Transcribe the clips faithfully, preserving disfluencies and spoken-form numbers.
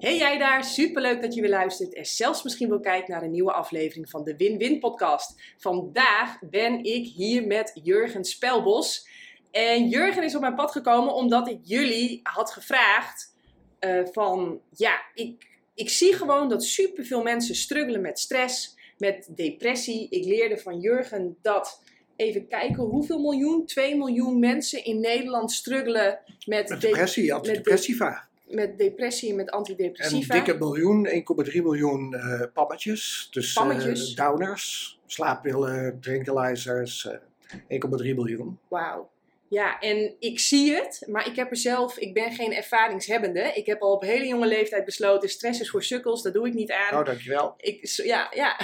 Hey jij daar, superleuk dat je weer luistert en zelfs misschien wel kijkt naar een nieuwe aflevering van de Win-Win podcast. Vandaag ben ik hier met Jurgen Spelbos. En Jurgen is op mijn pad gekomen omdat ik jullie had gevraagd uh, van, ja, ik, ik zie gewoon dat superveel mensen struggelen met stress, met depressie. Ik leerde van Jurgen dat, even kijken, hoeveel miljoen? twee miljoen mensen in Nederland struggelen met, met depressie, de, antidepressiva. Met, de, met depressie en met antidepressiva. En dikke miljoen, één komma drie miljoen uh, pammetjes. Dus pammetjes. Uh, downers, slaappillen, tranquilizers, uh, één komma drie miljoen. Wauw. Ja, en ik zie het, maar ik heb er zelf, ik ben geen ervaringshebbende. Ik heb al op hele jonge leeftijd besloten, stress is voor sukkels, dat doe ik niet aan. Oh, dankjewel. Ik, ja, ja.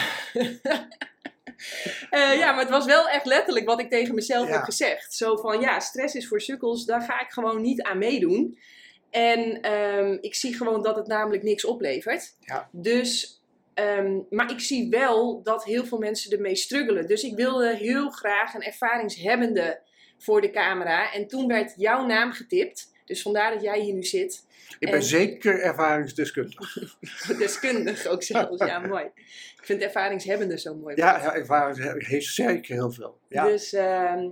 uh, ja, maar het was wel echt letterlijk wat ik tegen mezelf ja. heb gezegd. Zo van, ja, stress is voor sukkels, daar ga ik gewoon niet aan meedoen. En um, ik zie gewoon dat het namelijk niks oplevert. Ja. Dus, um, maar ik zie wel dat heel veel mensen ermee struggelen. Dus ik wilde heel graag een ervaringshebbende voor de camera. En toen werd jouw naam getipt. Dus vandaar dat jij hier nu zit. Ik ben en... zeker ervaringsdeskundig. Deskundig ook zelfs, ja, mooi. Ik vind ervaringshebbende zo mooi. Ja, ja, ervaring heeft zeker heel veel. Ja. Dus, um,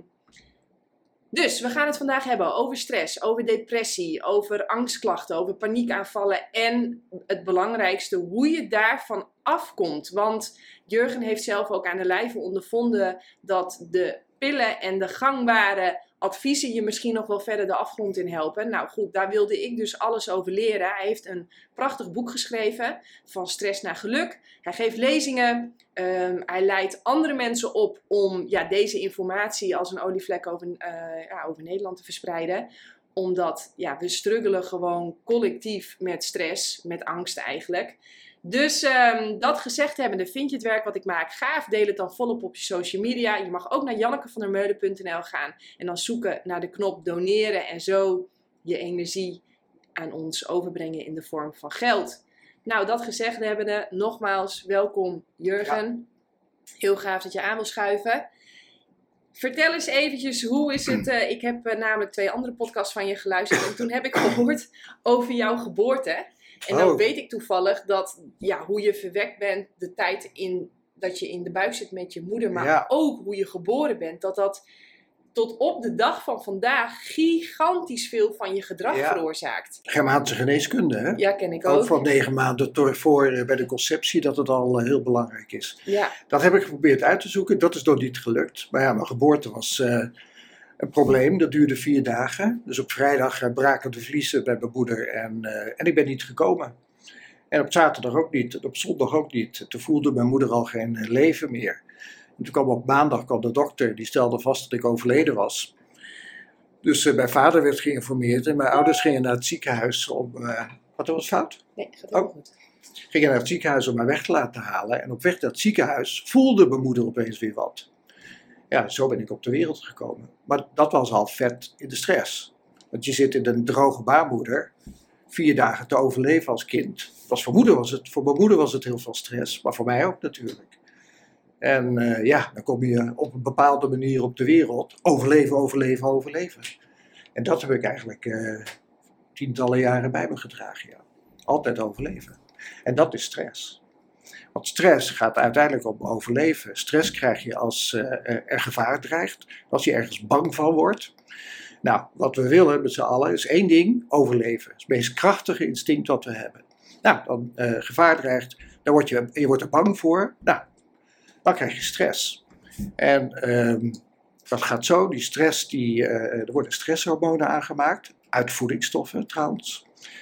dus we gaan het vandaag hebben over stress, over depressie, over angstklachten, over paniekaanvallen. En het belangrijkste, hoe je daarvan afkomt. Want Jurgen heeft zelf ook aan de lijve ondervonden dat de pillen en de gangbare adviezen je misschien nog wel verder de afgrond in helpen. Nou goed, daar wilde ik dus alles over leren. Hij heeft een prachtig boek geschreven, Van Stress naar Geluk. Hij geeft lezingen. Um, hij leidt andere mensen op om ja, deze informatie als een olievlek over, uh, ja, over Nederland te verspreiden. Omdat ja, we struggelen gewoon collectief met stress, met angst eigenlijk. Dus um, dat gezegd hebbende, vind je het werk wat ik maak gaaf? Deel het dan volop op je social media. Je mag ook naar jannekevandermeulen punt n l gaan en dan zoeken naar de knop doneren en zo je energie aan ons overbrengen in de vorm van geld. Nou, dat gezegd hebbende, nogmaals welkom Jurgen. Ja. Heel gaaf dat je aan wil schuiven. Vertel eens eventjes, hoe is het? Uh, ik heb uh, namelijk twee andere podcasts van je geluisterd en toen heb ik gehoord over jouw geboorte. En dan oh. weet ik toevallig dat, ja, hoe je verwekt bent, de tijd in, dat je in de buik zit met je moeder, maar ja. ook hoe je geboren bent, dat dat tot op de dag van vandaag gigantisch veel van je gedrag ja. veroorzaakt. Germaanse geneeskunde, hè? Ja, ken ik ook. Ook van negen maanden voor uh, bij de conceptie, dat het al uh, heel belangrijk is. Ja. Dat heb ik geprobeerd uit te zoeken, dat is nog niet gelukt. Maar ja, mijn geboorte was uh, een probleem, dat duurde vier dagen. Dus op vrijdag uh, braken de vliezen bij mijn moeder en, uh, en ik ben niet gekomen. En op zaterdag ook niet, op zondag ook niet. Toen voelde mijn moeder al geen uh, leven meer. En toen kwam op maandag kwam de dokter, die stelde vast dat ik overleden was. Dus uh, mijn vader werd geïnformeerd en mijn ouders gingen naar het ziekenhuis om... Uh, wat was fout? Nee, gaat heel oh. goed. Gingen naar het ziekenhuis om mij weg te laten halen. En op weg naar het ziekenhuis voelde mijn moeder opeens weer wat. Ja, zo ben ik op de wereld gekomen. Maar dat was al vet in de stress. Want je zit in een droge baarmoeder, vier dagen te overleven als kind. Was voor, moeder was het, voor mijn moeder was het heel veel stress, maar voor mij ook natuurlijk. En uh, ja, dan kom je op een bepaalde manier op de wereld. Overleven, overleven, overleven. En dat heb ik eigenlijk uh, tientallen jaren bij me gedragen. Ja. Altijd overleven. En dat is stress. Want stress gaat uiteindelijk om overleven. Stress krijg je als uh, er gevaar dreigt. Als je ergens bang van wordt. Nou, wat we willen met z'n allen is één ding, overleven. Dat is het meest krachtige instinct wat we hebben. Nou, dan uh, gevaar dreigt, dan word je, je wordt er bang voor. Nou, dan krijg je stress. En um, dat gaat zo, die stress, die, uh, er worden stresshormonen aangemaakt. Uit voedingsstoffen trouwens.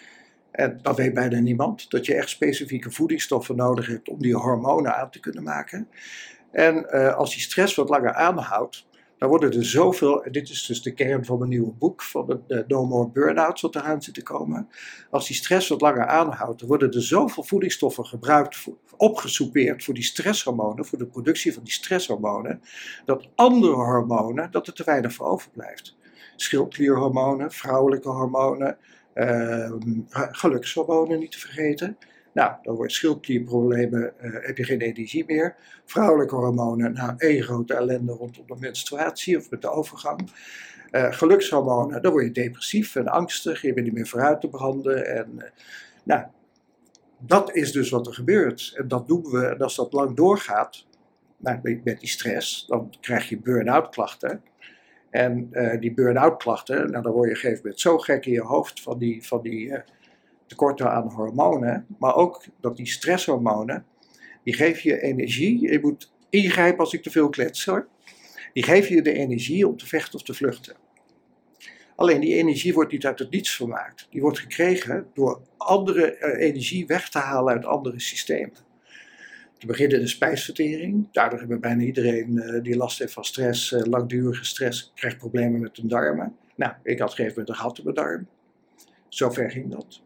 En dat weet bijna niemand, dat je echt specifieke voedingsstoffen nodig hebt om die hormonen aan te kunnen maken. En uh, als die stress wat langer aanhoudt, dan worden er zoveel, en dit is dus de kern van mijn nieuwe boek, van de, de No More Burnouts wat eraan zit te komen. Als die stress wat langer aanhoudt, dan worden er zoveel voedingsstoffen gebruikt, voor, opgesoupeerd voor die stresshormonen, voor de productie van die stresshormonen, dat andere hormonen, dat er te weinig voor overblijft. Schildklierhormonen, vrouwelijke hormonen, uh, gelukshormonen niet te vergeten. Nou, dan wordt schildklierproblemen, uh, heb je geen energie meer. Vrouwelijke hormonen, nou, één grote ellende rondom de menstruatie of met de overgang. Uh, gelukshormonen, dan word je depressief en angstig, je bent niet meer vooruit te branden. En, uh, nou, dat is dus wat er gebeurt. En dat doen we, en als dat lang doorgaat, nou, met die stress, dan krijg je burn-out klachten. En uh, die burn-out klachten, nou, dan word je op een gegeven moment zo gek in je hoofd van die, van die uh, tekorten aan hormonen. Maar ook dat die stresshormonen, die geven je energie. Je moet ingrijpen als ik te veel klets hoor. Die geven je de energie om te vechten of te vluchten. Alleen die energie wordt niet uit het niets vermaakt. Die wordt gekregen door andere uh, energie weg te halen uit andere systemen. Te beginnen de spijsvertering. Daardoor hebben bijna iedereen uh, die last heeft van stress, uh, langdurige stress, krijgt problemen met de darmen. Nou, ik had op een gegeven moment een gat in mijn darm. Zover ging dat.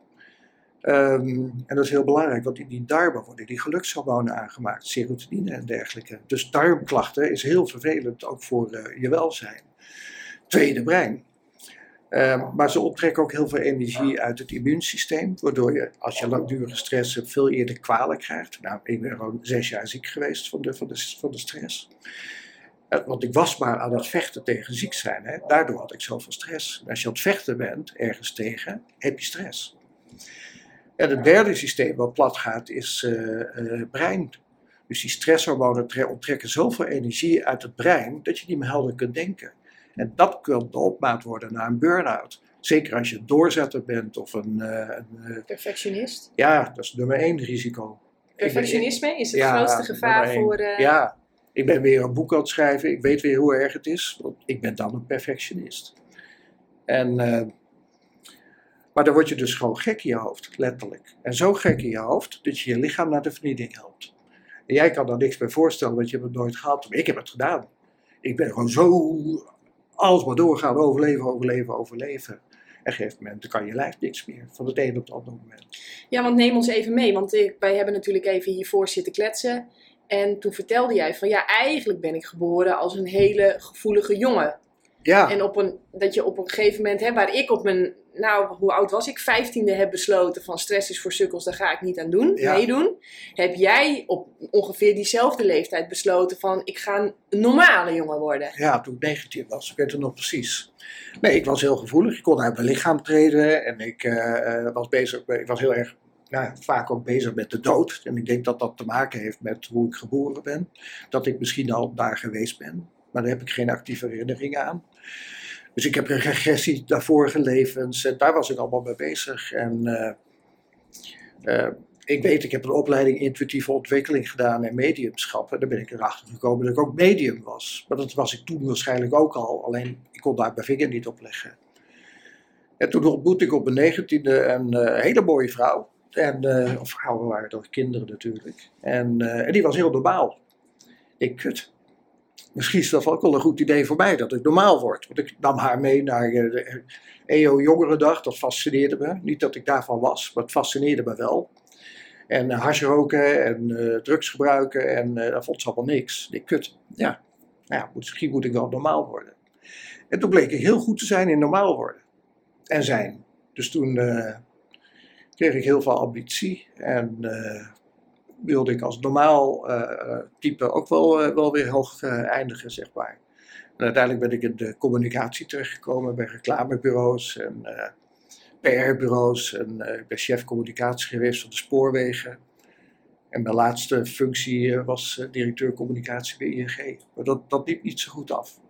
Um, en dat is heel belangrijk, want in die darmen worden die gelukshormonen aangemaakt, serotonine en dergelijke. Dus darmklachten is heel vervelend, ook voor uh, je welzijn. Tweede, brein. Um, maar ze onttrekken ook heel veel energie uit het immuunsysteem, waardoor je, als je langdurige stress hebt, veel eerder kwalen krijgt. Nou, ik ben gewoon zes jaar ziek geweest van de, van de, van de stress. Uh, want ik was maar aan het vechten tegen ziek zijn. Hè. Daardoor had ik zoveel stress. En als je aan het vechten bent, ergens tegen, heb je stress. En het derde systeem wat plat gaat is uh, uh, brein. Dus die stresshormonen tre- onttrekken zoveel energie uit het brein dat je niet meer helder kunt denken. En dat kan de opmaat worden naar een burn-out. Zeker als je een doorzetter bent of een... Uh, een uh, Perfectionist? Ja, dat is nummer één risico. Perfectionisme is het ja, grootste gevaar voor... Uh... Ja, ik ben weer een boek aan het schrijven. Ik weet weer hoe erg het is. Want ik ben dan een perfectionist. En... Uh, Maar dan word je dus gewoon gek in je hoofd, letterlijk. En zo gek in je hoofd dat je je lichaam naar de vernieling helpt. En jij kan daar niks bij voorstellen, want je hebt het nooit gehad. Maar ik heb het gedaan. Ik ben gewoon zo alles maar doorgaan, overleven, overleven, overleven. En op een gegeven moment kan je lijf niks meer, van het een op het andere moment. Ja, want neem ons even mee, want wij hebben natuurlijk even hiervoor zitten kletsen. En toen vertelde jij van ja, eigenlijk ben ik geboren als een hele gevoelige jongen. Ja. En op een, dat je op een gegeven moment, hè, waar ik op mijn, nou hoe oud was ik, vijftiende heb besloten van stress is voor sukkels, daar ga ik niet aan doen, Ja. meedoen. Heb jij op ongeveer diezelfde leeftijd besloten van ik ga een normale jongen worden? Ja, toen ik negentien was, ik weet het nog precies. Nee, ik was heel gevoelig, ik kon uit mijn lichaam treden en ik uh, was bezig, ik was heel erg, nou, vaak ook bezig met de dood. En ik denk dat dat te maken heeft met hoe ik geboren ben. Dat ik misschien al daar geweest ben. Maar daar heb ik geen actieve herinneringen aan. Dus ik heb een regressie naar vorige levens. En daar was ik allemaal mee bezig. En uh, uh, ik weet, ik heb een opleiding intuïtieve ontwikkeling gedaan en mediumschap. En daar ben ik erachter gekomen dat ik ook medium was. Maar dat was ik toen waarschijnlijk ook al. Alleen ik kon daar mijn vinger niet op leggen. En toen ontmoette ik op mijn negentiende een uh, hele mooie vrouw. En, uh, of vrouwen waren toch kinderen natuurlijk. En, uh, en die was heel normaal. Ik kut. Misschien is dat ook wel een goed idee voor mij, dat ik normaal word. Want ik nam haar mee naar de E O Jongerendag, dat fascineerde me. Niet dat ik daarvan was, maar het fascineerde me wel. En uh, hash roken en uh, drugs gebruiken en uh, dat vond ze allemaal niks. Ik kut, ja, nou ja, misschien moet ik wel normaal worden. En toen bleek ik heel goed te zijn in normaal worden. En zijn. Dus toen uh, kreeg ik heel veel ambitie en... Uh, wilde ik als normaal uh, type ook wel, uh, wel weer hoog uh, eindigen, zeg maar. En uiteindelijk ben ik in de communicatie terechtgekomen bij reclamebureaus en uh, P R-bureaus. En uh, ik ben chef communicatie geweest van de spoorwegen. En mijn laatste functie uh, was uh, directeur communicatie bij I N G. Maar dat, dat liep niet zo goed af.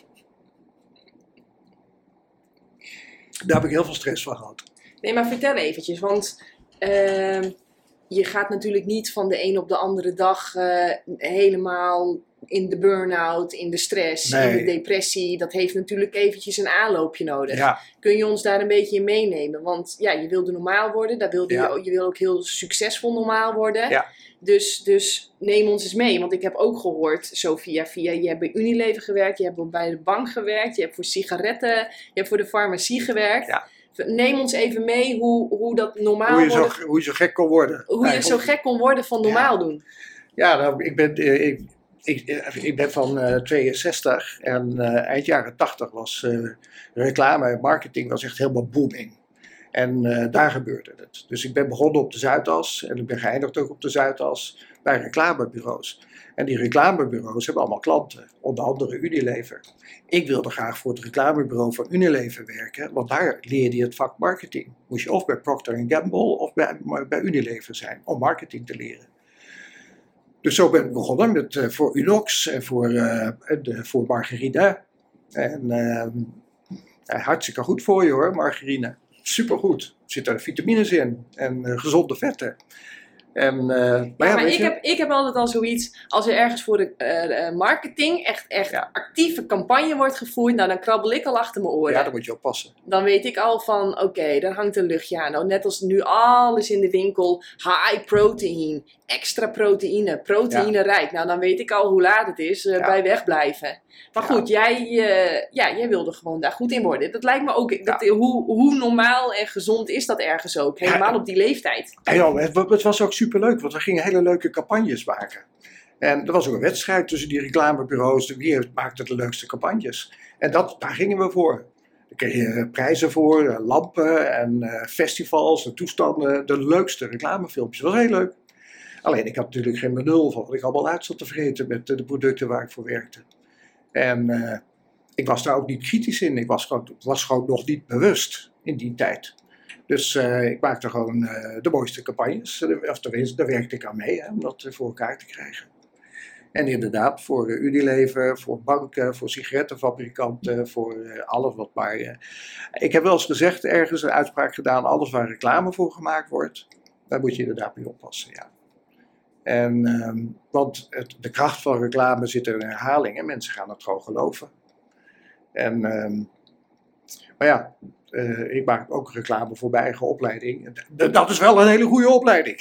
Daar heb ik heel veel stress van gehad. Nee, maar vertel eventjes, want... Uh... Je gaat natuurlijk niet van de een op de andere dag uh, helemaal in de burn-out, in de stress, nee. in de depressie. Dat heeft natuurlijk eventjes een aanloopje nodig. Ja. Kun je ons daar een beetje in meenemen? Want ja, je wilde normaal worden. Daar wilde ja. je, je wil ook heel succesvol normaal worden. Ja. Dus, dus neem ons eens mee. Want ik heb ook gehoord, zo via via, je hebt bij Unilever gewerkt. Je hebt bij de bank gewerkt. Je hebt voor sigaretten, je hebt voor de farmacie gewerkt. Ja. Neem ons even mee hoe, hoe dat normaal hoe je, worden, zo, hoe je zo gek kon worden. Hoe je zo gek kon worden van normaal ja. doen. Ja, nou, ik ben, ik, ik, ik ben van uh, tweeënzestig en uh, eind jaren tachtig was uh, reclame en marketing was echt helemaal booming. En uh, daar gebeurde het. Dus ik ben begonnen op de Zuidas en ik ben geëindigd ook op de Zuidas bij reclamebureaus. En die reclamebureaus hebben allemaal klanten, onder andere Unilever. Ik wilde graag voor het reclamebureau van Unilever werken, want daar leerde je het vak marketing. Moest je of bij Procter en Gamble of bij, bij Unilever zijn om marketing te leren. Dus zo ben ik begonnen met, uh, voor Unox en voor, uh, de, voor margarine. En uh, ja, hartstikke goed voor je hoor, margarine. Supergoed. Er zitten vitamines in en uh, gezonde vetten. En, uh, maar ja, ja, maar weet ik, je, heb, ik heb altijd al zoiets, als er ergens voor de uh, marketing echt, echt Ja. actieve campagne wordt gevoerd, nou dan krabbel ik al achter mijn oren. ja, daar moet je oppassen. Dan weet ik al van, oké, okay, daar hangt een luchtje aan. Nou, net als nu alles in de winkel, high protein, extra proteïne, proteïnerijk. Nou, dan weet ik al hoe laat het is, uh, Ja. bij wegblijven. Maar Ja. goed, jij, uh, ja, jij wilde gewoon daar goed in worden. Dat lijkt me ook, Ja. dat, hoe, hoe normaal en gezond is dat ergens ook? Helemaal Ja. op die leeftijd. En joh, het, het was ook superleuk, want we gingen hele leuke campagnes maken. En er was ook een wedstrijd tussen die reclamebureaus, wie maakte de leukste campagnes. En dat, daar gingen we voor. Daar kreeg je prijzen voor, lampen en uh, festivals en toestanden. De leukste reclamefilmpjes, dat was heel leuk. Alleen ik had natuurlijk geen benul van wat ik allemaal uit zat te vreten met de producten waar ik voor werkte. En uh, ik was daar ook niet kritisch in, ik was gewoon, was gewoon nog niet bewust in die tijd. Dus uh, ik maakte gewoon uh, de mooiste campagnes, of tenminste, daar werkte ik aan mee, hè, om dat uh, voor elkaar te krijgen. En inderdaad, voor uh, Unilever, voor banken, voor sigarettenfabrikanten, voor uh, alles wat maar... Uh, ik heb wel eens gezegd, ergens een uitspraak gedaan, alles waar reclame voor gemaakt wordt, daar moet je inderdaad mee oppassen, ja. En, um, want het, de kracht van reclame zit in herhaling en mensen gaan het gewoon geloven. En, um, maar ja, uh, ik maak ook reclame voor mijn eigen opleiding. D- dat is wel een hele goede opleiding.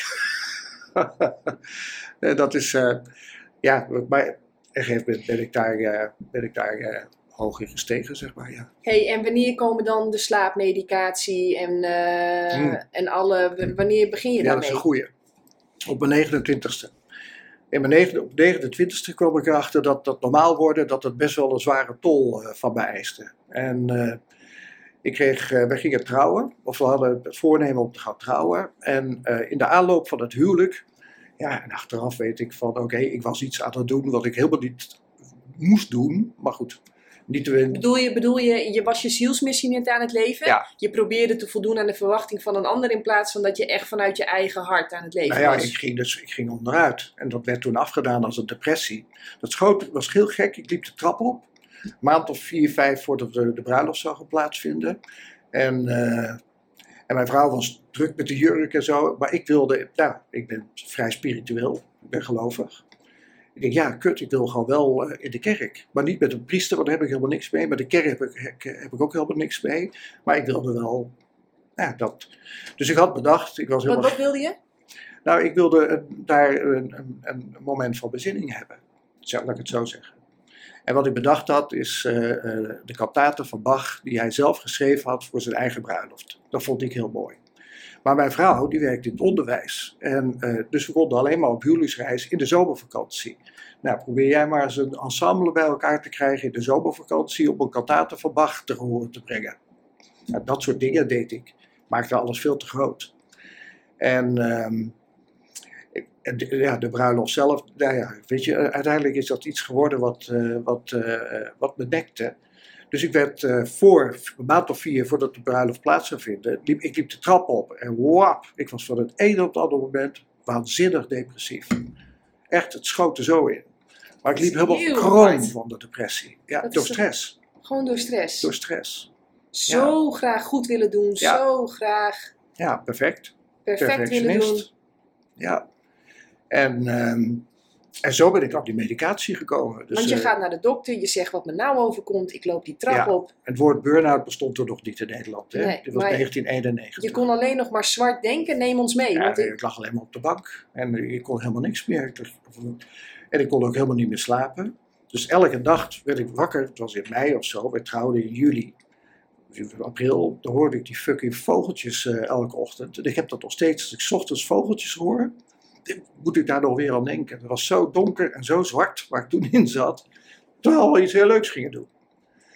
dat is, uh, ja, maar op een gegeven moment ben ik daar, uh, ben ik daar uh, hoog in gestegen, zeg maar, ja. Hey, en wanneer komen dan de slaapmedicatie en, uh, Hmm. en alle, wanneer begin je Ja, daarmee? dat is een goeie. Op mijn negenentwintigste. In mijn negen, op negenentwintigste kwam ik erachter dat dat normaal worden, dat het best wel een zware tol uh, van mij eiste. En uh, ik kreeg, uh, wij gingen trouwen, of we hadden het voornemen om te gaan trouwen. En uh, in de aanloop van het huwelijk, ja, en achteraf weet ik van, oké, okay, ik was iets aan het doen wat ik helemaal niet moest doen, maar goed. Niet te... bedoel, je, bedoel je, je was je zielsmissie niet aan het leven? Ja. Je probeerde te voldoen aan de verwachting van een ander in plaats van dat je echt vanuit je eigen hart aan het leven nou ja, was? ik ging, dus, ik ging onderuit. En dat werd toen afgedaan als een depressie. Dat schoot, was heel gek. Ik liep de trap op. Een maand of vier, vijf voordat de, de bruiloft zou gaan plaatsvinden. En, uh, en mijn vrouw was druk met de jurk en zo. Maar ik wilde, nou, ik ben vrij spiritueel. Ik ben gelovig. Ik denk, ja, kut, ik wil gewoon wel uh, in de kerk. Maar niet met een priester, want daar heb ik helemaal niks mee. Met de kerk heb ik, heb ik ook helemaal niks mee. Maar ik wilde wel, ja, dat. Dus ik had bedacht, ik was Wat, helemaal... wat wilde je? Nou, ik wilde uh, daar een, een, een moment van bezinning hebben. Zo, laat ik het zo zeggen. En wat ik bedacht had, is uh, uh, de kantaten van Bach, die hij zelf geschreven had voor zijn eigen bruiloft. Dat vond ik heel mooi. Maar mijn vrouw, die werkte in het onderwijs. En, uh, dus we konden alleen maar op huwelijksreis in de zomervakantie. Nou, probeer jij maar eens een ensemble bij elkaar te krijgen in de zomervakantie om een kantate van Bach te horen te brengen. Nou, dat soort dingen deed ik. Maakte alles veel te groot. En um, de, ja, de bruiloft zelf, nou ja, weet je, uiteindelijk is dat iets geworden wat, uh, wat, uh, wat me nekte. Dus ik werd uh, voor een maand of vier voordat de bruiloft plaats zou vinden, liep, ik liep de trap op en wap, ik was van het ene op het andere moment waanzinnig depressief. Echt, het schoot er zo in. Maar ik liep helemaal kroon van de depressie. Ja, dat door stress. Gewoon door stress? Door stress. Zo ja. graag goed willen doen, ja. zo graag... Ja, perfect. Perfect willen doen. Ja. En... Um, En zo ben ik op die medicatie gekomen. Dus, Want je uh, gaat naar de dokter, je zegt wat me nou overkomt, ik loop die trap ja, op. Het woord burn-out bestond er nog niet in Nederland. Hè? Nee, Dit was negentien eenennegentig. Je kon alleen nog maar zwart denken, neem ons mee. Ja, want ik... ik lag alleen maar op de bank en ik kon helemaal niks meer. En ik kon ook helemaal niet meer slapen. Dus elke nacht werd ik wakker, het was in mei of zo, we trouwden in juli. In april, dan hoorde ik die fucking vogeltjes uh, elke ochtend. En ik heb dat nog steeds, als ik 's ochtends vogeltjes hoor... moet ik daar nog weer aan denken. Het was zo donker en zo zwart waar ik toen in zat, terwijl we iets heel leuks gingen doen.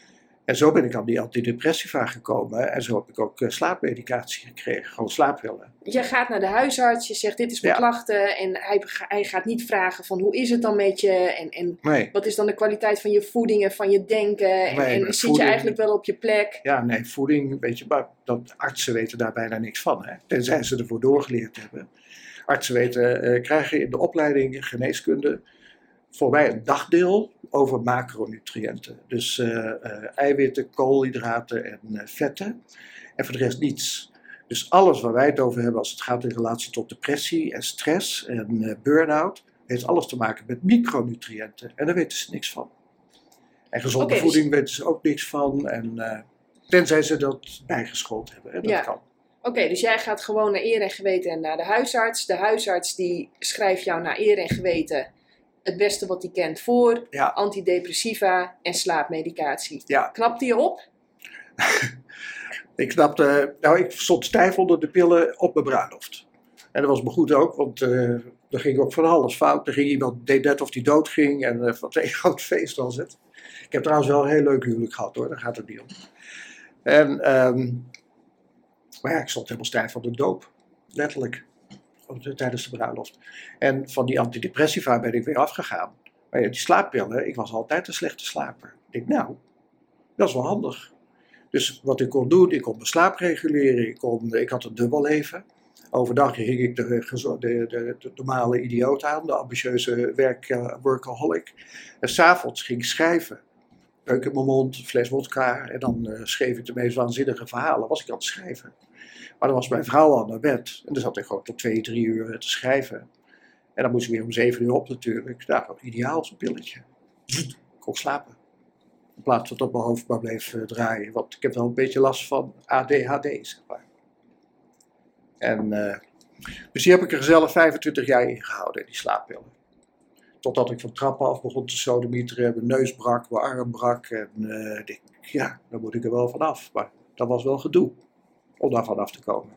En zo ben ik aan die antidepressiva gekomen. En zo heb ik ook uh, slaapmedicatie gekregen. Gewoon slaappillen. Je gaat naar de huisarts, je zegt dit is mijn ja. klachten. En hij, hij gaat niet vragen van hoe is het dan met je? En, en nee. wat is dan de kwaliteit van je voeding en van je denken? En, nee, en zit voeding, je eigenlijk wel op je plek? Ja, nee, voeding, weet je, maar dat, artsen weten daar bijna niks van. Hè? Tenzij ze ervoor doorgeleerd hebben. Artsen weten, uh, krijgen in de opleiding geneeskunde voor mij een dagdeel over macronutriënten. Dus uh, uh, eiwitten, koolhydraten en uh, vetten. En voor de rest niets. Dus alles waar wij het over hebben als het gaat in relatie tot depressie en stress en uh, burn-out, heeft alles te maken met micronutriënten. En daar weten ze niks van. En gezonde okay, voeding dus... weten ze ook niks van. En, uh, tenzij ze dat bijgeschoold hebben. Hè, dat ja. kan. Oké, okay, dus jij gaat gewoon naar eer en geweten en naar de huisarts. De huisarts die schrijft jou naar eer en geweten het beste wat hij kent voor, ja. antidepressiva en slaapmedicatie. Ja. Knapte je op? ik knapte, nou ik stond stijf onder de pillen op mijn bruiloft. En dat was me goed ook, want uh, er ging ook van alles fout. Er ging iemand, deed net of die dood ging en uh, wat een groot feest was het. Ik heb trouwens wel een heel leuk huwelijk gehad hoor, daar gaat het niet om. En, um, maar ja, ik stond helemaal stijf van de doop, letterlijk. Tijdens de bruiloft. En van die antidepressiva ben ik weer afgegaan. Maar ja, die slaappillen, ik was altijd een slechte slaper. Ik denk, nou, dat is wel handig. Dus wat ik kon doen, ik kon mijn slaap reguleren. Ik, kon, ik had een dubbel leven. Overdag ging ik de, de, de, de, de normale idioot aan, de ambitieuze werk, uh, workaholic. En s'avonds ging ik schrijven. Peuk in mijn mond, een fles wodka. En dan uh, schreef ik de meest waanzinnige verhalen. Was ik aan het schrijven. Maar dan was mijn vrouw al naar bed. En dan zat ik gewoon tot twee, drie uur te schrijven. En dan moest ik weer om zeven uur op natuurlijk. Nou, ideaal zo'n pilletje. Ik kon slapen. In plaats van dat mijn hoofd maar bleef uh, draaien. Want ik heb wel een beetje last van A D H D, zeg maar. En, uh, dus die heb ik er gezellig vijfentwintig jaar in gehouden, die slaappillen. Totdat ik van trappen af begon te sodemieteren. Mijn neus brak, mijn arm brak. En uh, ik, ja, dan moet ik er wel vanaf. Maar dat was wel gedoe. Om daar vanaf te komen.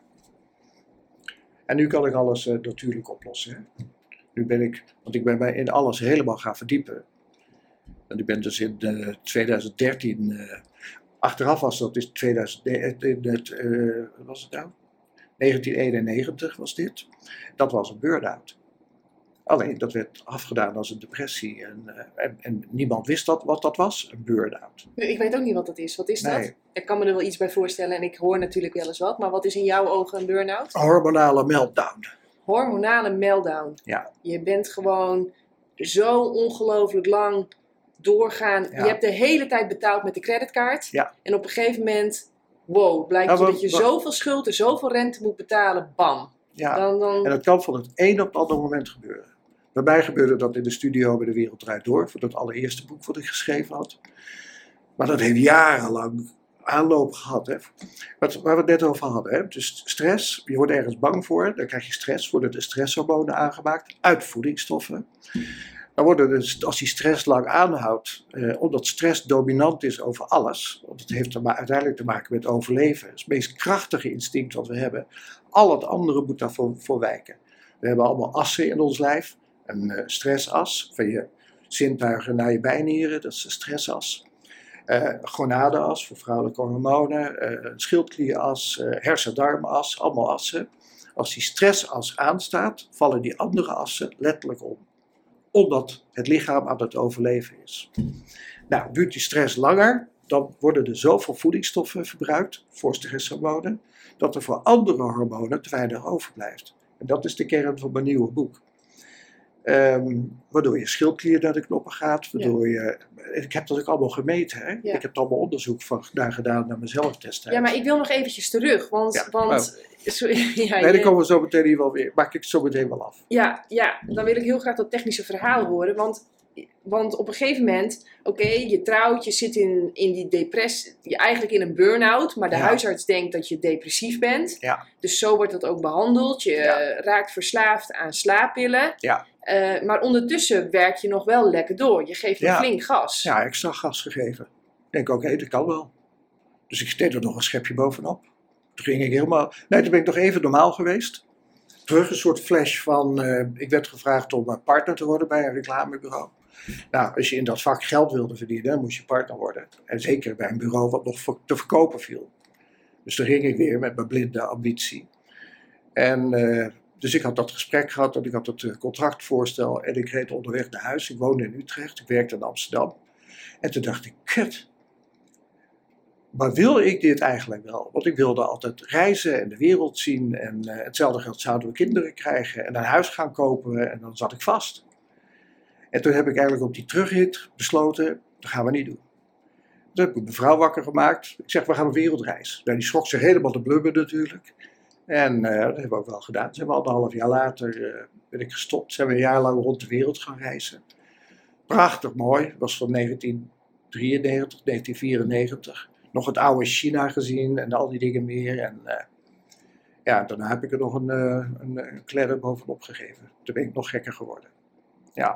En nu kan ik alles uh, natuurlijk oplossen. Hè? Nu ben ik, want ik ben mij in alles helemaal gaan verdiepen. En ik ben dus in uh, twintig dertien, uh, achteraf was dat in tweeduizend, in het, uh, wat was het nou? negentien eenennegentig was dit. Dat was een burn-out. Alleen dat werd afgedaan als een depressie. En, uh, en, en niemand wist dat, wat dat was, een burn-out. Ik weet ook niet wat dat is. Wat is dat? Nee. Ik kan me er wel iets bij voorstellen en ik hoor natuurlijk wel eens wat. Maar wat is in jouw ogen een burn-out? Hormonale meltdown. Hormonale meltdown. Ja. Je bent gewoon zo ongelooflijk lang doorgaan. Ja. Je hebt de hele tijd betaald met de creditcard. Ja. En op een gegeven moment, wow, blijkt ja, maar, dat je maar, zoveel schuld en zoveel rente moet betalen. Bam. Ja, dan, dan... en dat kan van het een op het andere moment gebeuren. Bij mij gebeurde dat in de studio bij De Wereld Draait Door, voor dat allereerste boek wat ik geschreven had. Maar dat heeft jarenlang aanloop gehad. Hè. Wat, waar we het net over hadden. Hè. Dus stress, je wordt ergens bang voor, dan krijg je stress, worden de stresshormonen aangemaakt uit voedingsstoffen. Dan worden dus, als die stress lang aanhoudt, eh, omdat stress dominant is over alles, want het heeft te ma- uiteindelijk te maken met overleven, het is het meest krachtige instinct wat we hebben. Al het andere moet daarvoor voor wijken. We hebben allemaal assen in ons lijf, een uh, stressas, van je zintuigen naar je bijnieren, dat is de stressas. Uh, gonadenas voor vrouwelijke hormonen, uh, een schildklieras, uh, hersendarmas, allemaal assen. Als die stressas aanstaat, vallen die andere assen letterlijk om. Omdat het lichaam aan het overleven is. Nou, duurt die stress langer, dan worden er zoveel voedingsstoffen verbruikt voor stresshormonen, dat er voor andere hormonen te weinig overblijft. En dat is de kern van mijn nieuwe boek. Um, waardoor je schildklier naar de knoppen gaat, waardoor ja. je... Ik heb dat ook allemaal gemeten, hè? Ja. Ik heb er allemaal onderzoek van daar gedaan naar mezelf destijds. Ja, maar ik wil nog eventjes terug, want... Ja, want nou, sorry, ja, nee, je... dan komen we zo meteen hier wel weer. Maak ik het zo meteen wel af. Ja, ja, dan wil ik heel graag dat technische verhaal horen, want... Want op een gegeven moment, oké, okay, je trouwt, je zit in, in die depressie, je eigenlijk in een burn-out, maar de ja. huisarts denkt dat je depressief bent. Ja. Dus zo wordt dat ook behandeld. Je ja. uh, raakt verslaafd aan slaappillen. Ja. Uh, maar ondertussen werk je nog wel lekker door. Je geeft nog ja. flink gas. Ja, extra gas gegeven. Ik denk, oké, okay, dat kan wel. Dus ik deed er nog een schepje bovenop. Toen ging ik helemaal... Nee, toen ben ik nog even normaal geweest. Terug een soort flash van... Uh, ik werd gevraagd om partner te worden bij een reclamebureau. Nou, als je in dat vak geld wilde verdienen, dan moest je partner worden. En zeker bij een bureau wat nog te verkopen viel. Dus toen ging ik weer met mijn blinde ambitie. En uh, dus ik had dat gesprek gehad en ik had het contractvoorstel en ik reed onderweg naar huis. Ik woonde in Utrecht, ik werkte in Amsterdam. En toen dacht ik, kut. Maar wil ik dit eigenlijk wel? Want ik wilde altijd reizen en de wereld zien. En uh, hetzelfde geld zouden we kinderen krijgen en een huis gaan kopen. En dan zat ik vast. En toen heb ik eigenlijk op die terugrit besloten, dat gaan we niet doen. Toen heb ik mijn vrouw wakker gemaakt. Ik zeg, we gaan op wereldreis. Nou, die schrok zich helemaal te blubber natuurlijk. En uh, dat hebben we ook wel gedaan. Zijn we anderhalf jaar later uh, ben ik gestopt. Zijn we een jaar lang rond de wereld gaan reizen. Prachtig mooi. Het was van negentien drieënnegentig, negentien vierennegentig. Nog het oude China gezien en al die dingen meer. En uh, ja, daarna heb ik er nog een, uh, een, een kledder bovenop gegeven. Toen ben ik nog gekker geworden. Ja.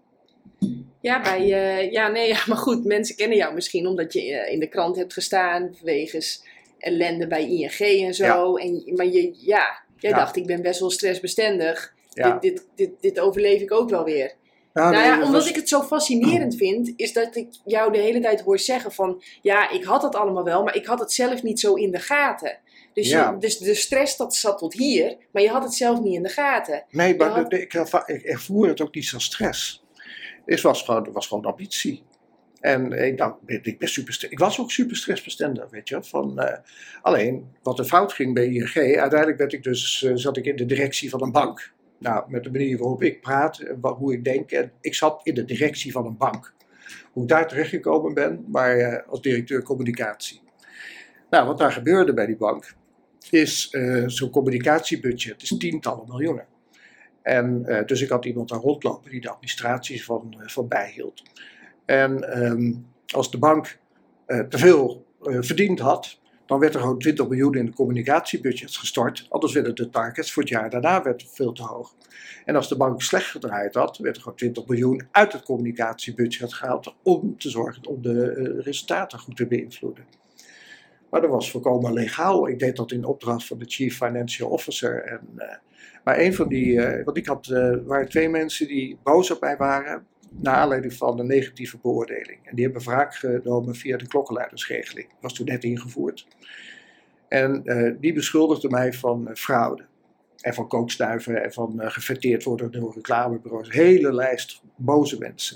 Ja, bij, uh, ja, nee, ja, maar goed, mensen kennen jou misschien omdat je uh, in de krant hebt gestaan wegens ellende bij I N G en zo. Ja. En, maar je, ja, jij ja. dacht, ik ben best wel stressbestendig. Ja. Dit, dit, dit, dit overleef ik ook wel weer. Ja, nou ja, nee, omdat was... ik het zo fascinerend vind, is dat ik jou de hele tijd hoor zeggen van, ja, ik had het allemaal wel, maar ik had het zelf niet zo in de gaten. Dus, ja. je, dus de stress dat zat tot hier, maar je had het zelf niet in de gaten. Nee, maar had... de, de, ik, ik ervoer het ook niet als stress. Het was gewoon, was gewoon ambitie. En ik, nou, ik, ben super, ik was ook super stressbestendig, weet je. Van, uh, alleen, wat er fout ging bij I N G, uiteindelijk werd ik dus, uh, zat ik in de directie van een bank. Nou, met de manier waarop ik praat, en hoe ik denk. En ik zat in de directie van een bank. Hoe ik daar terechtgekomen ben, maar uh, als directeur communicatie. Nou, wat daar gebeurde bij die bank, is uh, zo'n communicatiebudget is tientallen miljoenen. En uh, dus ik had iemand daar rondlopen die de administratie van, uh, van bijhield. En um, als de bank uh, te veel uh, verdiend had, dan werd er gewoon twintig miljoen in de communicatiebudget gestort. Anders werden de targets voor het jaar daarna werd veel te hoog. En als de bank slecht gedraaid had, werd er gewoon twintig miljoen uit het communicatiebudget gehaald om te zorgen om de uh, resultaten goed te beïnvloeden. Maar dat was volkomen legaal. Ik deed dat in opdracht van de Chief Financial Officer. En, uh, maar een van die, uh, want ik had, uh, waren twee mensen die boos op mij waren, naar aanleiding van de negatieve beoordeling. En die hebben wraak genomen via de klokkenluidersregeling. Dat was toen net ingevoerd. En uh, die beschuldigden mij van uh, fraude. En van kookstuiven en van uh, gefeteerd worden door reclamebureaus. Een hele lijst boze mensen.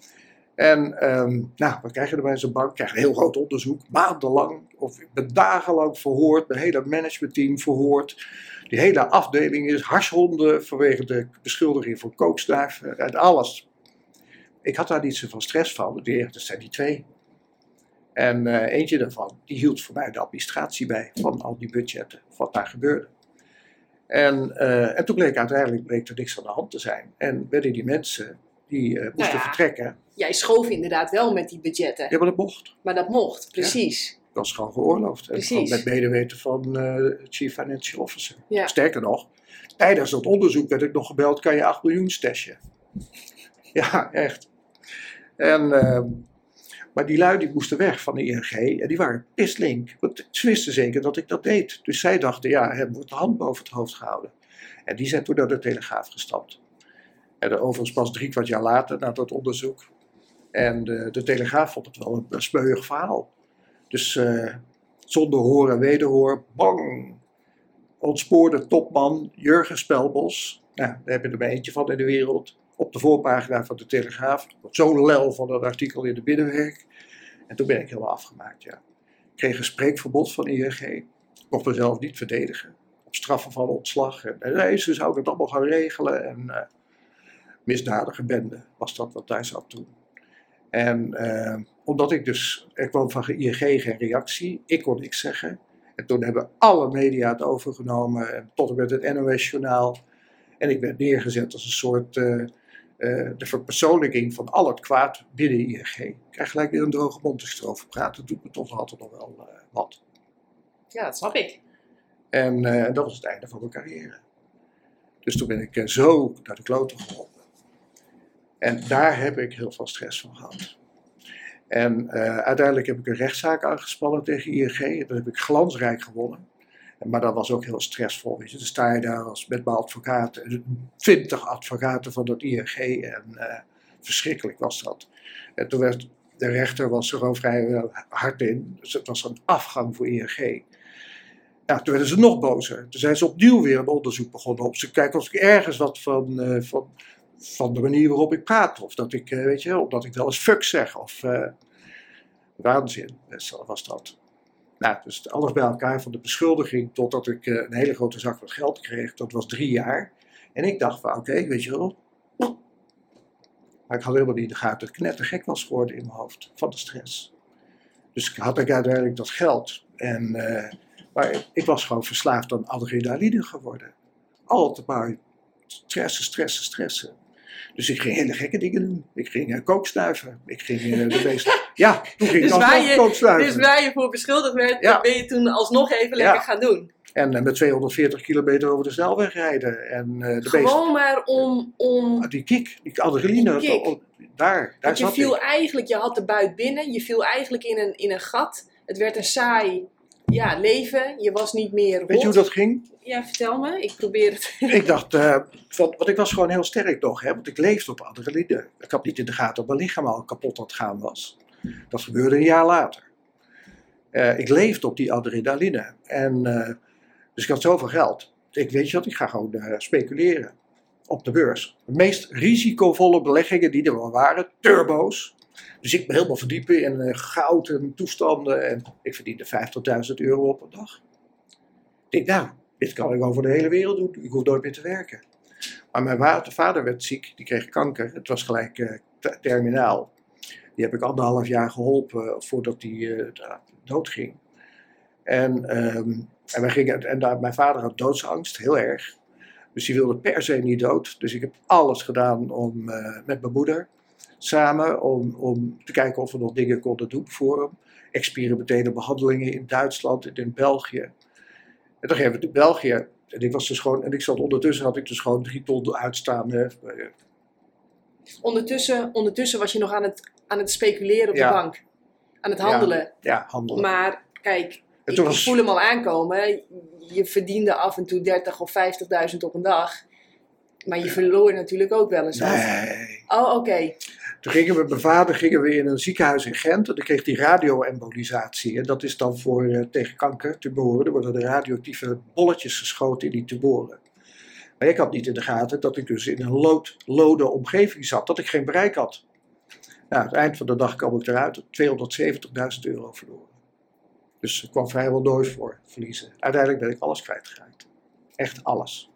En um, nou, wat krijg je er bij zo'n bank? Je krijgt een heel groot onderzoek, maandenlang, of ik ben dagenlang verhoord, mijn hele managementteam verhoord. Die hele afdeling is harshonden vanwege de beschuldiging van kookstuiven en alles. Ik had daar niet zoveel stress van, dat zijn die twee. En uh, eentje daarvan, die hield voor mij de administratie bij van al die budgetten, wat daar gebeurde. En, uh, en toen bleek uiteindelijk bleek er niks aan de hand te zijn. En werden die mensen die uh, moesten nou ja, vertrekken. Jij schoof inderdaad wel met die budgetten. Ja, maar dat mocht. Maar dat mocht, precies. Ja, dat was gewoon geoorloofd. En met medeweten van uh, Chief Financial Officer. Ja. Sterker nog, tijdens dat onderzoek werd ik nog gebeld, kan je acht miljoen stashen? Ja, echt. En, uh, maar die lui die moesten weg van de I N G en die waren pislink. Want ze wisten zeker dat ik dat deed. Dus zij dachten, ja, hem wordt de hand boven het hoofd gehouden. En die zijn toen naar de Telegraaf gestapt. En overigens pas drie kwart jaar later, na dat onderzoek. En de, de Telegraaf vond het wel een, een smeuig verhaal. Dus uh, zonder hoor en wederhoor, bang. Ontspoorde topman Jurgen Spelbos. Nou, daar heb je er maar eentje van in de wereld. Op de voorpagina van de Telegraaf. Zo'n lel van dat artikel in de binnenwerk. En toen ben ik helemaal afgemaakt, ja. Ik kreeg een spreekverbod van I N G. Ik mocht mezelf niet verdedigen. Op straffen van ontslag. En, en nee, ze zouden het allemaal gaan regelen. En uh, misdadige bende was dat wat daar zat toen. En uh, omdat ik dus, er kwam van I N G geen reactie. Ik kon niks zeggen. En toen hebben alle media het overgenomen. En tot en met het N O S-journaal. En ik werd neergezet als een soort uh, uh, de verpersoonlijking van al het kwaad binnen I N G. Ik krijg gelijk weer een droge mond als ik erover praat. Dat doet me toch altijd nog wel uh, wat. Ja, dat snap ik. En uh, dat was het einde van mijn carrière. Dus toen ben ik uh, zo naar de kloten geholpen. En daar heb ik heel veel stress van gehad. En uh, uiteindelijk heb ik een rechtszaak aangespannen tegen I N G. Dat heb ik glansrijk gewonnen. Maar dat was ook heel stressvol. Weet je. Dan sta je daar als, met mijn advocaten, twintig advocaten van dat I N G en uh, Verschrikkelijk was dat. En toen werd de rechter was er gewoon vrij uh, hard in. Dus het was een afgang voor I N G. Ja, toen werden ze nog bozer. Toen zijn ze opnieuw weer een onderzoek begonnen. Om te kijken of ik ergens wat van, uh, van, van de manier waarop ik praat. Of dat ik, uh, weet je, omdat ik wel eens fuck zeg. Of uh, waanzin was dat. Nou, dus alles bij elkaar van de beschuldiging totdat ik uh, een hele grote zak met geld kreeg. Dat was drie jaar. En ik dacht van, oké, okay, weet je wel. Maar ik had helemaal niet in de gaten dat ik knettergek was geworden in mijn hoofd. Van de stress. Dus ik had ik uiteindelijk dat geld. En, uh, maar ik was gewoon verslaafd aan adrenaline geworden. Altijd maar stressen, stressen, stressen. Dus ik ging hele gekke dingen doen. Ik ging uh, kooksnuiven. Ik ging uh, de meeste... Ja, toen ging dus ik alsnog kooksnuiven. Dus waar je voor beschuldigd werd, ja. ben je toen alsnog even lekker ja. gaan doen. En uh, met tweehonderdveertig kilometer over de snelweg rijden. En, uh, de Gewoon meeste... maar om... om... Ah, die kick, die adrenaline. Die kick. Oh, daar, daar Want je viel ik. eigenlijk, je had de buit binnen. Je viel eigenlijk in een, in een gat. Het werd een saai ja, leven. Je was niet meer rot. Weet je hoe dat ging? Ja, vertel me. Ik probeer het. Ik dacht, uh, van, want ik was gewoon heel sterk nog, hè, want ik leefde op adrenaline. Ik had niet in de gaten dat mijn lichaam al kapot aan het gaan was. Dat gebeurde een jaar later. Uh, ik leefde op die adrenaline. En, uh, dus ik had zoveel geld. Ik weet je wat, ik ga gewoon uh, speculeren op de beurs. De meest risicovolle beleggingen die er wel waren, turbo's. Dus ik ben helemaal verdiepen in uh, goud en toestanden. En ik verdiende vijftigduizend euro op een dag. Ik dacht, nou, dit kan ik over de hele wereld doen. Ik hoef nooit meer te werken. Maar mijn vader werd ziek, die kreeg kanker. Het was gelijk uh, terminaal. Die heb ik anderhalf jaar geholpen voordat hij uh, doodging. En, um, en, wij gingen, en daar, mijn vader had doodsangst, heel erg. Dus die wilde per se niet dood. Dus ik heb alles gedaan om, uh, met mijn moeder samen om, om te kijken of we nog dingen konden doen voor hem. Experimentele behandelingen in Duitsland en in België. En dan gingen we in België. En ik was dus gewoon, en ik zat ondertussen had ik dus gewoon drie ton uitstaan. Uh, ondertussen, ondertussen was je nog aan het, aan het speculeren op ja. de bank. Aan het handelen. Ja, ja handelen. Maar kijk, ik, was... ik voel hem al aankomen. Je verdiende af en toe dertig of vijftigduizend op een dag. Maar je verloor natuurlijk ook wel eens wat. Nee. Oh, oké. Okay. Toen gingen we met mijn vader gingen we in een ziekenhuis in Gent. En dan kreeg hij radioembolisatie. En dat is dan voor uh, tegen kanker, tumoren. Er worden de radioactieve bolletjes geschoten in die tumoren. Maar ik had niet in de gaten dat ik dus in een lood, lode omgeving zat. Dat ik geen bereik had. Nou, aan het eind van de dag kwam ik eruit. tweehonderdzeventigduizend euro verloren. Dus er kwam vrijwel nooit voor verliezen. Uiteindelijk ben ik alles kwijtgeraakt. Echt alles.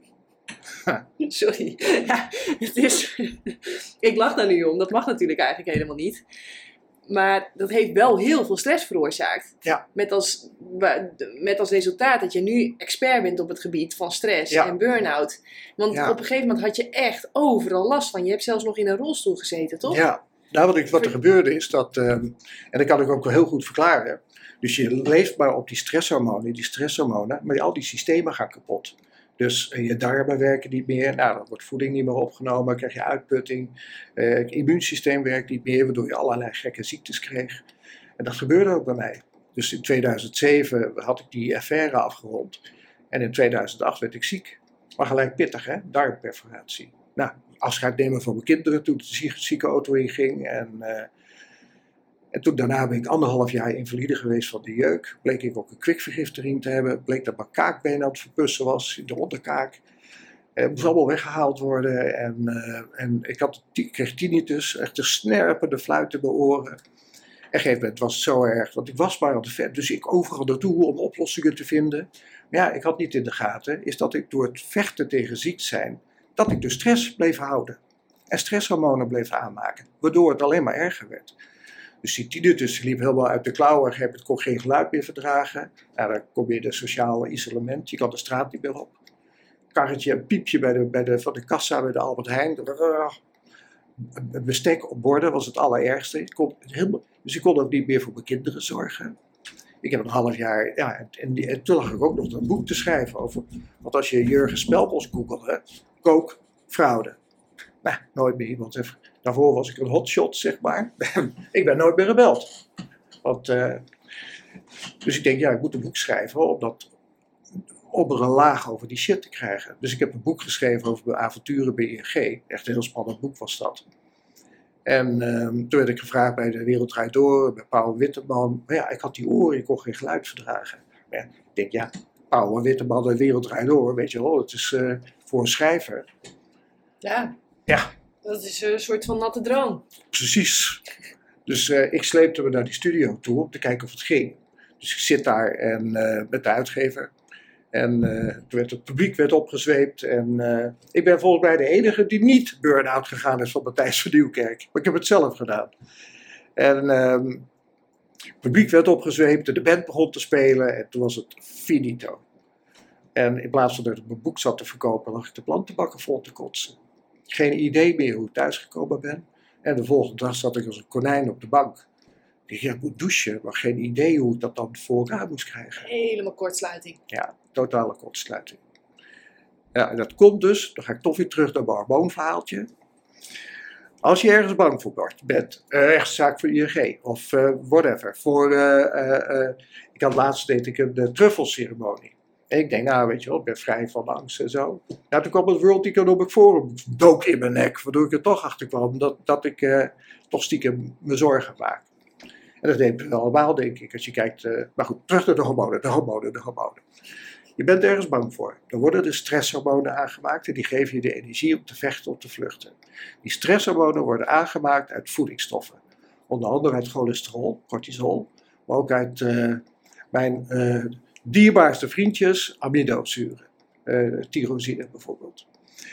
Sorry. Ja, het is... ik lach daar nu om. Dat mag natuurlijk eigenlijk helemaal niet. Maar dat heeft wel heel veel stress veroorzaakt. Ja. Met, als, met als resultaat dat je nu expert bent op het gebied van stress ja. en burn-out. Want ja. op een gegeven moment had je echt overal last van. Je hebt zelfs nog in een rolstoel gezeten, toch? Ja. Nou, wat, ik, wat er gebeurde is dat... Um, en dat kan ik ook wel heel goed verklaren. Dus je leeft maar op die stresshormonen, die stresshormonen. Maar al die systemen gaan kapot. Dus uh, je darmen werken niet meer, nou, dan wordt voeding niet meer opgenomen, dan krijg je uitputting. Uh, het immuunsysteem werkt niet meer, waardoor je allerlei gekke ziektes kreeg. En dat gebeurde ook bij mij. Dus in tweeduizend zeven had ik die affaire afgerond. En in tweeduizend acht werd ik ziek. Maar gelijk pittig, hè? Darmperforatie. Nou, afscheid nemen van mijn kinderen toen de ziekenauto inging. En, uh, en toen daarna ben ik anderhalf jaar invalide geweest van de jeuk. Bleek ik ook een kwikvergiftiging te hebben. Bleek dat mijn kaakbeen aan het verpussen was, in de onderkaak. Het moest allemaal weggehaald worden. En, uh, en ik, had, ik kreeg tinnitus, echt de snerpende fluit in mijn oren. En op een gegeven moment was het zo erg, want ik was maar aan de vet. Dus ik overal naartoe om oplossingen te vinden. Maar ja, ik had niet in de gaten, is dat ik door het vechten tegen ziek zijn, dat ik de stress bleef houden. En stresshormonen bleef aanmaken, waardoor het alleen maar erger werd. Dus die tinnitus liep helemaal uit de klauwen, ik kon geen geluid meer verdragen. Nou, dan kom je in de sociale isolement, je kan de straat niet meer op. Karretje, een piepje bij de, bij de, van de kassa bij de Albert Heijn. Een bestek op borden was het allerergste. Ik kon helemaal, dus ik kon ook niet meer voor mijn kinderen zorgen. Ik heb een half jaar, ja, en, en, en toen lag ik ook nog een boek te schrijven over. Want als je Jurgen Spelbos googelde, kook, fraude. Nou, nooit meer iemand heeft. Daarvoor was ik een hotshot, zeg maar. Ik ben nooit meer gebeld. Want, uh, dus ik denk, ja, ik moet een boek schrijven om, dat, om er een laag over die shit te krijgen. Dus ik heb een boek geschreven over mijn avonturen bij I N G. Echt een heel spannend boek was dat. En ehm, toen werd ik gevraagd bij de Wereld Draait Door, bij Paul Witteman. Maar ja, ik had die oren, ik kon geen geluid verdragen. Maar ja, ik denk, ja, Paul Witteman, de Wereld Draait Door, weet je wel, het is uh, voor een schrijver. Ja. Ja. Dat is een soort van natte droom. Precies. Dus uh, ik sleepte me naar die studio toe om te kijken of het ging. Dus ik zit daar en, uh, met de uitgever. En uh, toen werd het publiek werd opgezweept. En uh, ik ben volgens mij de enige die niet burn-out gegaan is van Matthijs van Nieuwkerk. Maar ik heb het zelf gedaan. En uh, het publiek werd opgezweept en de band begon te spelen. En toen was het finito. En in plaats van dat ik mijn boek zat te verkopen, lag ik de plantenbakken vol te kotsen. Geen idee meer hoe ik thuisgekomen ben. En de volgende dag zat ik als een konijn op de bank. Ik dacht, ja, ik moet douchen, maar geen idee hoe ik dat dan voor elkaar moest krijgen. Helemaal kortsluiting. Ja, totale kortsluiting. Ja, dat komt dus, dan ga ik toch weer terug naar mijn hormoonverhaaltje. Als je ergens bang voor bent, uh, rechtszaak voor I N G of uh, whatever. Voor, uh, uh, uh, ik had laatst deed ik een uh, truffelceremonie. En ik denk, nou weet je wel, ik ben vrij van angst en zo. Nou, toen kwam het World Economic Forum, dook in mijn nek. Waardoor ik er toch achter kwam dat, dat ik uh, toch stiekem me zorgen maak. En dat deed we allemaal, denk ik, als je kijkt. Uh, maar goed, terug naar de hormonen, de hormonen, de hormonen. Je bent ergens bang voor. Dan worden de stresshormonen aangemaakt en die geven je de energie om te vechten, om te vluchten. Die stresshormonen worden aangemaakt uit voedingsstoffen. Onder andere uit cholesterol, cortisol, maar ook uit uh, mijn uh, dierbaarste vriendjes, aminozuren. Uh, tyrosine bijvoorbeeld.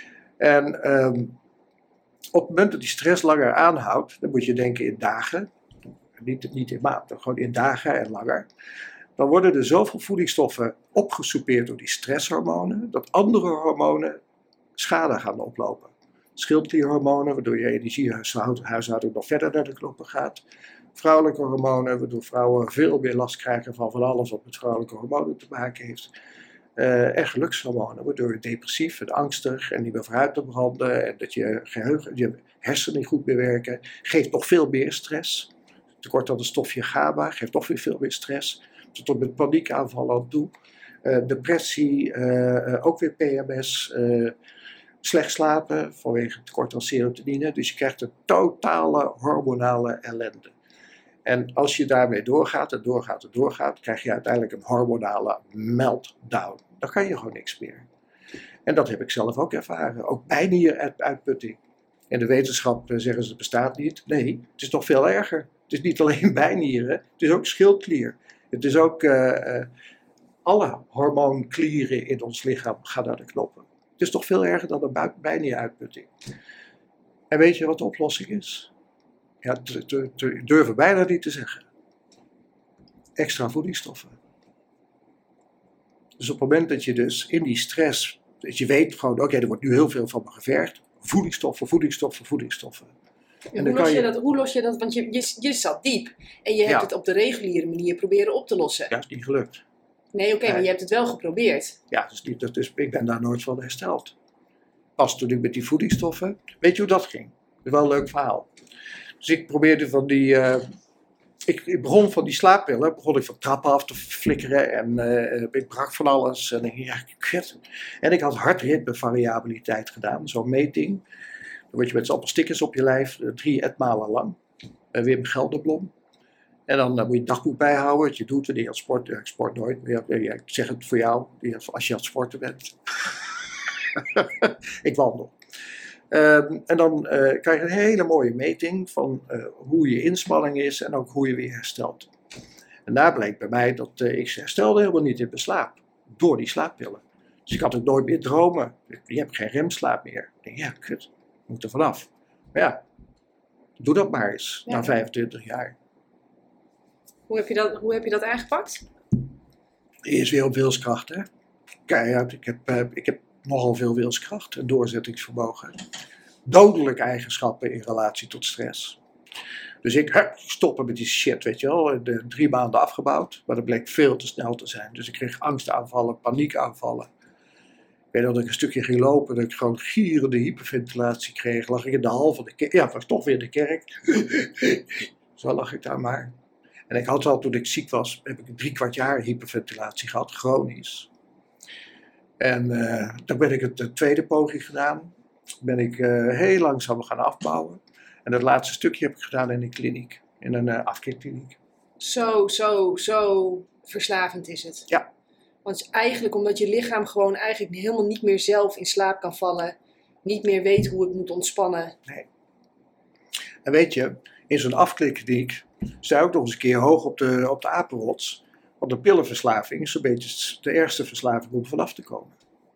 En um, op het moment dat die stress langer aanhoudt, dan moet je denken in dagen, niet, niet in maanden, gewoon in dagen en langer. Dan worden er zoveel voedingsstoffen opgesoupeerd door die stresshormonen, dat andere hormonen schade gaan oplopen. Schildklierhormonen, waardoor je energiehuishouding nog verder naar de knoppen gaat. Vrouwelijke hormonen, waardoor vrouwen veel meer last krijgen van van alles wat met vrouwelijke hormonen te maken heeft. Uh, en gelukshormonen, waardoor je depressief en angstig en niet meer vooruit te branden en dat je geheugen, je hersenen niet goed meer werken, geeft nog veel meer stress. Tekort aan het stofje GABA geeft nog weer veel meer stress. Tot met paniekaanvallen aan toe. Uh, depressie, uh, uh, ook weer P M S, uh, slecht slapen vanwege tekort aan serotonine. Dus je krijgt een totale hormonale ellende. En als je daarmee doorgaat en doorgaat en doorgaat, krijg je uiteindelijk een hormonale meltdown. Dan kan je gewoon niks meer. En dat heb ik zelf ook ervaren. Ook bijnieruitputting. In de wetenschap zeggen ze het bestaat niet. Nee, het is nog veel erger. Het is niet alleen bijnieren, het is ook schildklier. Het is ook, uh, uh, alle hormoonklieren in ons lichaam gaan naar de knoppen. Het is toch veel erger dan een bijnieruitputting. En weet je wat de oplossing is? Ja, te, te, te, ik durf het bijna niet te zeggen. Extra voedingsstoffen. Dus op het moment dat je dus in die stress, dat je weet gewoon, oké, okay, er wordt nu heel veel van me gevergd. Voedingsstoffen, voedingsstoffen, voedingsstoffen. En hoe, los je je... Dat, hoe los je dat? Want je, je, je zat diep en je hebt ja. het op de reguliere manier proberen op te lossen. Ja, is niet gelukt. Nee, oké, okay, maar je hebt het wel geprobeerd. Ja, dat is niet, dat is, ik ben daar nooit van hersteld. Pas toen ik met die voedingsstoffen, weet je hoe dat ging? Dat is wel een leuk verhaal. Dus ik probeerde van die, uh, ik, ik begon van die slaappillen, begon ik van trappen af te flikkeren en uh, ik brak van alles. En ik, ja, kut. En ik had hartritmevariabiliteit gedaan, zo'n meting. Dan word je met z'n allemaal stickers op je lijf, drie etmalen lang. Uh, Wim Gelderblom. En dan uh, moet je een dagboek bijhouden, wat je doet wanneer je aan het sporten. Ik sport nooit, maar ja, ik zeg het voor jou, als je aan het sporten bent. Ik wandel. Um, en dan uh, krijg je een hele mooie meting van uh, hoe je inspanning is en ook hoe je weer herstelt. En daar bleek bij mij dat uh, ik herstelde helemaal niet in mijn slaap, door die slaappillen. Dus ik had ook nooit meer dromen. Je hebt geen remslaap meer. Ik denk, ja, kut, ik moet er vanaf. Maar ja, doe dat maar eens, ja. Na vijfentwintig jaar. Hoe heb je dat, hoe heb je dat aangepakt? Eerst weer op wilskracht, hè. Keihard, ik heb, uh, ik heb nogal veel wilskracht en doorzettingsvermogen. Dodelijke eigenschappen in relatie tot stress. Dus ik hup, stoppen met die shit, weet je wel. De drie maanden afgebouwd, maar dat bleek veel te snel te zijn. Dus ik kreeg angstaanvallen, paniekaanvallen. Ik weet dat ik een stukje ging lopen, dat ik gewoon gierende hyperventilatie kreeg. Lag ik in de hal van de kerk. Ja, het was toch weer de kerk. Zo lag ik daar maar. En ik had al, toen ik ziek was, heb ik drie kwart jaar hyperventilatie gehad, chronisch. En uh, dan ben ik het de tweede poging gedaan. Ben ik uh, heel langzaam gaan afbouwen. En dat laatste stukje heb ik gedaan in een kliniek, in een uh, afkikkliniek. Zo, zo, zo verslavend is het. Ja. Want het is eigenlijk omdat je lichaam gewoon eigenlijk helemaal niet meer zelf in slaap kan vallen. Niet meer weet hoe het moet ontspannen. Nee. En weet je, in zo'n afklikkliniek sta je ook nog eens een keer hoog op de, op de apenrots. Want de pillenverslaving is een beetje de ergste verslaving om vanaf te komen.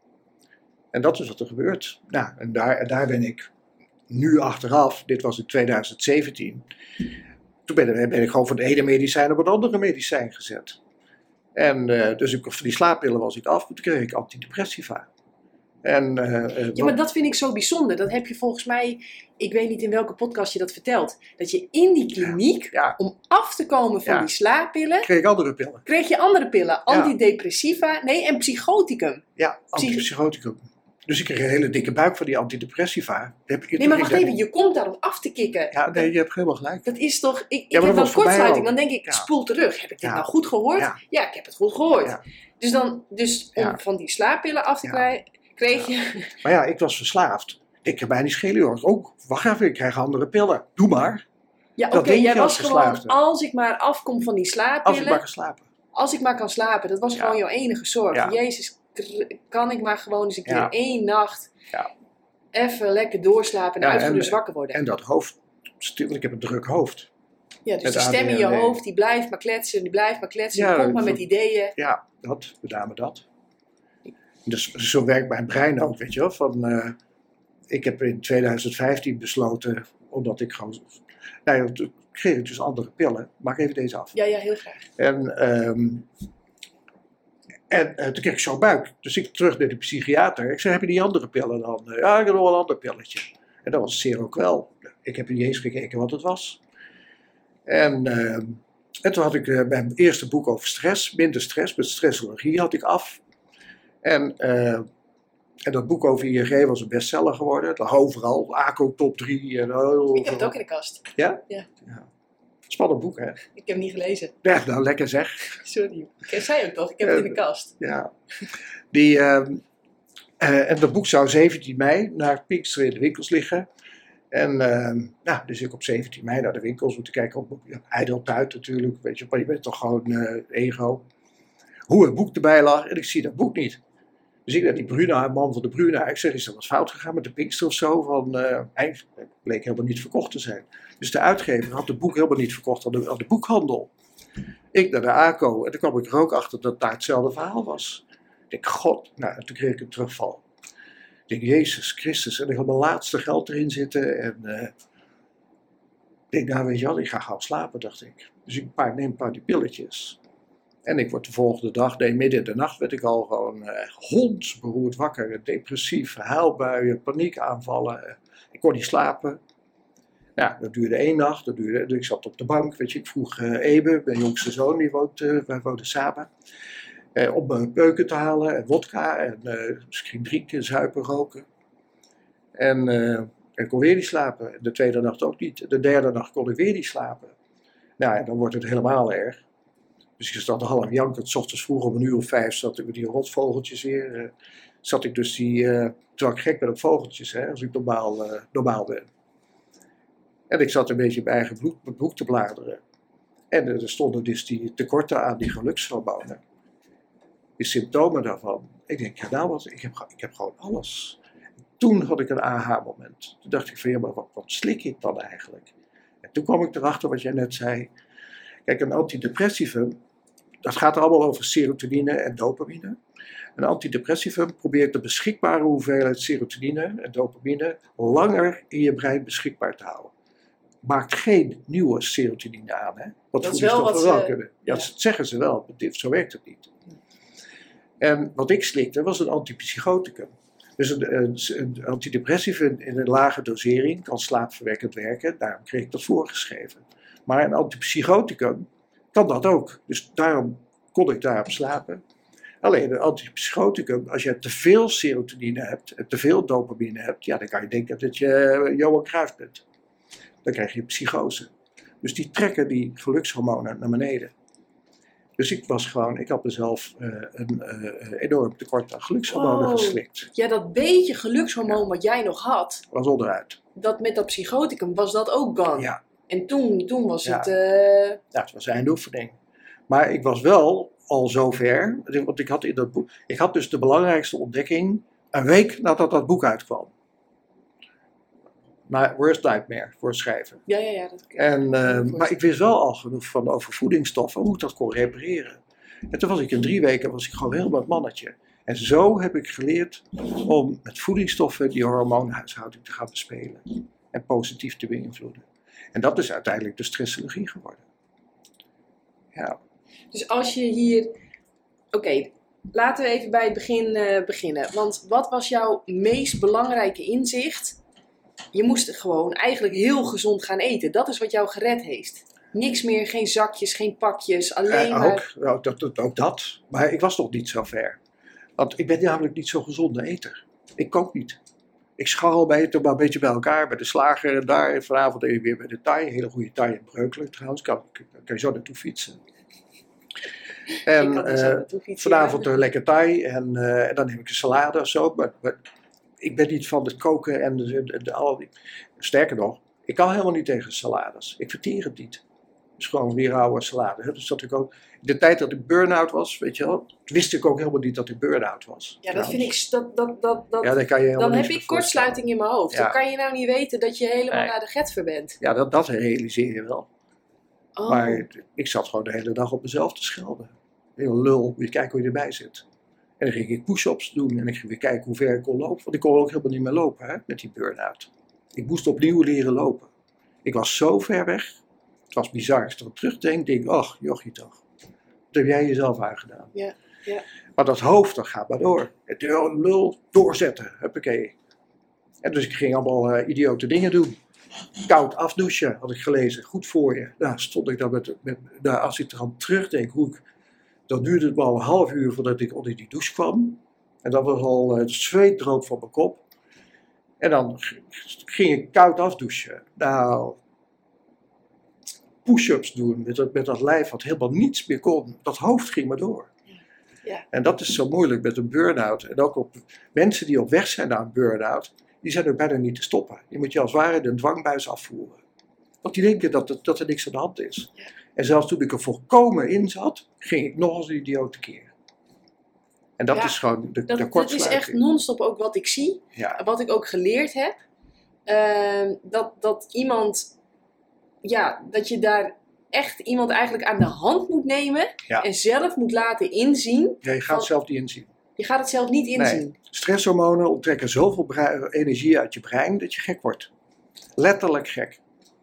En dat is wat er gebeurt. Nou, en daar, en daar ben ik nu achteraf, dit was in tweeduizend zeventien, toen ben, ben ik gewoon van het ene medicijn op het andere medicijn gezet. En uh, dus ik, van die slaappillen was ik af, toen kreeg ik antidepressiva. En, uh, uh, ja, maar dat vind ik zo bijzonder. Dat heb je volgens mij, ik weet niet in welke podcast je dat vertelt, dat je in die kliniek, ja, ja. om af te komen van Ja. die slaappillen, kreeg ik andere pillen. kreeg je andere pillen. Antidepressiva, nee, en psychoticum. Ja, antipsychoticum. Dus ik kreeg een hele dikke buik van die antidepressiva. Heb ik, Nee, maar wacht even, je komt daar om af te kicken. Ja, nee, je hebt helemaal gelijk. Dat is toch, ik, ik Ja, maar heb dat dan was voor mij kortsluiting, ook. dan denk ik, Ja. spoel terug. Heb ik dit Ja. nou goed gehoord? Ja, Ja. ik heb het goed gehoord. Ja. Dus, dan, dus om Ja. van die slaappillen af te Ja. krijgen, kreeg je... Maar ja, ik was verslaafd. Ik kan mij niet schelen hoor. Oh, wacht even, ik krijg andere pillen. Doe maar. Ja, Dat oké, denk jij je als was gewoon, verslaafde. als ik maar afkom van die Als slaappillen, ik maar kan slapen. als ik maar kan slapen, dat was Ja. gewoon jouw enige zorg. Ja. Jezus, kr- kan ik maar gewoon eens een keer Ja. één nacht Ja. even lekker doorslapen en Ja, uitgerust en- wakker worden. En dat hoofd, want ik heb een druk hoofd. ja, dus met die stem in je A D H D. hoofd, die blijft maar kletsen, die blijft maar kletsen, Ja, die komt maar dat- met ideeën. Ja, dat, met name dat. Dus zo werkt mijn brein ook, weet je wel. Van, uh, ik heb in tweeduizend vijftien besloten, omdat ik gewoon... Nou ja, toen kreeg ik dus andere pillen. Maak even deze af. Ja, ja, heel graag. En, um, en uh, toen kreeg ik zo'n buik. Dus ik terug naar de psychiater. Ik zei, heb je die andere pillen dan? Uh, ja, ik heb nog wel een ander pilletje. En dat was Seroquel. Ik heb niet eens gekeken wat het was. En, uh, en toen had ik uh, mijn eerste boek over stress, minder stress, met stressologie had ik af. En, uh, en dat boek over I N G was een bestseller geworden. Het lag overal, A C O top drie. En, oh, Ik heb het ook in de kast. Ja? Ja. Ja. Spannend boek, hè? Ik heb het niet gelezen. Ja, nou, lekker zeg. Sorry. Ik zei ook toch, ik heb het in de kast. Ja. Die, uh, uh, en dat boek zou zeventien mei naar Pinkster in de winkels liggen. En uh, nou, dus ik op zeventien mei naar de winkels om te kijken op ja, ijdeltuit natuurlijk. Weet je, maar je bent toch gewoon uh, ego. Hoe het boek erbij lag en ik zie dat boek niet. Dus ik naar die Bruna, man van de Bruna. Ik zeg, is er wat fout gegaan met de Pinkster of zo? Van, uh, hij bleek helemaal niet verkocht te zijn. Dus de uitgever had het boek helemaal niet verkocht aan de, aan de boekhandel. Ik naar de A C O en toen kwam ik er ook achter dat daar hetzelfde verhaal was. Ik denk, god, nou, en toen kreeg ik een terugval. Ik denk, Jezus Christus, en ik had mijn laatste geld erin zitten. En uh, ik denk, nou weet je wat, ik ga gauw slapen, dacht ik. Dus ik paar, neem een paar die pilletjes. En ik word de volgende dag, nee, midden in de nacht werd ik al gewoon uh, hondsberoerd wakker. Depressief, huilbuien, paniekaanvallen. Uh, ik kon niet slapen. Nou, dat duurde één nacht. Dat duurde, dus ik zat op de bank, weet je. Ik vroeg uh, Ebe, mijn jongste zoon, die woont, uh, wij woonden samen. Uh, om mijn peuken te halen en wodka. En uh, misschien drinken, zuipen, roken. En uh, ik kon weer niet slapen. De tweede nacht ook niet. De derde nacht kon ik weer niet slapen. Nou, en dan wordt het helemaal erg. Dus ik zat half jankend, 's ochtends vroeg om een uur of vijf zat ik met die rotvogeltjes weer. Uh, zat ik dus die, uh, terwijl ik gek ben op vogeltjes, hè, als ik normaal, uh, normaal ben. En ik zat een beetje in mijn eigen bloed, boek te bladeren. En uh, er stonden dus die tekorten aan die gelukshormonen. Die symptomen daarvan. Ik denk, ja nou wat, ik heb, ik heb gewoon alles. Toen had ik een aha-moment. Toen dacht ik van, ja, maar wat, wat slik ik dan eigenlijk? En toen kwam ik erachter wat jij net zei. Kijk, een antidepressivum, dat gaat allemaal over serotonine en dopamine. Een antidepressivum probeert de beschikbare hoeveelheid serotonine en dopamine langer in je brein beschikbaar te houden. Maakt geen nieuwe serotonine aan, hè? Wat Dat is wel wat wel ze- kunnen. Ja, ja. dat zeggen ze wel, maar dit, zo werkt het niet. En wat ik slikte was een antipsychoticum. Dus een, een, een antidepressivum in een lage dosering kan slaapverwekkend werken, daarom kreeg ik dat voorgeschreven. Maar een antipsychoticum kan dat ook. Dus daarom kon ik daarop slapen. Alleen een antipsychoticum, als je te veel serotonine hebt en te veel dopamine hebt, ja, dan kan je denken dat je Johan Cruijff bent. Dan krijg je psychose. Dus die trekken die gelukshormonen naar beneden. Dus ik was gewoon, ik had mezelf uh, een uh, enorm tekort aan gelukshormonen Oh. geslikt. Ja, dat beetje gelukshormoon wat jij nog had, Was onderuit. dat met dat psychoticum was dat ook gone. Ja. En toen, toen was Ja. het... eh, Ja, het was eindoefening. Maar ik was wel al zover, want ik had, in dat boek, ik had dus de belangrijkste ontdekking een week nadat dat boek uitkwam. Maar Worst Nightmare voor het schrijven. ja, ja, ja. Dat, En, eh, Ja, maar ik wist wel al genoeg van over voedingsstoffen, hoe ik dat kon repareren. En toen was ik in drie weken was ik gewoon helemaal het mannetje. En zo heb ik geleerd om met voedingsstoffen die hormoonhuishouding te gaan bespelen. En positief te beïnvloeden. En dat is uiteindelijk de stressologie geworden. Ja. Dus als je hier... Oké, laten we even bij het begin eh, beginnen. Want wat was jouw meest belangrijke inzicht? Je moest gewoon eigenlijk heel gezond gaan eten. Dat is wat jou gered heeft. Niks meer, geen zakjes, geen pakjes, alleen Eh, maar... ook, ook, dat, dat, ook dat. Maar ik was nog niet zo ver. Want ik ben namelijk niet zo'n gezonde eter. Ik kook niet. Ik scharrel bij het maar een beetje bij elkaar. Bij de slager en daar. En vanavond even weer bij de Thai. Hele goede Thai in Breukelen trouwens. Kan, kan je zo naartoe fietsen. En Ik kan er zo eh, naartoe fietsen, vanavond ja. een lekker Thai. En, eh, en dan neem ik een salade of zo. Maar, maar ik ben niet van het koken en de, de, de, al die... Sterker nog, ik kan helemaal niet tegen salades. Ik verteer het niet. Het is gewoon weer oude salade. Hè? Dus dat ik ook, in de tijd dat ik burn-out was, weet je wel, wist ik ook helemaal niet dat ik burn-out was. Ja, dat vind ik... Dat, dat, dat, dat, Ja, dan kan je helemaal dan heb niks ik meer voorstellen. kortsluiting in mijn hoofd. Ja. Dan kan je nou niet weten dat je helemaal Nee. naar de getver bent. Ja, dat, dat realiseer je wel. Oh. Maar ik zat gewoon de hele dag op mezelf te schelden. Heel lul, moet je kijken hoe je erbij zit. En dan ging ik push-ups doen en ik ging weer kijken hoe ver ik kon lopen. Want ik kon ook helemaal niet meer lopen hè, met die burn-out. Ik moest opnieuw leren lopen. Ik was zo ver weg. Het was bizar. Als ik erop terugdenk, denk ik, ach, jochie toch. Wat heb jij jezelf aangedaan? Ja, ja. Maar dat hoofd, dat gaat maar door. Het lul, doorzetten, huppakee. En dus ik ging allemaal uh, idiote dingen doen. Koud afdouchen, had ik gelezen. Goed voor je. Nou, stond ik dan met, met nou, als ik eraan terugdenk, hoe ik, dan duurde het wel een half uur voordat ik onder die douche kwam. En dat was al, uh, het zweet droop van mijn kop. En dan g- ging ik koud afdouchen. Nou, push-ups doen met dat, met dat lijf wat helemaal niets meer kon. Dat hoofd ging maar door. Ja. En dat is zo moeilijk met een burn-out. En ook op mensen die op weg zijn naar een burn-out, die zijn er bijna niet te stoppen. Die moet je als het ware de dwangbuis afvoeren. Want die denken dat, het, dat er niks aan de hand is. Ja. En zelfs toen ik er volkomen in zat, ging ik nog als een idioot tekeer. En dat Ja, is gewoon de, Dat, de dat is kortsluiting. echt non-stop ook wat ik zie. Ja, Wat ik ook geleerd heb. Ehm, dat, dat iemand... Ja, dat je daar echt iemand eigenlijk aan de hand moet nemen. Ja. En zelf moet laten inzien. ja, je gaat van- het zelf niet inzien. Je gaat het zelf niet inzien. Stresshormonen onttrekken zoveel brei- energie uit je brein dat je gek wordt. Letterlijk gek.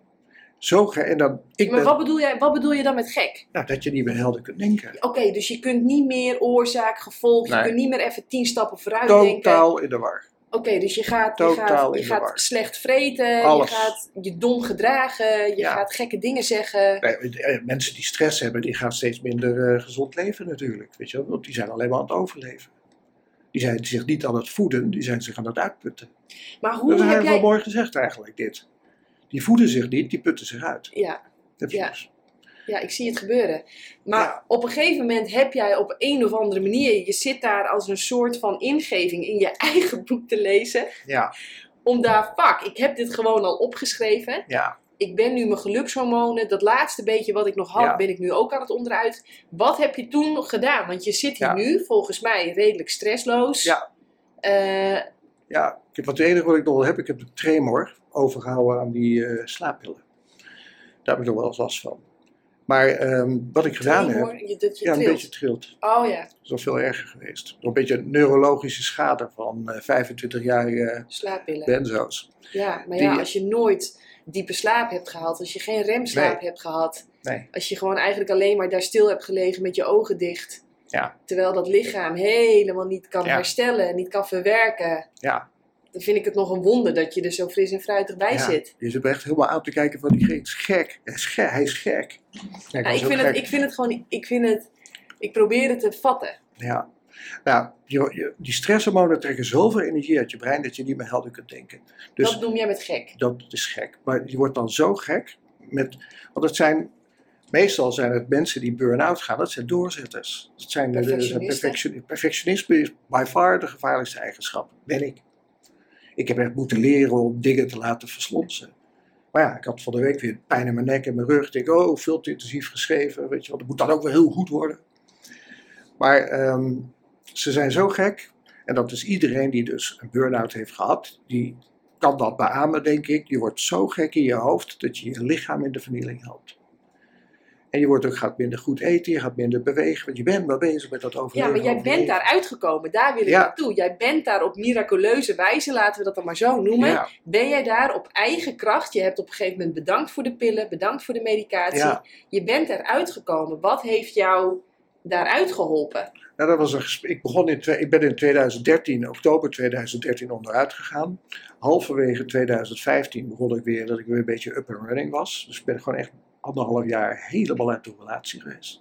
Zo gek. En dan, ik Maar ben, wat bedoel, jij, wat bedoel je dan met gek? nou, dat je niet meer helder kunt denken. Oké, dus je kunt niet meer oorzaak, gevolg. Nee. Je kunt niet meer even tien stappen vooruit denken. Totaal in de war. Oké, dus je gaat, je Totaal gaat, in je de gaat war. slecht vreten. Alles. Je gaat je dom gedragen. Je Ja. gaat gekke dingen zeggen. Nee, eh, mensen die stress hebben, die gaan steeds minder eh, gezond leven natuurlijk. Weet je wel? Want die zijn alleen maar aan het overleven. Die zijn zich niet aan het voeden, die zijn zich aan het uitputten. Maar Dat hoe is heb eigenlijk wel jij... mooi gezegd eigenlijk, dit. Die voeden zich niet, die putten zich uit. Ja, Dat Ja. is- ja, ik zie het gebeuren. Maar Ja. op een gegeven moment heb jij op een of andere manier... Je zit daar als een soort van ingeving in je eigen boek te lezen. ja, Om daar, fuck, ik heb dit gewoon al opgeschreven. ja. Ik ben nu mijn gelukshormonen, dat laatste beetje wat ik nog had, Ja. ben ik nu ook aan het onderuit. Wat heb je toen nog gedaan? Want je zit hier Ja. nu, volgens mij, redelijk stressloos. Ja. Eh, Ja, ik heb, wat het enige wat ik nog wel heb, ik heb de tremor overgehouden aan die eh, slaappillen. Daar heb ik nog wel eens last van. Maar ehm, wat ik gedaan heb, tremor, je, dat je ja, een trilt. beetje trilt. Oh ja, Dat is wel veel erger geweest. Nog een beetje neurologische schade van eh, vijfentwintig jaar eh, slaappillen. benzo's. Ja, maar Die- ja, als je nooit diepe slaap hebt gehad, als je geen remslaap Nee. hebt gehad, Nee, als je gewoon eigenlijk alleen maar daar stil hebt gelegen met je ogen dicht, ja, terwijl dat lichaam helemaal niet kan Ja. herstellen, niet kan verwerken, ja. dan vind ik het nog een wonder dat je er zo fris en fruitig bij ja. zit. Je zit er echt helemaal aan te kijken van, die is gek. Hij is gek. Hij is gek. Ja, ik Ja, was ik, heel vind gek. het, ik vind het gewoon, ik vind het, ik probeer het te vatten. Ja. Nou, je, je- die stresshormonen trekken zoveel energie uit je brein dat je niet meer helder kunt denken. Dus Dat noem jij met gek. dat is gek. Maar je wordt dan zo gek. Met, want het zijn, meestal zijn het mensen die burn-out gaan, dat zijn doorzetters. Dat zijn de, de, de Perfectionisten. perfection, perfectionisme is by far de gevaarlijkste eigenschap. Ben ik. Ik heb echt moeten leren om dingen te laten verslonsen. Maar ja, ik had van de week weer pijn in mijn nek en mijn rug. Ik denk, oh, veel te intensief geschreven. Weet je wel, dat moet dan ook wel heel goed worden. Maar um, ze zijn zo gek. En dat is iedereen die dus een burn-out heeft gehad. Die kan dat beamen, denk ik. Je wordt zo gek in je hoofd dat je je lichaam in de vernieling helpt. En je wordt ook, gaat minder goed eten, je gaat minder bewegen. Want je bent maar bezig met dat overleven. Ja, maar jij overleven. bent daar uitgekomen. Daar wil ik Ja. naartoe. Jij bent daar op miraculeuze wijze, laten we dat dan maar zo noemen. Ja. Ben jij daar op eigen kracht. Je hebt op een gegeven moment bedankt voor de pillen, bedankt voor de medicatie. Ja. Je bent eruit gekomen. Wat heeft jou daaruit geholpen? Nou, dat was een gesprek. Ik, begon in, twe- ik ben in twintig dertien, oktober twintig dertien onderuit gegaan. Halverwege twintig vijftien begon ik weer dat ik weer een beetje up and running was. Dus ik ben gewoon echt anderhalf jaar helemaal uit de relatie geweest.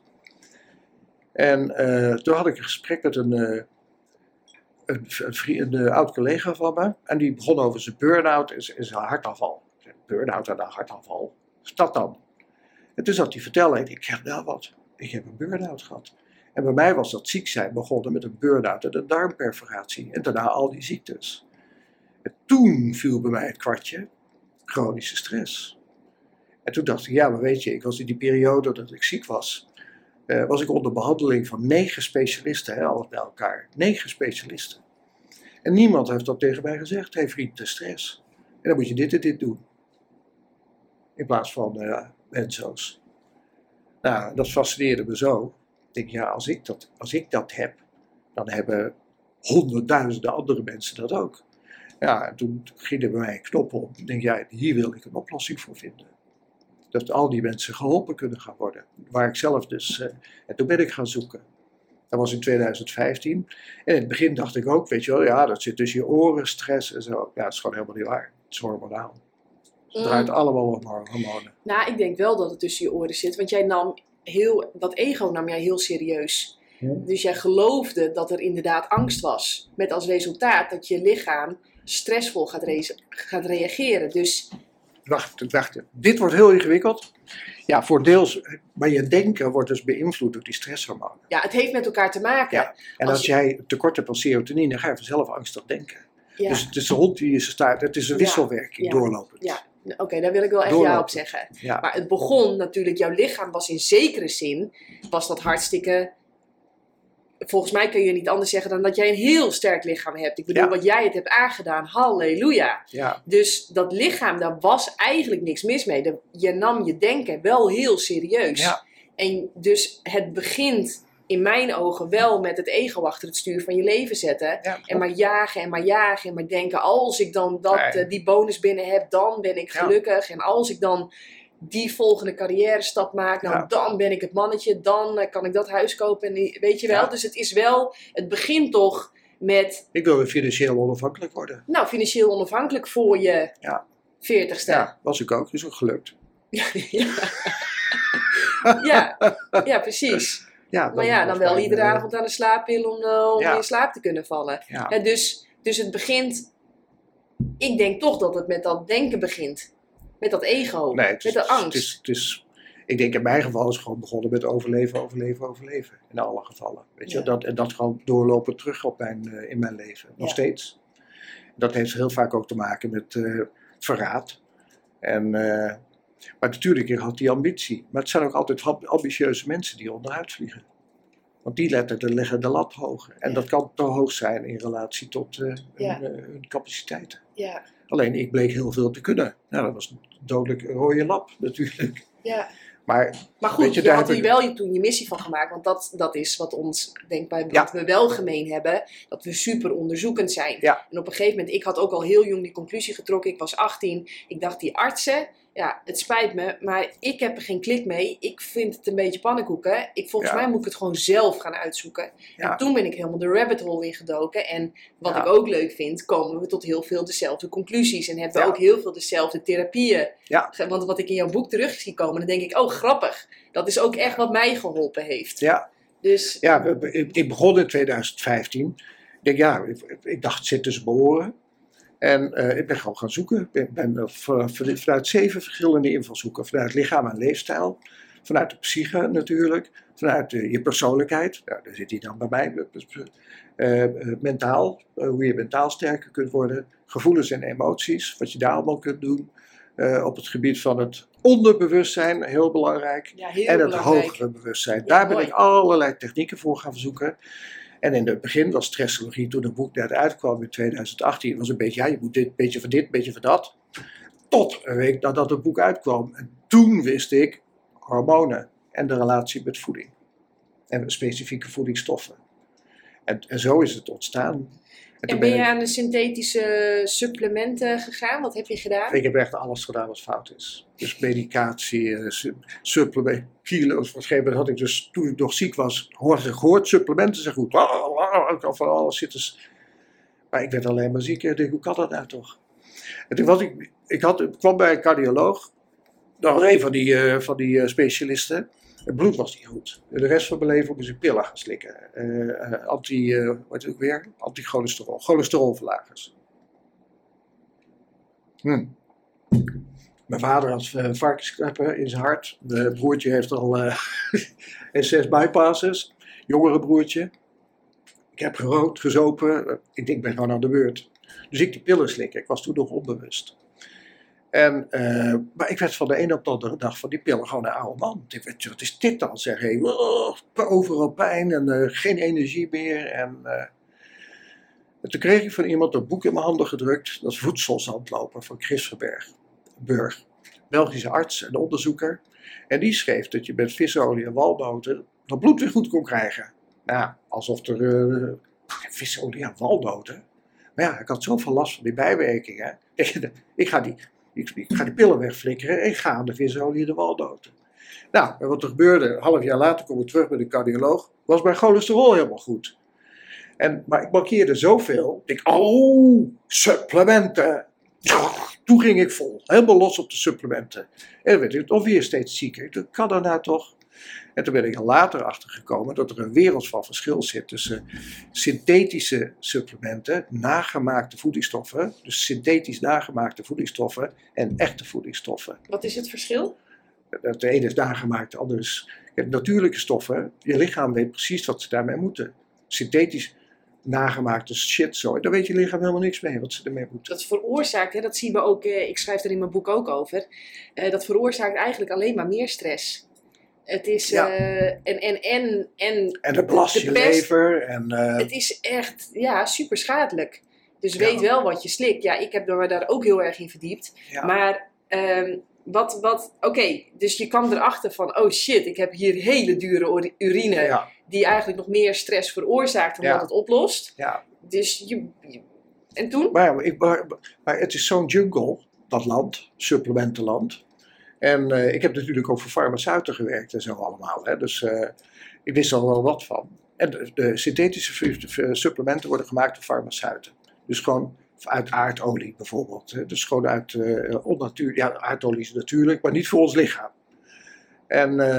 En uh, toen had ik een gesprek met een, uh, een, een, vriend, een oud collega van me. En die begon over zijn burn-out en zijn, en zijn hartaanval. Burn-out en een hartaanval. Wat is dat dan? En toen zat hij vertellen, ik dacht, nou wat, ik heb een burn-out gehad. En bij mij was dat ziek zijn begonnen met een burn-out en een darmperforatie. En daarna al die ziektes. En toen viel bij mij het kwartje, chronische stress. En toen dacht ik, ja, maar weet je, ik was in die periode dat ik ziek was, uh, was ik onder behandeling van negen specialisten, hè, alles bij elkaar. Negen specialisten. En niemand heeft dat tegen mij gezegd, hey vriend, de stress. En dan moet je dit en dit doen. In plaats van uh, benzo's. Nou, dat fascineerde me zo. Ik denk, ja, als ik, dat, als ik dat heb, dan hebben honderdduizenden andere mensen dat ook. Ja, en toen ging er bij mij een knop om. Ik denk, ja, hier wil ik een oplossing voor vinden. Dat al die mensen geholpen kunnen gaan worden. Waar ik zelf dus, uh, en toen ben ik gaan zoeken. Dat was in twintig vijftien. En in het begin dacht ik ook, weet je wel, ja, dat zit tussen je oren, stress en zo. Ja, dat is gewoon helemaal niet waar. Het is hormonaal. Het draait mm. allemaal om hormonen. Nou, ik denk wel dat het tussen je oren zit. Want jij nam heel, dat ego nam jij heel serieus. Ja. Dus jij geloofde dat er inderdaad angst was. Met als resultaat dat je lichaam stressvol gaat, re- gaat reageren. Dus... Wacht, wacht. Dit wordt heel ingewikkeld. Ja, voor deels, maar je denken wordt dus beïnvloed door die stresshormonen. Ja, het heeft met elkaar te maken. Ja. En als, als je... jij tekort hebt aan serotonine, dan ga je vanzelf angstig denken. Ja. Dus het is de hond die je staart, het is een wisselwerking, ja. doorlopend. Ja. Oké, okay, daar wil ik wel echt ja op zeggen. Ja. Maar het begon natuurlijk, jouw lichaam was in zekere zin, was dat hartstikke... Volgens mij kun je niet anders zeggen dan dat jij een heel sterk lichaam hebt. Ik bedoel, ja. wat jij het hebt aangedaan, halleluja. Ja. Dus dat lichaam, daar was eigenlijk niks mis mee. De, je nam je denken wel heel serieus. Ja. En dus het begint in mijn ogen wel met het ego achter het stuur van je leven zetten. Ja, en maar jagen en maar jagen en maar denken, als ik dan dat, uh, die bonus binnen heb, dan ben ik gelukkig. Ja. En als ik dan die volgende carrière stap maak, nou ja. dan ben ik het mannetje, dan uh, kan ik dat huis kopen. En die, weet je wel, ja. dus het is wel, het begint toch met... Ik wil weer financieel onafhankelijk worden. Nou, financieel onafhankelijk voor je ja. veertigste. Ja, was ik ook, is ook gelukt. ja, ja. ja, precies. Ja, maar ja, dan wel iedere uh, avond aan de slaappil om, uh, om ja. in slaap te kunnen vallen. Ja. Ja, dus, dus het begint, ik denk toch dat het met dat denken begint. Met dat ego, nee, het is, met de angst. Het is, het is, ik denk in mijn geval is het gewoon begonnen met overleven, overleven, overleven. In alle gevallen. Weet je? Ja. Dat, en dat gewoon doorlopen terug op mijn, uh, in mijn leven. Nog ja. steeds. Dat heeft heel vaak ook te maken met uh, verraad. En, uh, maar natuurlijk, je had die ambitie. Maar het zijn ook altijd ambitieuze mensen die onderuit vliegen. Want die letten, leggen de lat hoger. En ja. dat kan te hoog zijn in relatie tot uh, ja. hun, uh, hun capaciteiten. Ja. Alleen ik bleek heel veel te kunnen. Nou, dat was een dodelijk rode lap natuurlijk. Ja. Maar, maar goed, weet je, je daar had heb hier ik... wel je, toen je missie van gemaakt. Want dat, dat is wat ons, denk bij, ja. wat we wel gemeen hebben. Dat we super onderzoekend zijn. Ja. En op een gegeven moment, ik had ook al heel jong die conclusie getrokken. Ik was achttien. Ik dacht, die artsen, ja, het spijt me. Maar ik heb er geen klik mee. Ik vind het een beetje pannenkoeken. Ik, volgens ja. mij moet ik het gewoon zelf gaan uitzoeken. Ja. En toen ben ik helemaal de rabbit hole ingedoken. En wat ja. ik ook leuk vind, komen we tot heel veel dezelfde conclusies. En hebben we ja. ook heel veel dezelfde therapieën. Ja. Want wat ik in jouw boek terug zie komen, dan denk ik, oh grappig. Dat is ook echt wat mij geholpen heeft. Ja, dus, ja ik begon in twintig vijftien. Ik denk, ja, ik, ik dacht, het zit tussen mijn oren. En uh, ik ben gewoon gaan zoeken. Ik ben, ben uh, vanuit zeven verschillende invalshoeken. Vanuit lichaam en leefstijl. Vanuit de psyche natuurlijk, vanuit uh, je persoonlijkheid. Nou, daar zit hij dan bij mij. Uh, uh, mentaal, uh, hoe je mentaal sterker kunt worden. Gevoelens en emoties, wat je daar allemaal kunt doen. Uh, op het gebied van het onderbewustzijn, heel belangrijk. Ja, heel en het belangrijk. hogere bewustzijn. Ja, daar ben mooi. ik allerlei technieken voor gaan zoeken. En in het begin was stressologie, toen het boek net uitkwam in tweeduizend achttien, was een beetje, ja, je moet dit, beetje van dit, beetje van dat. Tot een week nadat het boek uitkwam. En toen wist ik hormonen en de relatie met voeding. En specifieke voedingsstoffen. En, en zo is het ontstaan. En, En toen ben je ik, aan de synthetische supplementen gegaan? Wat heb je gedaan? ik heb echt alles gedaan wat fout is. Dus medicatie, eh, su- supplement, kilo's. Op een gegeven moment had ik dus, toen ik nog ziek was, hoorde ik gehoord, supplementen zijn goed. Ik kan van alles zitten. Maar ik werd alleen maar ziek. En ik dacht, hoe kan dat nou toch? En toen was ik, ik, had, ik kwam bij een cardioloog. Nog een van die, uh, van die uh, specialisten. Het bloed was niet goed. De rest van mijn leven moest ik pillen gaan slikken. Uh, uh, anti, uh, wat is het ook weer? Anti-cholesterol. Cholesterolverlagers. Hm. Mijn vader had uh, varkenskleppen in zijn hart. Mijn broertje heeft al uh, zes bypasses. Jongere broertje. Ik heb gerookt, gezopen. Ik denk, ik ben gewoon aan de beurt. Dus ik die pillen slikken. Ik was toen nog onbewust. En, uh, maar ik werd van de een op de andere dag van die pillen gewoon een oude man. Ik werd, wat is dit dan? Zeg ik, oh, overal pijn en uh, geen energie meer. En, uh, en toen kreeg ik van iemand een boek in mijn handen gedrukt. Dat is Voedselzandloper van Chris Verberg. Burg. Belgische arts en onderzoeker. En die schreef dat je met visolie en walnoten dat bloed weer goed kon krijgen. Nou, alsof er uh, visolie en walnoten. Maar ja, ik had zoveel last van die bijwerkingen. Ik ga die... Ik, ik ga die pillen wegflikkeren en ik ga aan de visolie en de walnoten. Nou, en wat er gebeurde, een half jaar later kom ik terug bij de cardioloog, was mijn cholesterol helemaal goed. En, maar ik mankeerde zoveel, ik dacht, oh, supplementen. Toen ging ik vol, helemaal los op de supplementen. En dan werd ik nog weer steeds zieker. Dat kan dat nou toch? En toen ben ik er later achter gekomen dat er een wereld van verschil zit tussen synthetische supplementen, nagemaakte voedingsstoffen, dus synthetisch nagemaakte voedingsstoffen en echte voedingsstoffen. Wat is het verschil? Het ene is nagemaakt, de andere is natuurlijke stoffen. Je lichaam weet precies wat ze daarmee moeten. Synthetisch nagemaakte shit zo, daar weet je lichaam helemaal niks mee wat ze ermee moeten. Dat veroorzaakt, hè, dat zien we ook, eh, ik schrijf er in mijn boek ook over, eh, dat veroorzaakt eigenlijk alleen maar meer stress. Het is, Ja. uh, en, en, en, en... En dat belast je pest, lever. En, uh, het is echt, ja, super schadelijk. Dus Ja. weet wel wat je slikt. Ja, ik heb me daar ook heel erg in verdiept. ja. Maar, um, wat, wat, oké, okay, dus je kwam erachter van, oh shit, ik heb hier hele dure urine, ja. die eigenlijk nog meer stress veroorzaakt dan Ja. dat het oplost. Ja. Dus je, je en toen? Maar, ja, ik, maar, maar het is zo'n jungle, dat land, supplementenland. En uh, ik heb natuurlijk ook voor farmaceuten gewerkt en zo allemaal. Hè. Dus uh, ik wist er wel wat van. En de, de synthetische supplementen worden gemaakt door farmaceuten. Dus gewoon uit aardolie bijvoorbeeld. Hè. Dus gewoon uit uh, onnatuur, ja, aardolie is natuurlijk, maar niet voor ons lichaam. En, uh,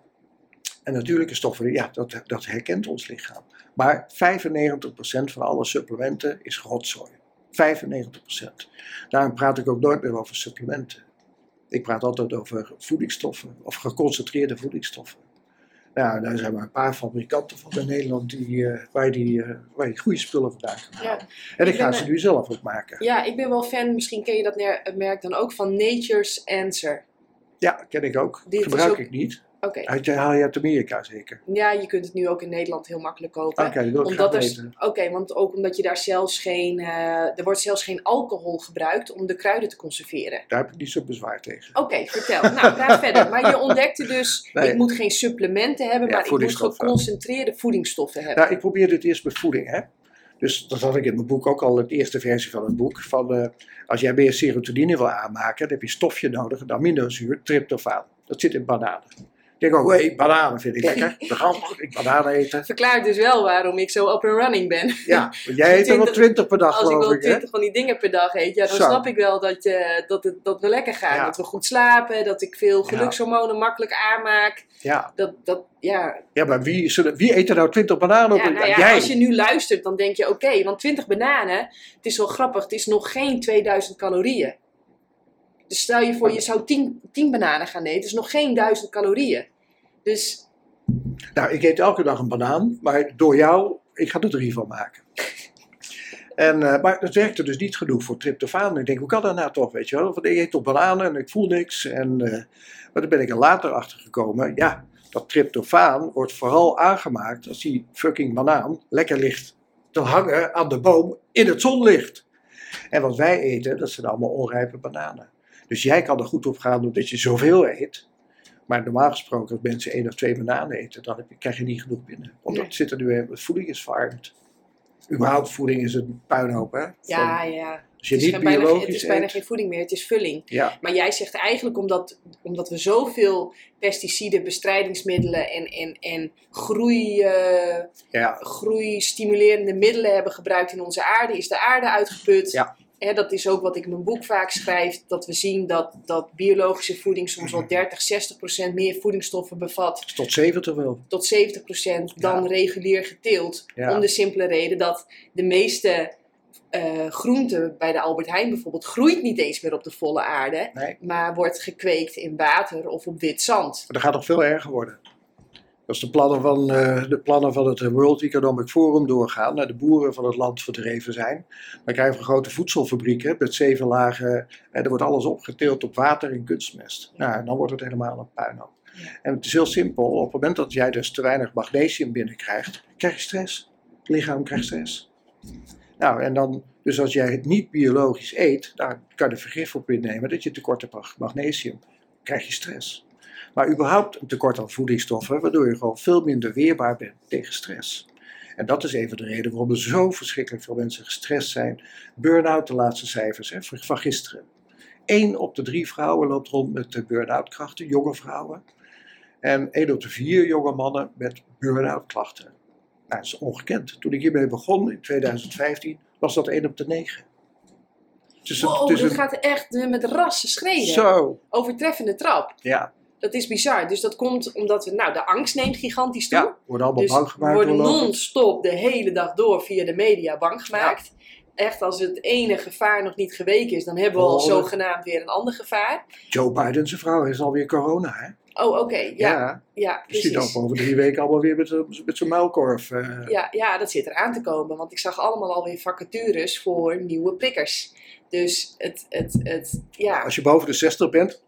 en natuurlijke stoffen, ja, dat, dat herkent ons lichaam. Maar vijfennegentig procent van alle supplementen is rotzooi. vijfennegentig procent. Daarom praat ik ook nooit meer over supplementen. Ik praat altijd over voedingsstoffen, of geconcentreerde voedingsstoffen. Nou, daar zijn maar een paar fabrikanten van in Nederland die, uh, waar, die, uh, waar je goede spullen vandaan kan halen. Ja. En ik, ik ga ze nu zelf ook maken. Ja, ik ben wel fan, misschien ken je dat merk dan ook, van Nature's Answer. Ja, ken ik ook. Dit Gebruik ook... ik niet. Okay. Uit, haal je uit Amerika zeker? Ja, je kunt het nu ook in Nederland heel makkelijk kopen. Oké, okay, dat wil ik omdat graag er, weten. Oké, okay, want ook omdat je daar zelfs geen... Uh, er wordt zelfs geen alcohol gebruikt om de kruiden te conserveren. Daar heb ik niet zo bezwaar tegen. Oké, okay, vertel. Nou, praat verder. Maar je ontdekte dus, nee. ik moet geen supplementen hebben, ja, maar ik moet geconcentreerde voedingsstoffen hebben. Nou, ik probeerde het eerst met voeding, hè. Dus dat had ik in mijn boek ook al, de eerste versie van het boek. Van, uh, als jij meer serotonine wil aanmaken, dan heb je een stofje nodig, een aminozuur, tryptofaan. Dat zit in bananen. Ik denk, oh hé, bananen vind ik lekker. Dan ga ik bananen eten. Verklaart dus wel waarom ik zo up and running ben. Ja, jij eet er wel twintig per dag, Als geloof ik wel ik, twintig van die dingen per dag eet, ja, dan zo. snap ik wel dat, je, dat, het, dat we lekker gaan. Ja. Dat we goed slapen, dat ik veel gelukshormonen ja. makkelijk aanmaak. Ja. Dat, dat, ja. ja, maar wie, wie eet er nou twintig bananen op? Ja, nou ja, jij. Als je nu luistert, dan denk je, oké, okay, want twintig bananen, het is wel grappig, het is nog geen tweeduizend calorieën. Dus stel je voor, je zou tien, tien bananen gaan eten, dus nog geen duizend calorieën. Dus... Nou, ik eet elke dag een banaan, maar door jou, ik ga er drie van maken. En, uh, maar het werkte dus niet genoeg voor tryptofaan. Ik denk, hoe kan dat nou toch, weet je wel? Want ik eet op bananen en ik voel niks. En, uh, maar daar ben ik er later achter gekomen. Ja, dat tryptofaan wordt vooral aangemaakt als die fucking banaan lekker ligt te hangen aan de boom in het zonlicht. En wat wij eten, dat zijn allemaal onrijpe bananen. Dus jij kan er goed op gaan doordat je zoveel eet. Maar normaal gesproken, als mensen één of twee bananen eten, dan krijg je niet genoeg binnen. Want dat Nee. zit er nu in. Voeding is verarmd. Überhaupt voeding is een puinhoop, hè? Van, Ja, ja. als je Het is, niet bijna, biologisch het is bijna eet, geen voeding meer, het is vulling. ja, Maar jij zegt eigenlijk omdat, omdat we zoveel pesticiden, bestrijdingsmiddelen en, en, en groei, uh, ja, groeistimulerende middelen hebben gebruikt in onze aarde, is de aarde uitgeput. Ja. Hè, dat is ook wat ik in mijn boek vaak schrijf, dat we zien dat, dat biologische voeding soms wel dertig, zestig procent meer voedingsstoffen bevat, tot zeventig wel. tot zeventig procent dan Ja. regulier geteeld. Ja. Om de simpele reden dat de meeste uh, groenten bij de Albert Heijn bijvoorbeeld groeit niet eens meer op de volle aarde, Nee, maar wordt gekweekt in water of op wit zand. maar dat gaat nog veel erger worden. Als de plannen van, uh, de plannen van het World Economic Forum doorgaan, naar de boeren van het land verdreven zijn, dan krijgen we grote voedselfabrieken met zeven lagen, en er wordt alles opgeteeld op water en kunstmest. Nou, en dan wordt het helemaal een puinhoop. Ja. En het is heel simpel, op het moment dat jij dus te weinig magnesium binnenkrijgt, krijg je stress. Het lichaam krijgt stress. Nou, en dan, dus als jij het niet biologisch eet, daar kan je er vergif op innemen dat je tekort hebt aan magnesium. Dan krijg je stress. Maar überhaupt een tekort aan voedingsstoffen, waardoor je gewoon veel minder weerbaar bent tegen stress. En dat is een van de redenen waarom er zo verschrikkelijk veel mensen gestrest zijn. Burn-out, de laatste cijfers hè, van gisteren. Eén op de drie vrouwen loopt rond met burn-out klachten, jonge vrouwen. En één op de vier jonge mannen met burn-out klachten. Nou, dat is ongekend. Toen ik hiermee begon in tweeduizend vijftien, was dat één op de negen. Dus het, Wow, het is dat een... gaat echt met rassen schreden. Zo, Overtreffende trap. ja. Dat is bizar. Dus dat komt omdat we, nou, de angst neemt gigantisch toe. Ja, worden allemaal Dus bang we gemaakt. worden doorlopen. non-stop de hele dag door via de media bang gemaakt. Echt, als het ene gevaar nog niet geweken is, dan hebben we al Oh. zogenaamd weer een ander gevaar. Joe Biden, zijn vrouw, heeft alweer corona, hè? Oh, oké. Okay. Ja, ja, dus die precies. dan over drie weken allemaal weer met, z'n- met zijn muilkorf. Uh. Ja, ja, dat zit eraan te komen. Want ik zag allemaal alweer vacatures voor nieuwe prikkers. Dus het, het, het ja. Als je boven de zestig bent,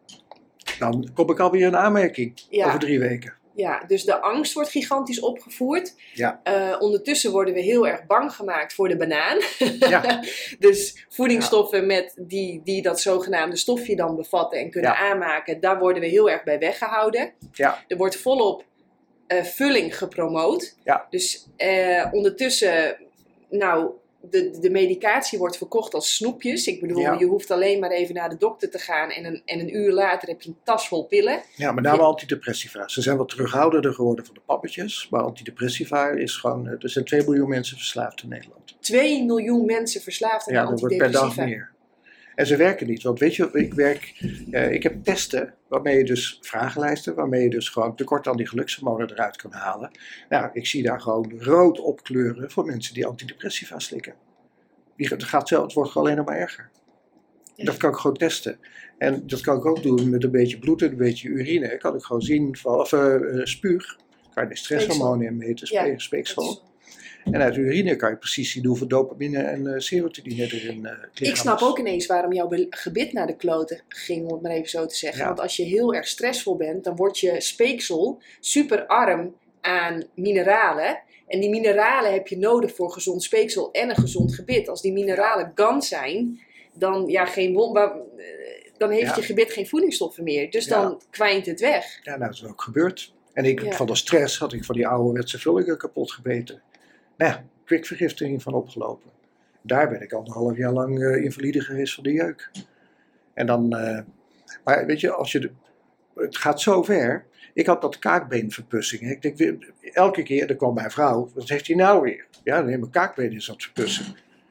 dan kom ik alweer in aanmerking Ja. over drie weken. Ja, dus de angst wordt gigantisch opgevoerd. Ja. Uh, ondertussen worden we heel erg bang gemaakt voor de banaan. Ja. Dus voedingsstoffen ja. met die, die dat zogenaamde stofje dan bevatten en kunnen ja. aanmaken, daar worden we heel erg bij weggehouden. Ja. Er wordt volop uh, vulling gepromoot. Ja. Dus uh, ondertussen, nou, de, de medicatie wordt verkocht als snoepjes. Ik bedoel, ja. je hoeft alleen maar even naar de dokter te gaan en een, en een uur later heb je een tas vol pillen. Ja, met name ja. antidepressiva. Ze zijn wat terughoudender geworden van de pappetjes, maar antidepressiva is gewoon, er zijn twee miljoen mensen verslaafd in Nederland. twee miljoen mensen verslaafd aan ja, antidepressiva. Ja, dat wordt per dag meer. En ze werken niet, want weet je, ik werk, uh, ik heb testen waarmee je dus, vragenlijsten, waarmee je dus gewoon tekort aan die gelukshormonen eruit kan halen. Nou, ik zie daar gewoon rood opkleuren voor mensen die antidepressiva slikken. Die, het, gaat zelf, het wordt alleen nog maar erger. Ja. Dat kan ik gewoon testen. En dat kan ik ook doen met een beetje bloed en een beetje urine. Kan ik gewoon zien, van, of uh, uh, spuug, kan je de stresshormonen in meten, ja, speeksel. En uit urine kan je precies zien hoeveel dopamine en uh, serotonine er in uh, Ik snap ook ineens waarom jouw gebit naar de kloten ging, om het maar even zo te zeggen. Ja. Want als je heel erg stressvol bent, dan wordt je speeksel super arm aan mineralen. En die mineralen heb je nodig voor gezond speeksel en een gezond gebit. Als die mineralen gans zijn, dan, ja, geen won- maar, dan heeft ja. je gebit geen voedingsstoffen meer. Dus ja. dan kwijnt het weg. Ja, nou, dat is ook gebeurd. En ik, ja. van de stress had ik van die ouderwetse vullingen kapot gebeten. Nou ja, kwikvergiftiging van opgelopen. Daar ben ik anderhalf jaar lang uh, invalide geweest van de jeuk. En dan, uh, maar weet je, als je de, het gaat zo ver. Ik had dat kaakbeenverpussing. Ik denk, elke keer, er kwam mijn vrouw, wat heeft hij nou weer? Ja, dan heb mijn kaakbeen is aan het verpussen.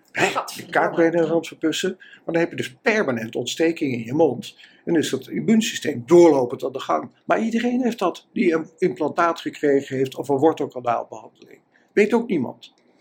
Je kaakbeen is aan het verpussen, maar dan heb je dus permanent ontsteking in je mond. En dus dat immuunsysteem doorlopend aan de gang. Maar iedereen heeft dat, die een implantaat gekregen heeft of een wortelkanaalbehandeling. Weet ook niemand.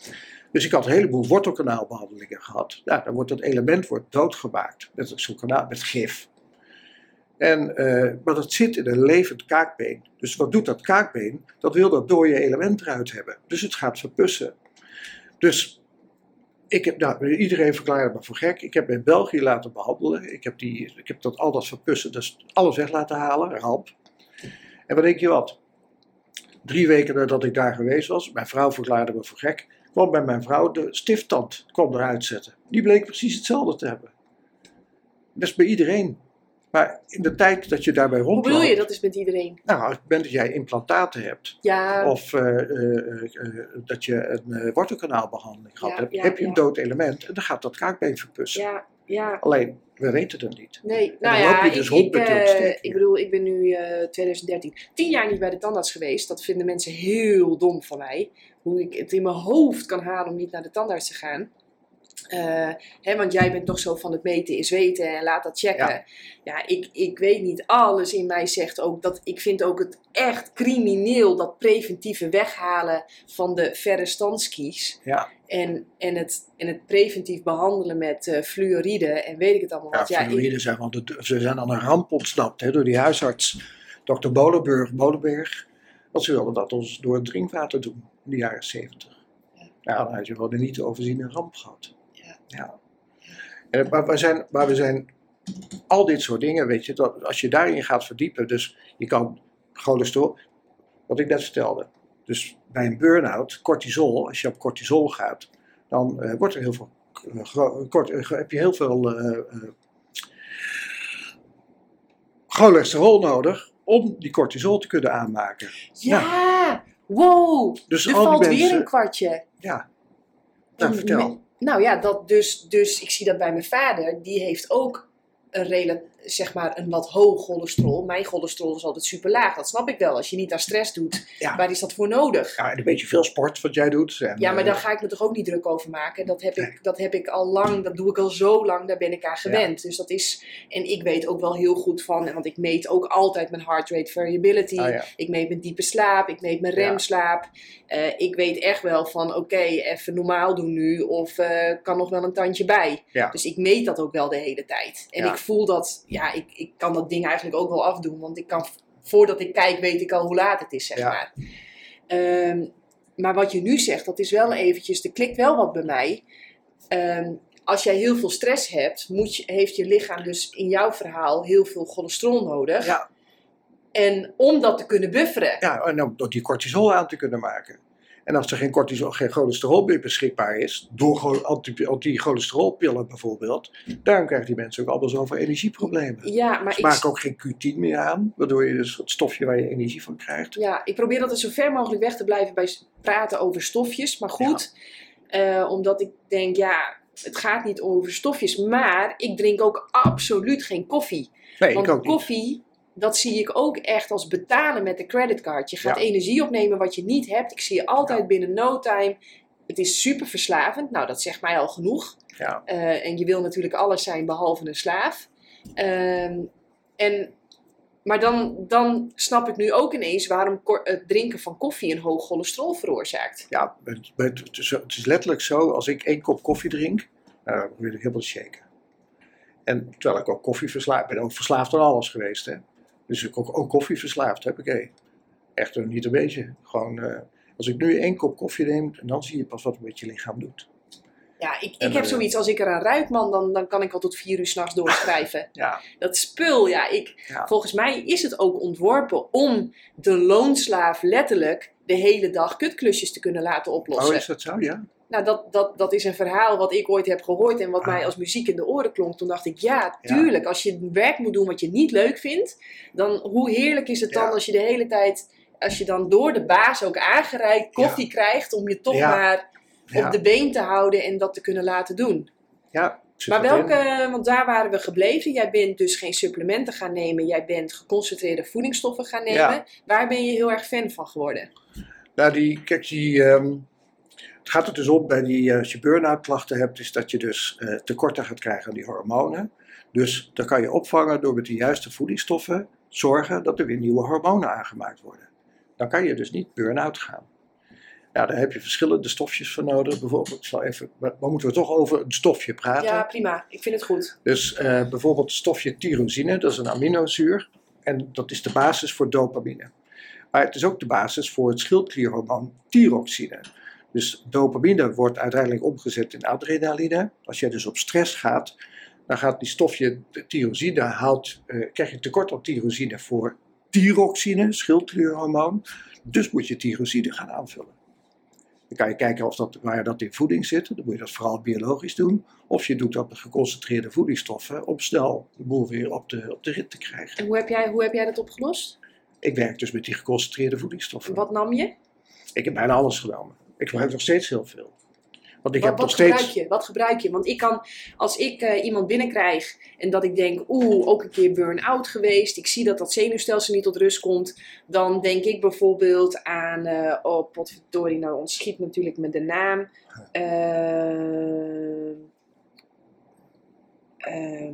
Dus ik had een heleboel wortelkanaalbehandelingen gehad. Nou, dan wordt dat element wordt doodgemaakt met zo'n kanaal, met gif. En, uh, maar dat zit in een levend kaakbeen. Dus wat doet dat kaakbeen? Dat wil dat dode element eruit hebben. Dus het gaat verpussen. Dus ik heb, nou, iedereen verklaarde me voor gek. Ik heb me in België laten behandelen. Ik heb, die, ik heb dat, al dat verpussen, dus alles weg laten halen, ramp. En wat denk je wat? Drie weken nadat ik daar geweest was, mijn vrouw verklaarde me voor gek, kwam bij mijn vrouw de stifttand kwam eruit zetten. Die bleek precies hetzelfde te hebben. Dat is bij iedereen. Maar in de tijd dat je daarbij rondloopt... Hoe bedoel je, dat is met iedereen? Nou, op het moment dat jij implantaten hebt, ja. of uh, uh, uh, dat je een uh, wortelkanaalbehandeling gehad ja, hebt, ja, heb je ja. een dood element en dan gaat dat kaakbeen verpussen. Ja, ja. Alleen, we weten het niet. Nee, en nou dan ja, loop je dus ik, rond ik, met die uh, ontsteking. ik bedoel, ik ben nu uh, twintig dertien, tien jaar niet bij de tandarts geweest. Dat vinden mensen heel dom van mij. Hoe ik het in mijn hoofd kan halen om niet naar de tandarts te gaan. Uh, hè, want jij bent toch zo van het meten is weten en laat dat checken. Ja, ja ik, ik weet niet, alles in mij zegt ook dat ik vind ook het echt crimineel dat preventieve weghalen van de verre standskies. Ja. En, en, het, en het preventief behandelen met uh, fluoride en weet ik het allemaal wat. Ja, fluoride ja, zijn, want het, ze zijn aan een ramp ontsnapt hè, door die huisarts dokter Bolenburg, Bolenberg. Want ze wilden dat ons door het drinkwater doen in de jaren zeventig. Ja. Nou, dan had je wel een niet te overziene ramp gehad. Ja. En, maar, we zijn, maar we zijn, al dit soort dingen, weet je, dat als je daarin gaat verdiepen, dus je kan cholesterol, wat ik net vertelde, dus bij een burn-out, cortisol, als je op cortisol gaat, dan uh, wordt er heel veel, uh, kort, uh, heb je heel veel uh, uh, cholesterol nodig om die cortisol te kunnen aanmaken. Ja, nou, wow, dus er al valt die mensen, weer een kwartje. Ja, nou, vertel. Me, nou ja, dat dus, dus ik zie dat bij mijn vader, die heeft ook een, rela- zeg maar een wat hoog cholesterol. Mijn cholesterol is altijd super laag, dat snap ik wel. Als je niet aan stress doet, ja. Waar is dat voor nodig? Ja, en een beetje veel sport wat jij doet. En, ja, maar daar ga ik me toch ook niet druk over maken. Dat heb, nee. ik, dat heb ik al lang, dat doe ik al zo lang, daar ben ik aan gewend. Ja. Dus dat is, en ik weet ook wel heel goed van, want ik meet ook altijd mijn heart rate variability. Ah, ja. Ik meet mijn diepe slaap, ik meet mijn remslaap. Ja. Uh, ik weet echt wel van, oké, okay, even normaal doen nu, of uh, kan nog wel een tandje bij. Ja. Dus ik meet dat ook wel de hele tijd. En ja. ik voel dat, ja, ik, ik kan dat ding eigenlijk ook wel afdoen, want ik kan, voordat ik kijk, weet ik al hoe laat het is, zeg ja. maar. Um, maar wat je nu zegt, dat is wel eventjes, er klikt wel wat bij mij. Um, als jij heel veel stress hebt, moet je, heeft je lichaam dus in jouw verhaal heel veel cholesterol nodig. Ja. En om dat te kunnen bufferen. Ja, en om die cortisol aan te kunnen maken. En als er geen, cortisol, geen cholesterol meer beschikbaar is, door anti-cholesterolpillen bijvoorbeeld, daarom krijgen die mensen ook allemaal zoveel energieproblemen. Ja, maar Ze maken ik... ook geen Q tien meer aan, waardoor je dus het stofje waar je energie van krijgt. Ja, ik probeer altijd zo ver mogelijk weg te blijven bij praten over stofjes, maar goed, ja. uh, omdat ik denk, ja, het gaat niet over stofjes, maar ik drink ook absoluut geen koffie. Nee, Want ik ook koffie... niet. Dat zie ik ook echt als betalen met de creditcard. Je gaat ja. energie opnemen wat je niet hebt. Ik zie je altijd ja. binnen no time. Het is super verslavend. Nou, dat zegt mij al genoeg. Ja. Uh, en je wil natuurlijk alles zijn behalve een slaaf. Uh, en, maar dan, dan snap ik nu ook ineens waarom het drinken van koffie een hoog cholesterol veroorzaakt. Ja, het, het, is, het is letterlijk zo. Als ik één kop koffie drink, uh, dan wil ik helemaal shaken. En terwijl ik ook koffie verslaafd ben, ook verslaafd aan alles geweest, hè. Dus ik ook, ook koffie verslaafd heb ik. Hey. Echt uh, niet een beetje. Gewoon, uh, als ik nu één kop koffie neem, dan zie je pas wat het met je lichaam doet. Ja, ik, ik heb uh, zoiets, als ik eraan ruik, man, dan, dan kan ik al tot vier uur 's nachts doorschrijven. Ja. Dat spul, ja, ik, ja. Volgens mij is het ook ontworpen om de loonslaaf letterlijk de hele dag kutklusjes te kunnen laten oplossen. Oh, is dat zo, ja? Nou, dat, dat, dat is een verhaal wat ik ooit heb gehoord en wat ah. mij als muziek in de oren klonk. Toen dacht ik, ja, tuurlijk, ja. als je werk moet doen wat je niet leuk vindt, dan hoe heerlijk is het dan ja. als je de hele tijd, als je dan door de baas ook aangereikt koffie ja. krijgt om je toch ja. maar op ja. de been te houden en dat te kunnen laten doen. Ja. Maar welke, want daar waren we gebleven. Jij bent dus geen supplementen gaan nemen, jij bent geconcentreerde voedingsstoffen gaan nemen. Ja. Waar ben je heel erg fan van geworden? Nou, die, kijk, die... Um... Het gaat er dus om bij die, als je burn-out klachten hebt, is dat je dus uh, tekorten gaat krijgen aan die hormonen. Dus dat kan je opvangen door met de juiste voedingsstoffen zorgen dat er weer nieuwe hormonen aangemaakt worden. Dan kan je dus niet burn-out gaan. Ja, daar heb je verschillende stofjes voor nodig. Bijvoorbeeld, ik zal even, maar dan moeten we toch over een stofje praten. Ja, prima. Ik vind het goed. Dus uh, bijvoorbeeld het stofje tyrosine, dat is een aminozuur. En dat is de basis voor dopamine. Maar het is ook de basis voor het schildklierhormoon thyroxine. Dus dopamine wordt uiteindelijk omgezet in adrenaline. Als je dus op stress gaat, dan gaat die stofje tyrosine, haalt, uh, krijg je tekort aan tyrosine voor thyroxine, schildklierhormoon. Dus moet je tyrosine gaan aanvullen. Dan kan je kijken of dat, waar dat in voeding zit. Dan moet je dat vooral biologisch doen. Of je doet dat met geconcentreerde voedingsstoffen om snel de boel weer op de, op de rit te krijgen. En hoe heb jij, hoe heb jij dat opgelost? Ik werk dus met die geconcentreerde voedingsstoffen. Wat nam je? Ik heb bijna alles genomen. Ik gebruik nog steeds heel veel. Want ik wat heb wat nog steeds... gebruik je? Wat gebruik je? Want ik kan, als ik uh, iemand binnenkrijg en dat ik denk, oeh, ook een keer burn-out geweest. Ik zie dat dat zenuwstelsel niet tot rust komt. Dan denk ik bijvoorbeeld aan, uh, oh potverdorie, nou ontschiet natuurlijk met de naam. Uh, uh,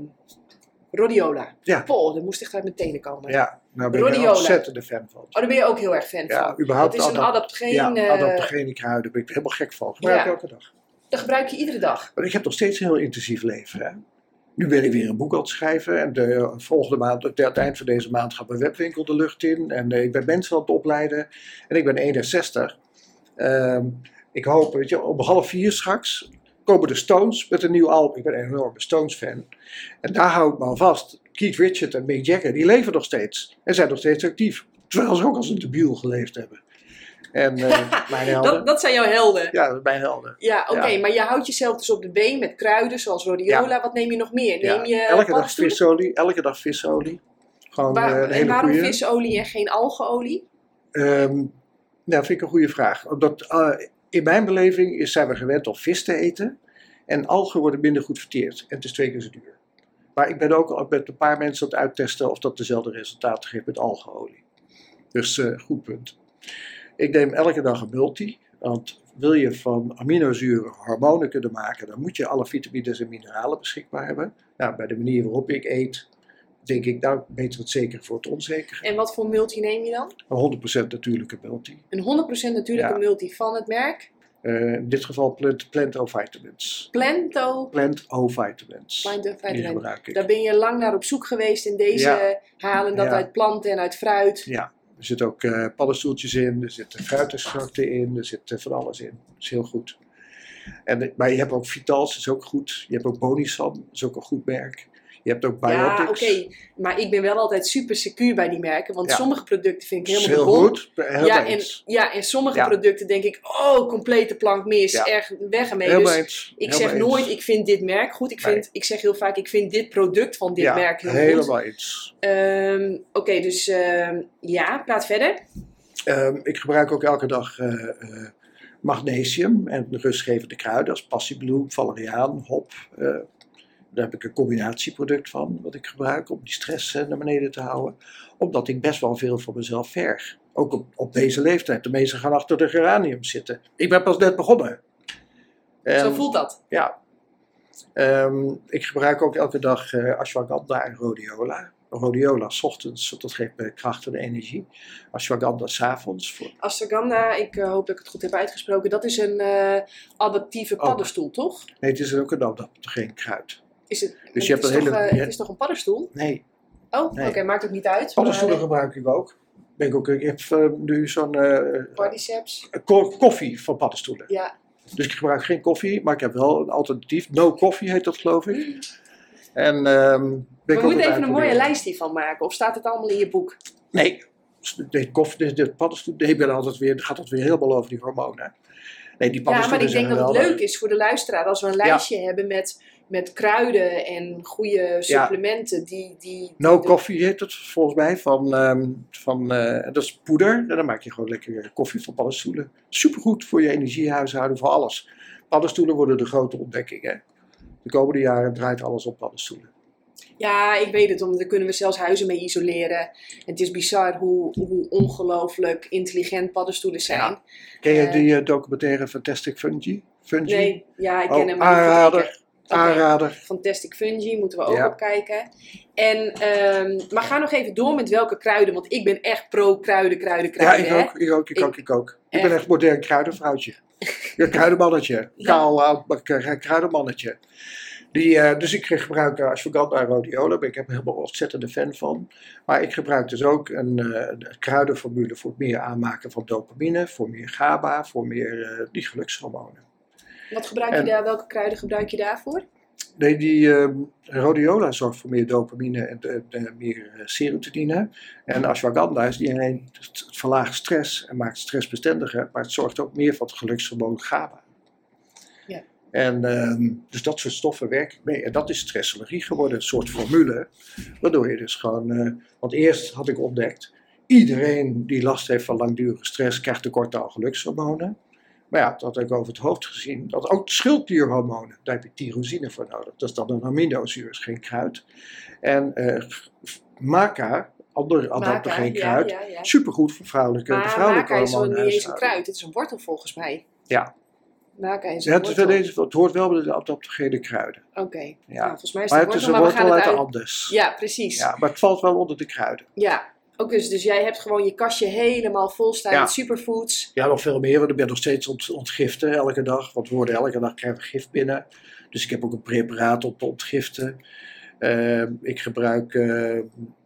Rhodiola. Ja. Poh, dat moest echt uit mijn tenen komen. Ja, daar ben ik een ontzettende fan van. Oh, daar ben je ook heel erg fan ja, van. Überhaupt het is een adaptogeen. Ja, uh, adaptogene kruiden, daar ben ik helemaal gek van. Gebruik ik ja. elke dag. Dat gebruik je iedere dag. Maar ik heb nog steeds een heel intensief leven. Hè? Nu ben ik weer een boek aan het schrijven. En de volgende maand, aan het eind van deze maand, gaat mijn webwinkel de lucht in. En uh, ik ben mensen aan het opleiden. En ik ben eenenzestig. Uh, ik hoop, weet je, om half vier straks komen de Stones met een nieuw album. Ik ben een enorme Stones-fan. En daar hou ik me aan vast. Keith Richards en Mick Jagger, die leven nog steeds. En zijn nog steeds actief. Terwijl ze ook als een debiel geleefd hebben. En uh, mijn helden. dat, dat zijn jouw helden? Ja, dat mijn helden. Ja, oké. Okay, ja. Maar je houdt jezelf dus op de been met kruiden zoals rhodiola. Ja. Wat neem je nog meer? Neem ja. je elke dag visolie. Elke dag visolie. Gewoon Waar, uh, de hele en waarom goeie. visolie en geen algeolie? Um, nou, vind ik een goede vraag. Omdat uh, in mijn beleving is, zijn we gewend om vis te eten. En algen worden minder goed verteerd. En het is twee keer zo duur. Maar ik ben ook al met een paar mensen aan het uittesten of dat dezelfde resultaten geeft met algeolie. Dus uh, goed punt. Ik neem elke dag een multi. Want wil je van aminozuren hormonen kunnen maken, dan moet je alle vitamines en mineralen beschikbaar hebben. Nou, bij de manier waarop ik eet, denk ik, nou, beter het zeker voor het onzekere. En wat voor multi neem je dan? Een honderd procent natuurlijke multi. Een honderd procent natuurlijke ja. multi van het merk? Uh, in dit geval Plant, Plant O-vitamins. Planto? Plant O-vitamins. Plant O-vitamins. Daar ben je lang naar op zoek geweest in deze ja. halen dat ja. uit planten en uit fruit. Ja, er zitten ook uh, paddenstoeltjes in, er zitten fruitextracten in, er zit uh, van alles in. Dat is heel goed. En, maar je hebt ook Vitals, dat is ook goed. Je hebt ook Bonisan, dat is ook een goed merk. Je hebt ook Biotics. Ja, oké. Okay. Maar ik ben wel altijd super secuur bij die merken. Want ja. sommige producten vind ik helemaal heel goed. Heel ja, en, ja, en sommige ja. producten denk ik, oh, complete plank mis. Ja. Erg weg ermee. Heel dus eens. ik heel zeg eens. nooit, ik vind dit merk goed. Ik, vind, nee. ik zeg heel vaak, ik vind dit product van dit ja, merk heel helemaal goed. Helemaal eens. Um, oké, okay, dus um, ja, praat verder. Um, ik gebruik ook elke dag uh, uh, magnesium en rustgevende kruiden als passiebloem, valeriaan, hop. Uh, Daar heb ik een combinatieproduct van, wat ik gebruik om die stress naar beneden te houden. Omdat ik best wel veel van mezelf verg. Ook op, op deze leeftijd. De meesten gaan achter de geraniums zitten. Ik ben pas net begonnen. En, Zo voelt dat? Ja. Um, ik gebruik ook elke dag uh, ashwagandha en rhodiola. Rhodiola 's ochtends, dat geeft me kracht en energie. Ashwagandha 's avonds. Voor... Ashwagandha, ik uh, hoop dat ik het goed heb uitgesproken. Dat is een uh, adaptieve paddenstoel, oh. toch? Nee, het is ook een adaptogeen kruid. Is het, dus je het, hebt is een toch, hele, uh, het is toch een paddenstoel? Nee. Oh, nee. Oké, okay, maakt ook niet uit. Paddenstoelen maar, gebruik ik ook. Ben ik, ook ik heb uh, nu zo'n uh, Pardiceps. Ko- koffie van paddenstoelen. Ja. Dus ik gebruik geen koffie, maar ik heb wel een alternatief. No coffee heet dat, geloof ik. Mm. En, um, We moeten even een mooie lijst hiervan maken. Of staat het allemaal in je boek? Nee. De koffie, de, de paddenstoel, nee, ben altijd weer, gaat het weer helemaal over die hormonen. Nee, die ja, maar ik denk dat het leuk is voor de luisteraar als we een lijstje ja. hebben met, met kruiden en goede supplementen. Ja. Die, die, die no de... coffee heet het volgens mij. Van, um, van, uh, dat is poeder. En dan maak je gewoon lekker koffie van paddenstoelen. Supergoed voor je energiehuishouden, voor alles. Paddenstoelen worden de grote ontdekking. Hè? De komende jaren draait alles op paddenstoelen. Ja, ik weet het, want daar kunnen we zelfs huizen mee isoleren. En het is bizar hoe, hoe ongelooflijk intelligent paddenstoelen zijn. Ja. Ken je uh, die uh, documentaire Fantastic Fungi? Fungi? Nee, ja, ik ken oh, hem. Aanrader, Okay. Aanrader. Fantastic Fungi, moeten we ook Ja. op kijken. En, um, maar ga nog even door met welke kruiden, want ik ben echt pro kruiden, kruiden, Ja, kruiden. ik hè? ook, ik ook, ik Ik- ook, ik ook. Ik echt. ben echt een modern kruidenvrouwtje. Een kruidenmannetje. Ja. Kaal, oud, maar k- kruidenmannetje. Die, eh, dus ik gebruik uh, ashwagandha en rhodiola. Daar ben ik helemaal ontzettende fan van. Maar ik gebruik dus ook een, uh, een kruidenformule voor het meer aanmaken van dopamine, voor meer GABA, voor meer uh, die gelukshormonen. Wat gebruik En- je daar, welke kruiden gebruik je daarvoor? Nee, die uh, rhodiola zorgt voor meer dopamine en uh, uh, meer uh, serotonine. En ashwagandha is niet alleen het verlaagt stress en maakt stress bestendiger, maar het zorgt ook meer voor het gelukshormoon GABA. Ja. En uh, dus dat soort stoffen werk ik mee. En dat is stressologie geworden, een soort formule. Waardoor je dus gewoon, uh, want eerst had ik ontdekt, iedereen die last heeft van langdurige stress krijgt tekort aan gelukshormonen. Maar ja, dat heb ik over het hoofd gezien. Dat ook de schildklierhormonen, daar heb je tyrosine voor nodig. Dat is dan een aminozuur, is geen kruid. En uh, maca, ander adaptogeen kruid, ja, ja, ja. supergoed voor vrouwelijke, de Maar vrouwelijke maca is wel hormonen. niet eens een kruid, het is een wortel volgens mij. Ja. Maca is een Ja, het, is wel wortel. deze, het hoort wel bij de adaptogene kruiden. Oké, okay. Ja. nou, volgens mij is Maar het het is wortel, een maar we gaan wortel het uit de uit... Andes. Ja, precies. Ja, Ja, maar het valt wel onder de kruiden. ook dus, dus jij hebt gewoon je kastje helemaal vol staan Ja. met superfoods. Ja, nog veel meer, want ik ben nog steeds ont, ontgiften elke dag. Want we worden elke dag krijgen we gif binnen. Dus ik heb ook een preparaat om te ontgiften. Uh, ik gebruik... Uh,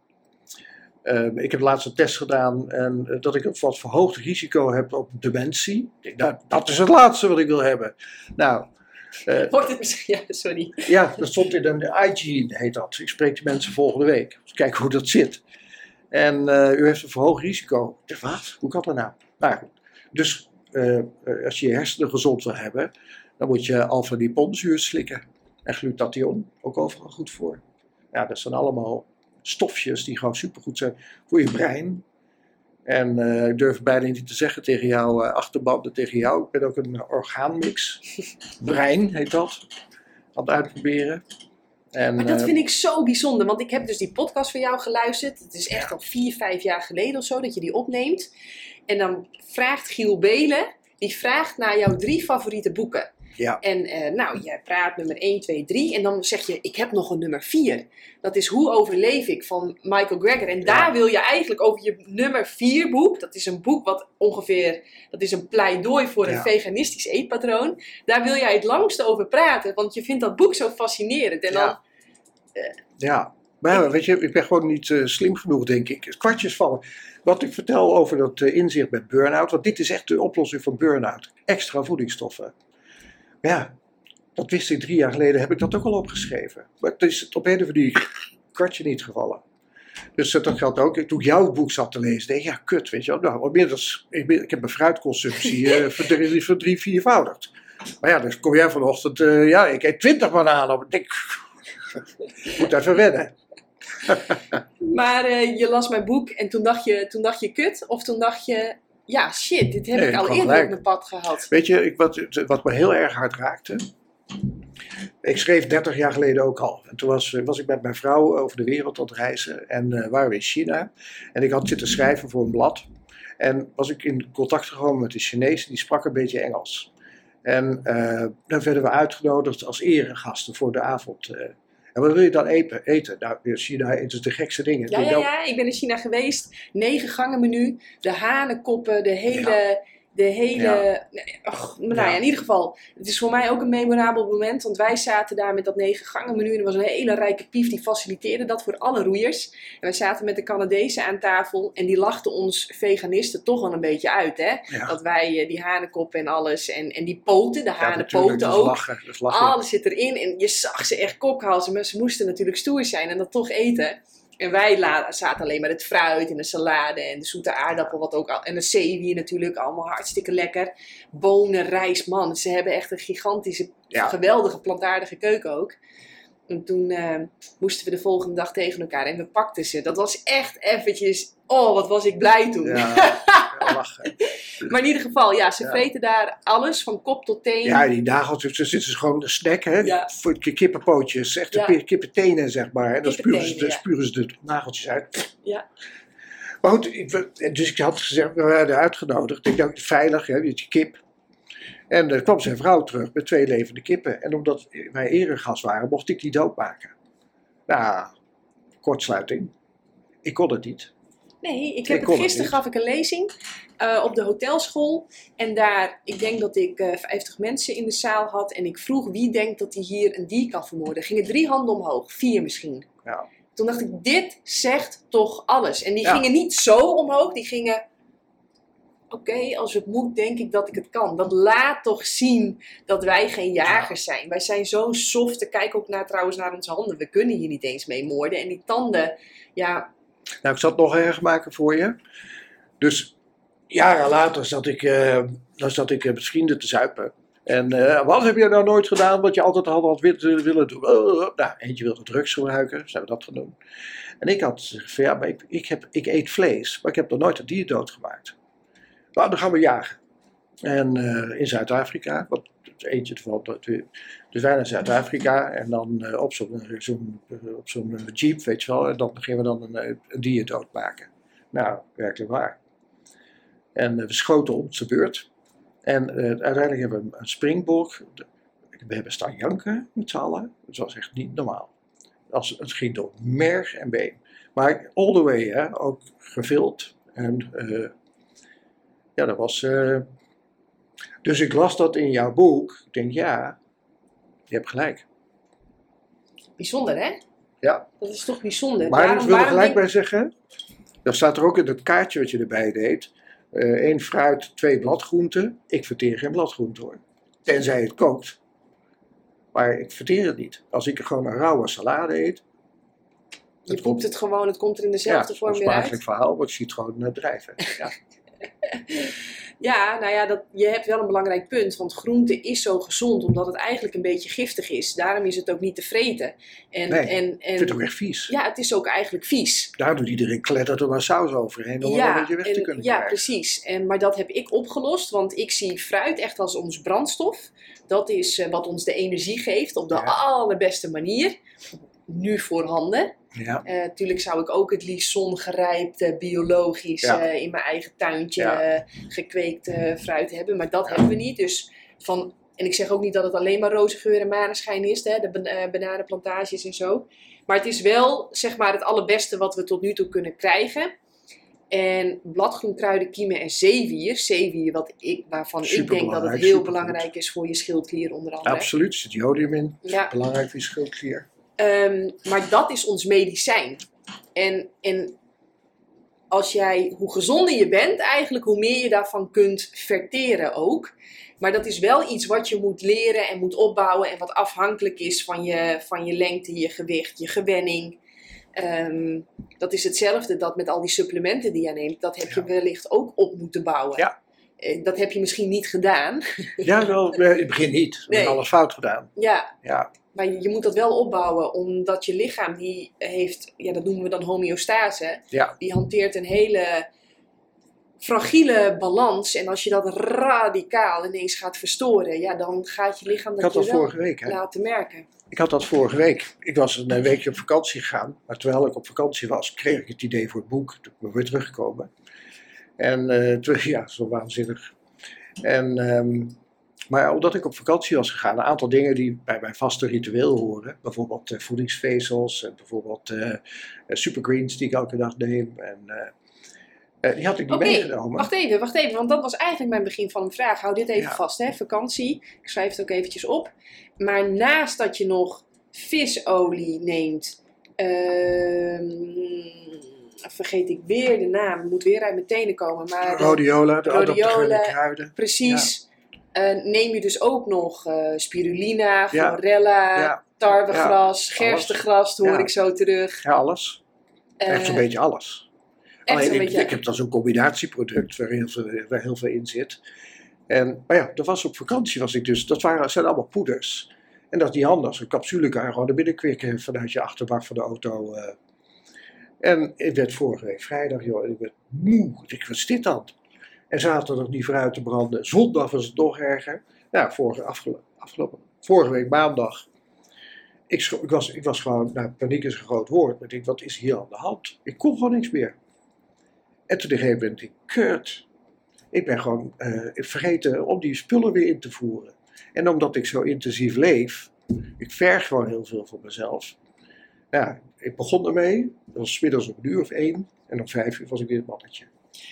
uh, ik heb laatst een test gedaan en uh, dat ik een wat verhoogd risico heb op dementie. Ik denk, nou, dat is het laatste wat ik wil hebben. Nou... Uh, Wordt het misschien... Ja, sorry. Ja, dat stond in een I G N, heet dat. Ik spreek die mensen volgende week. Dus kijken hoe dat zit. En uh, u heeft een verhoogd risico. Ik dacht, wat? Hoe kan dat nou? Nou goed. Dus uh, als je je hersenen gezond wil hebben, dan moet je alpha-liponzuur slikken. En glutathion, ook overal goed voor. Ja, dat zijn allemaal stofjes die gewoon supergoed zijn voor je brein. En uh, ik durf bijna niet te zeggen tegen jouw uh, achterbanden, tegen jou. Ik ben ook een orgaanmix. Brein heet dat. Aan het uitproberen. En, Maar dat uh, vind ik zo bijzonder, want ik heb dus die podcast van jou geluisterd. Het is echt al vier, vijf jaar geleden of zo dat je die opneemt. En dan vraagt Giel Belen, die vraagt naar jouw drie favoriete boeken. Ja. En uh, nou, jij praat nummer één, twee, drie en dan zeg je, ik heb nog een nummer vier. Dat is Hoe overleef ik van Michael Greger. En daar Ja. wil je eigenlijk over je nummer vier boek, dat is een boek wat ongeveer, dat is een pleidooi voor een Ja. veganistisch eetpatroon. Daar wil jij het langste over praten, want je vindt dat boek zo fascinerend. En dan, Ja. Ja, maar weet je, ik ben gewoon niet uh, slim genoeg, denk ik. Kwartjes vallen. Wat ik vertel over dat uh, inzicht met burn-out, want dit is echt de oplossing van burn-out. Extra voedingsstoffen. Maar ja, dat wist ik drie jaar geleden, heb ik dat ook al opgeschreven. Maar het is op een of andere kwartje niet gevallen. Dus uh, dat geldt ook. Toen ik jouw boek zat te lezen, denk ik, ja, kut, weet je wel. Nou, inmiddels, ik, ben, ik heb mijn fruitconsumptie uh, verdrie, verdrie, viervoudigd. Maar ja, dus kom jij vanochtend, uh, ja, ik eet twintig bananen. Ik denk, moet even wennen. maar uh, je las mijn boek en toen dacht je, toen dacht je kut, of toen dacht je, ja shit, dit heb Nee, ik al gewoon eerder gelijk. op mijn pad gehad. Weet je, ik, wat, wat me heel erg hard raakte. Ik schreef dertig jaar geleden ook al. En toen was, was ik met mijn vrouw over de wereld aan het reizen. En uh, waren we in China. En ik had zitten schrijven voor een blad. En was ik in contact gekomen met de Chinezen. Die sprak een beetje Engels. En uh, dan werden we uitgenodigd als eregasten voor de avond. Uh, en wat wil je dan eten? eten? Nou, in China eten ze de gekste dingen. Ja, ja, ja, ik ben in China geweest. Negen gangen menu. De hanenkoppen, de hele... Ja. De hele... Ja. Nee, och, nou ja. Ja. in ieder geval. Het is voor mij ook een memorabel moment. Want wij zaten daar met dat negen gangen menu. En er was een hele rijke pief die faciliteerde dat voor alle roeiers. En wij zaten met de Canadezen aan tafel. En die lachten ons veganisten toch wel een beetje uit. Hè? Ja. Dat wij die hanenkoppen en alles. En, en die poten, de Ja, hanenpoten natuurlijk, dat is ook. lachen, dat is lachen. Alles zit erin. En je zag ze echt kokhalzen. Maar ze moesten natuurlijk stoer zijn en dat toch eten. En wij la- zaten alleen maar het fruit en de salade en de zoete aardappel. Wat ook al, en de zeewier natuurlijk. Allemaal hartstikke lekker. Bonen, rijst, man. Ze hebben echt een gigantische, Ja. geweldige plantaardige keuken ook. En toen uh, moesten we de volgende dag tegen elkaar. En we pakten ze. Dat was echt eventjes... Oh, wat was ik blij toen. Ja, ja, lachen. Maar in ieder geval, ja, ze Ja. vreten daar alles. Van kop tot teen. Ja, die nagels, ze zitten ze gewoon een snack, hè? Ja. Voor ki- kippenpootjes, echte Ja. pi- kippentenen, zeg maar. En dan spuren ze, de, Kippentenen, ja. spuren ze de nageltjes uit. Ja. Maar goed, ik, dus ik had gezegd, we werden uitgenodigd. Ik dacht, veilig, hè, met je kip. En er kwam zijn vrouw terug met twee levende kippen. En omdat wij eregast waren, mocht ik die doodmaken. Nou, kortsluiting. Ik kon het niet. Nee, ik Ik heb het kon het gisteren niet. gaf ik een lezing uh, op de hotelschool. En daar, ik denk dat ik uh, vijftig mensen in de zaal had. En ik vroeg wie denkt dat hij hier een dier kan vermoorden. Er gingen drie handen omhoog, vier misschien. Ja. Toen dacht ik, dit zegt toch alles. En die Ja. gingen niet zo omhoog, die gingen... Oké, okay, als het moet, denk ik dat ik het kan. Dat laat toch zien dat wij geen jagers zijn. Wij zijn zo soft. Kijk ook naar, trouwens naar onze handen. We kunnen hier niet eens mee moorden. En die tanden, ja... Nou, ik zal het nog erg maken voor je. Dus jaren later zat ik, uh, dan zat ik uh, met vrienden te zuipen. En uh, wat heb je nou nooit gedaan wat je altijd al had willen doen? Uh, nou, eentje wilde drugs gebruiken, zijn we dat gaan doen. En ik had gezegd van ja, maar ik, ik, heb, ik eet vlees, maar ik heb nog nooit een dier doodgemaakt. Nou, dan gaan we jagen. En uh, in Zuid-Afrika, wat eentje ervan, dus wij naar Zuid-Afrika en dan uh, op zo'n zo'n op zo'n jeep, weet je wel, en dan gingen we dan een, een dier doodmaken. Nou, werkelijk waar. En uh, we schoten om zijn beurt. En uh, uiteindelijk hebben we een springbok. We hebben staan janken met z'n allen. Dat was echt niet normaal. Als, het ging door merg en been. Maar all the way, hè, ook gevild. En uh, ja, dat was... Uh, dus ik las dat in jouw boek. Ik denk, ja, je hebt gelijk. Bijzonder, hè? Ja. Dat is toch bijzonder. Maar Daarom, ik wil er gelijk denk... bij zeggen. Dan staat er ook in het kaartje wat je erbij deed. Uh, één fruit, twee bladgroenten. Ik verteer geen bladgroenten hoor. Tenzij het kookt. Maar ik verteer het niet. Als ik gewoon een rauwe salade eet. Je poept komt... het gewoon, het komt er in dezelfde ja, vorm weer uit. Ja, dat is een smakelijk verhaal, want je ziet gewoon uh, drijven. Ja. Ja, nou ja, dat, je hebt wel een belangrijk punt. Want groente is zo gezond omdat het eigenlijk een beetje giftig is. Daarom is het ook niet te vreten. En, nee, en, en, ik vind het ook echt vies. Ja, het is ook eigenlijk vies. Daar doet iedereen klettert er maar saus overheen om ja, het een beetje weg en, te kunnen ja, krijgen. precies. En, maar dat heb ik opgelost, want ik zie fruit echt als ons brandstof. Dat is uh, wat ons de energie geeft op de ja. allerbeste manier. Nu voorhanden. Ja. Uh, tuurlijk zou ik ook het liefst zongerijpt, uh, biologisch, ja. uh, in mijn eigen tuintje ja. uh, gekweekt uh, fruit hebben. Maar dat ja. hebben we niet. Dus van, en ik zeg ook niet dat het alleen maar roze geur en maneschijn is. Hè, de ban- uh, bananenplantages en zo. Maar het is wel zeg maar het allerbeste wat we tot nu toe kunnen krijgen. En bladgroenkruiden, kiemen en zeewier. Zeewier wat ik, waarvan ik denk dat het heel belangrijk is voor je schildklier onder andere. Absoluut, er zit jodium in. Ja. Belangrijk voor je schildklier. Um, maar dat is ons medicijn. En, en als jij, hoe gezonder je bent eigenlijk, hoe meer je daarvan kunt verteren ook. Maar dat is wel iets wat je moet leren en moet opbouwen en wat afhankelijk is van je, van je lengte, je gewicht, je gewenning. Um, dat is hetzelfde dat met al die supplementen die je neemt, dat heb je ja. wellicht ook op moeten bouwen. Ja. Dat heb je misschien niet gedaan. Ja, wel, in het begin niet. We nee. hebben alles fout gedaan. Ja. ja. Maar je moet dat wel opbouwen, omdat je lichaam die heeft, ja, dat noemen we dan homeostase. Ja. Die hanteert een hele fragiele balans. En als je dat radicaal ineens gaat verstoren, ja, dan gaat je lichaam dat, ik had je dat wel vorige week, hè? laten merken. Ik had dat vorige week. Ik was een weekje op vakantie gegaan. Maar terwijl ik op vakantie was, kreeg ik het idee voor het boek. Toen ben ik weer teruggekomen. En uh, toen, ja, zo waanzinnig. En... Um, Maar omdat ik op vakantie was gegaan, een aantal dingen die bij mijn vaste ritueel horen. Bijvoorbeeld uh, voedingsvezels en bijvoorbeeld uh, uh, supergreens die ik elke dag neem. En, uh, uh, die had ik niet okay, meegenomen. Wacht even, wacht even, want dat was eigenlijk mijn begin van een vraag. Hou dit even ja. vast, hè, vakantie. Ik schrijf het ook eventjes op. Maar naast dat je nog visolie neemt, uh, vergeet ik weer de naam, moet weer uit mijn tenen komen. Maar rhodiola, de rhodiola, kruiden. Precies. Ja. Uh, neem je dus ook nog uh, spirulina, ja. chlorella, ja. tarwegras, ja. gerstengras, hoor ja. ik zo terug. Ja, alles. Uh, echt zo'n beetje alles. Echt Alleen, ik, beetje... ik heb dan zo'n combinatieproduct waar heel, veel, waar heel veel in zit. En, maar ja, dat was op vakantie was ik dus, dat waren, zijn allemaal poeders. En dat die handen, zo'n capsule kan je gewoon naar binnen kwikken vanuit je achterbak van de auto. Uh. En ik werd vorige week vrijdag, joh, en ik werd moe. Ik dacht, wat is dit dan? En zaterdag niet vooruit te branden. Zondag was het nog erger. Ja, vorige, afgelopen, afgelopen, vorige week maandag. Ik, ik, was, ik was gewoon, nou, paniek is een groot woord. Maar ik denk, wat is hier aan de hand? Ik kon gewoon niks meer. En toen op een gegeven moment, ik Kurt, Ik ben gewoon uh, vergeten om die spullen weer in te voeren. En omdat ik zo intensief leef, ik verg gewoon heel veel voor mezelf. Ja, ik begon ermee, dat was 's middags om een uur of één. En om vijf uur was ik weer het mannetje.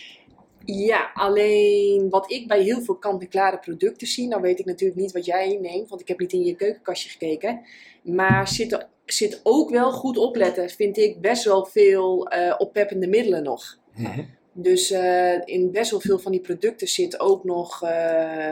Ja, alleen wat ik bij heel veel kant-en-klare producten zie, nou weet ik natuurlijk niet wat jij neemt, want ik heb niet in je keukenkastje gekeken. Maar zit, zit ook wel goed opletten, vind ik, best wel veel uh, oppeppende middelen nog. Mm-hmm. Dus uh, in best wel veel van die producten zit ook nog uh,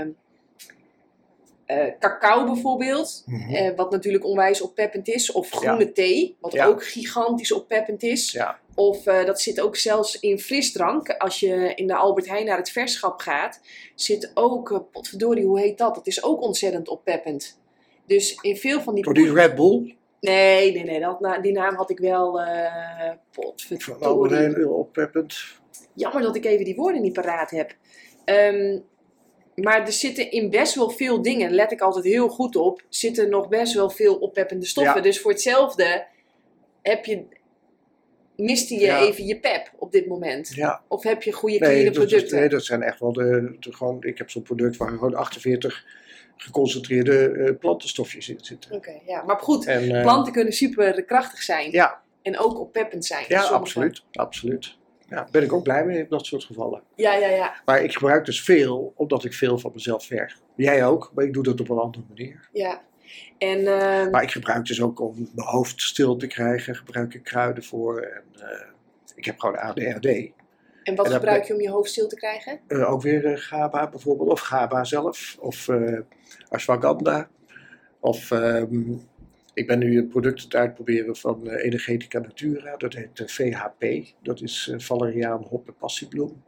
uh, cacao bijvoorbeeld, Mm-hmm. uh, wat natuurlijk onwijs oppeppend is. Of groene ja. thee, wat ja. ook gigantisch oppeppend is. Ja. Of uh, dat zit ook zelfs in frisdrank. Als je in de Albert Heijn naar het verschap gaat, zit ook, uh, potverdorie, hoe heet dat? Dat is ook ontzettend oppeppend. Dus in veel van die... Door die Red Bull? Nee, nee, nee. Dat, die naam had ik wel... Uh, potverdorie. Van Albert Heijn heel oppeppend. Jammer dat ik even die woorden niet paraat heb. Um, maar er zitten in best wel veel dingen, let ik altijd heel goed op, zitten nog best wel veel oppeppende stoffen. Ja. Dus voor hetzelfde heb je... miste je ja. even je pep op dit moment? Ja. Of heb je goede nee, clean producten? Dat, nee, dat zijn echt wel de, de gewoon, ik heb zo'n product waar gewoon achtenveertig geconcentreerde uh, plantenstofjes in zitten. Oké, okay, ja. Maar goed, en, uh, planten kunnen super krachtig zijn. Ja. En ook oppeppend zijn. Ja, absoluut. absoluut. Ja, daar ben ik ook blij mee in dat soort gevallen. Ja, ja, ja. Maar ik gebruik dus veel, omdat ik veel van mezelf verg. Jij ook, maar ik doe dat op een andere manier. Ja. En, uh, maar ik gebruik dus ook om mijn hoofd stil te krijgen, gebruik ik kruiden voor. En, uh, ik heb gewoon A D H D. En wat en gebruik je om je hoofd stil te krijgen? Uh, ook weer uh, GABA bijvoorbeeld, of GABA zelf, of uh, ashwagandha. Of um, ik ben nu een product aan het uitproberen van uh, Energetica Natura, dat heet uh, V H P. Dat is uh, valeriaan, hop en passiebloem.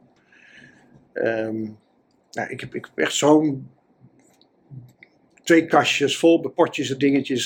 Um, nou, ik, heb, ik heb echt zo'n... Twee kastjes vol met potjes en dingetjes.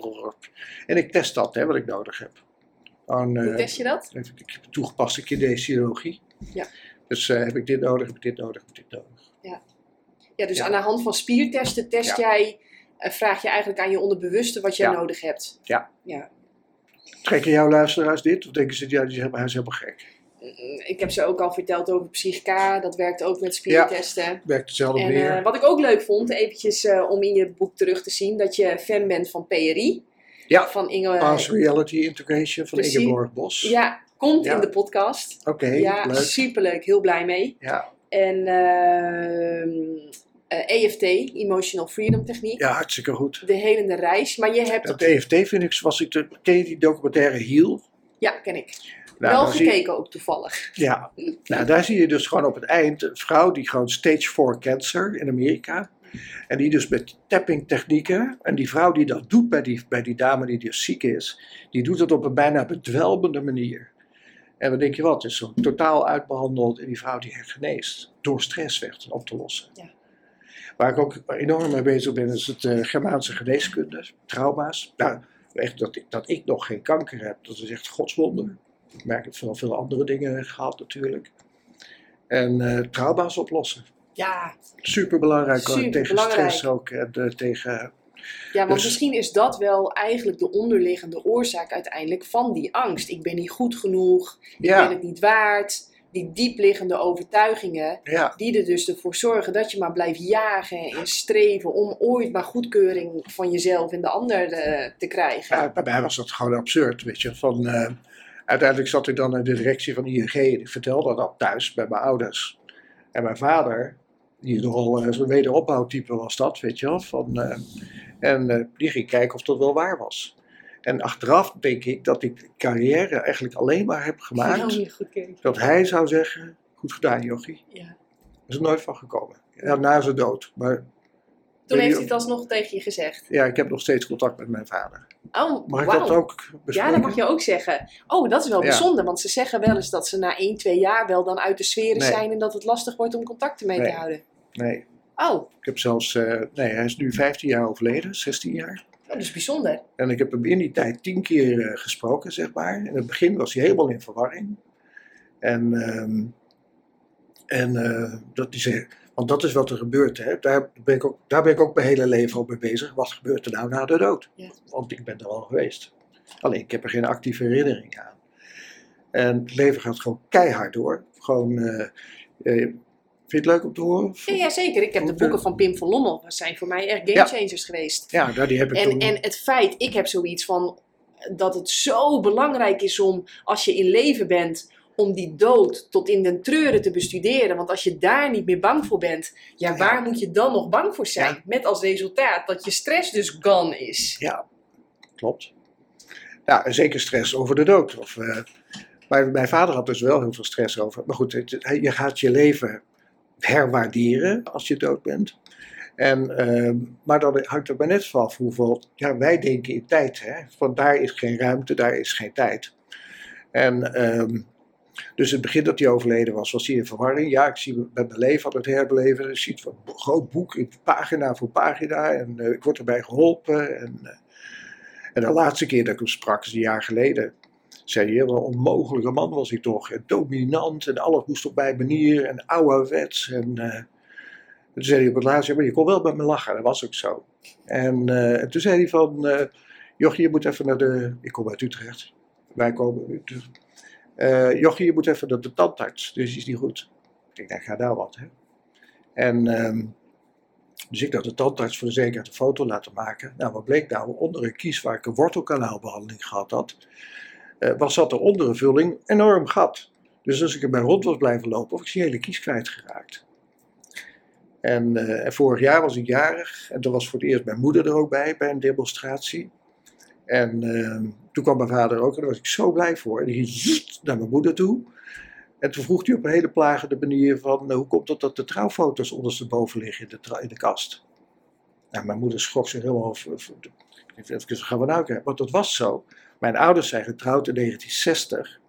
En ik test dat, hè, wat ik nodig heb. Dan, Hoe uh, test je dat? Ik heb toegepaste kinesiologie. Ja. Dus uh, heb ik dit nodig, heb ik dit nodig, heb ik dit nodig. Ja, ja dus ja. aan de hand van spiertesten test ja. jij, uh, vraag je eigenlijk aan je onderbewuste wat jij ja. nodig hebt. Ja. ja. Trekken jouw luisteraars dit? Of denken ze, ja, die is helemaal, hij is helemaal gek? Ik heb ze ook al verteld over Psychica, dat werkt ook met spiertesten. Ja, werkt hetzelfde en, meer. Uh, wat ik ook leuk vond, eventjes uh, om in je boek terug te zien, dat je fan bent van P R I. Ja, van Inge, Past Reality Integration van precies. Ingeborg Bos. Ja, komt ja. in de podcast. Oké, okay, ja, leuk. Superleuk, heel blij mee. Ja. En uh, uh, E F T, Emotional Freedom Techniek. Ja, hartstikke goed. De helende reis, maar je hebt... Het E F T vind ik, was ik de, ken je die documentaire Heal? Ja, ken ik. Nou, wel gekeken je, ook toevallig. Ja, nou, daar zie je dus gewoon op het eind een vrouw die gewoon stage four cancer in Amerika. En die dus met tapping technieken, en die vrouw die dat doet bij die, bij die dame die dus ziek is, die doet het op een bijna bedwelmende manier. En dan denk je wat, is zo totaal uitbehandeld en die vrouw die hergeneest door stress weg op te lossen. Ja. Waar ik ook enorm mee bezig ben is het uh, Germaanse geneeskunde, trauma's. Nou, echt dat ik, dat ik nog geen kanker heb, dat is echt godswonder. Ik merk het van veel andere dingen gehad natuurlijk. En uh, trauma's oplossen. Ja. Super belangrijk Super tegen belangrijk. stress ook. En uh, tegen, ja, want dus, misschien is dat wel eigenlijk de onderliggende oorzaak uiteindelijk van die angst. Ik ben niet goed genoeg, ik ja. ben het niet waard. Die diepliggende overtuigingen, ja. die er dus ervoor zorgen dat je maar blijft jagen en streven om ooit maar goedkeuring van jezelf en de ander uh, te krijgen. Ja, bij mij was dat gewoon absurd, weet je. Van, uh, uiteindelijk zat ik dan in de directie van I N G en ik vertelde dat thuis bij mijn ouders. En mijn vader, die nogal uh, zo'n wederopbouwtype was dat, weet je wel. Van, uh, en uh, die ging kijken of dat wel waar was. En achteraf denk ik dat ik de carrière eigenlijk alleen maar heb gemaakt. Ja, goed dat hij zou zeggen, goed gedaan jochie. Ja. Er is er nooit van gekomen. Ja, na zijn dood. Maar toen heeft hij het alsnog tegen je gezegd. Ja, ik heb nog steeds contact met mijn vader. Oh, mag ik wow. dat ook bespreken? Ja, dat mag je ook zeggen. Oh, dat is wel ja. bijzonder. Want ze zeggen wel eens dat ze na één, twee jaar wel dan uit de sferen nee. zijn. En dat het lastig wordt om contacten mee nee. te houden. Nee. Oh. Ik heb zelfs, uh, nee, hij is nu vijftien jaar overleden, zestien jaar. Oh, dat is bijzonder. En ik heb hem in die tijd tien keer uh, gesproken, zeg maar. In het begin was hij helemaal in verwarring. En, um, en uh, dat die zei, want dat is wat er gebeurt. Hè. Daar, ben ik ook, daar ben ik ook mijn hele leven op mee bezig. Wat gebeurt er nou na de dood? Ja. Want ik ben er al geweest. Alleen ik heb er geen actieve herinnering aan. En het leven gaat gewoon keihard door. Gewoon, uh, uh, Vind je het leuk om te horen? Ja, ja, zeker. Ik heb de Goed, boeken uh, van Pim van Lommel. Dat zijn voor mij echt Ja. gamechangers geweest. Ja, nou, die heb ik En, toen... en het feit, ik heb zoiets van dat het zo belangrijk is om, als je in leven bent, om die dood tot in den treuren te bestuderen. Want als je daar niet meer bang voor bent, ja, Ja. waar moet je dan nog bang voor zijn? Ja. Met als resultaat dat je stress dus gone is. Ja, klopt. Ja, en zeker stress over de dood. Of, uh, maar mijn vader had dus wel heel veel stress over. Maar goed, het, het, je gaat je leven herwaarderen als je dood bent. En, uh, maar dan hangt er maar net vanaf hoeveel... Ja, wij denken in tijd. Hè? Van daar is geen ruimte, daar is geen tijd. En... Um, Dus het begin dat hij overleden was, was hij in verwarring. Ja, ik zie met mijn leven aan het herbeleven. Ik zie het van een groot boek, pagina voor pagina. En uh, ik word erbij geholpen. En, uh, en de laatste keer dat ik hem sprak, is een jaar geleden. Zei hij, wat een onmogelijke man was hij toch. En dominant en alles moest op mijn manier. En ouderwets. En uh, toen zei hij op het laatste, maar je kon wel met me lachen. Dat was ook zo. En, uh, en toen zei hij van, uh, Jochie, je moet even naar de... Ik kom uit Utrecht. Wij komen uit Utrecht. Uh, Jochie, je moet even naar de tandarts, dus die is niet goed. Ik denk, nou, ga daar wat, hè. En, um, dus ik had de tandarts voor de zekerheid een foto laten maken. Nou, wat bleek nou? Onder een kies waar ik een wortelkanaalbehandeling gehad had, uh, was zat er onder een vulling enorm gat. Dus als ik erbij rond was blijven lopen, was ik die hele kies kwijtgeraakt. En, uh, en vorig jaar was ik jarig, en toen was voor het eerst mijn moeder er ook bij, bij een demonstratie. En uh, toen kwam mijn vader ook en daar was ik zo blij voor. En die ging naar mijn moeder toe. En toen vroeg hij op een hele plagende manier van... Uh, hoe komt het dat de trouwfoto's ondersteboven liggen in de, in de kast? Nou, mijn moeder schrok zich helemaal... Even gaan we nou kijken. Want dat was zo. Mijn ouders zijn getrouwd in negentien zestig.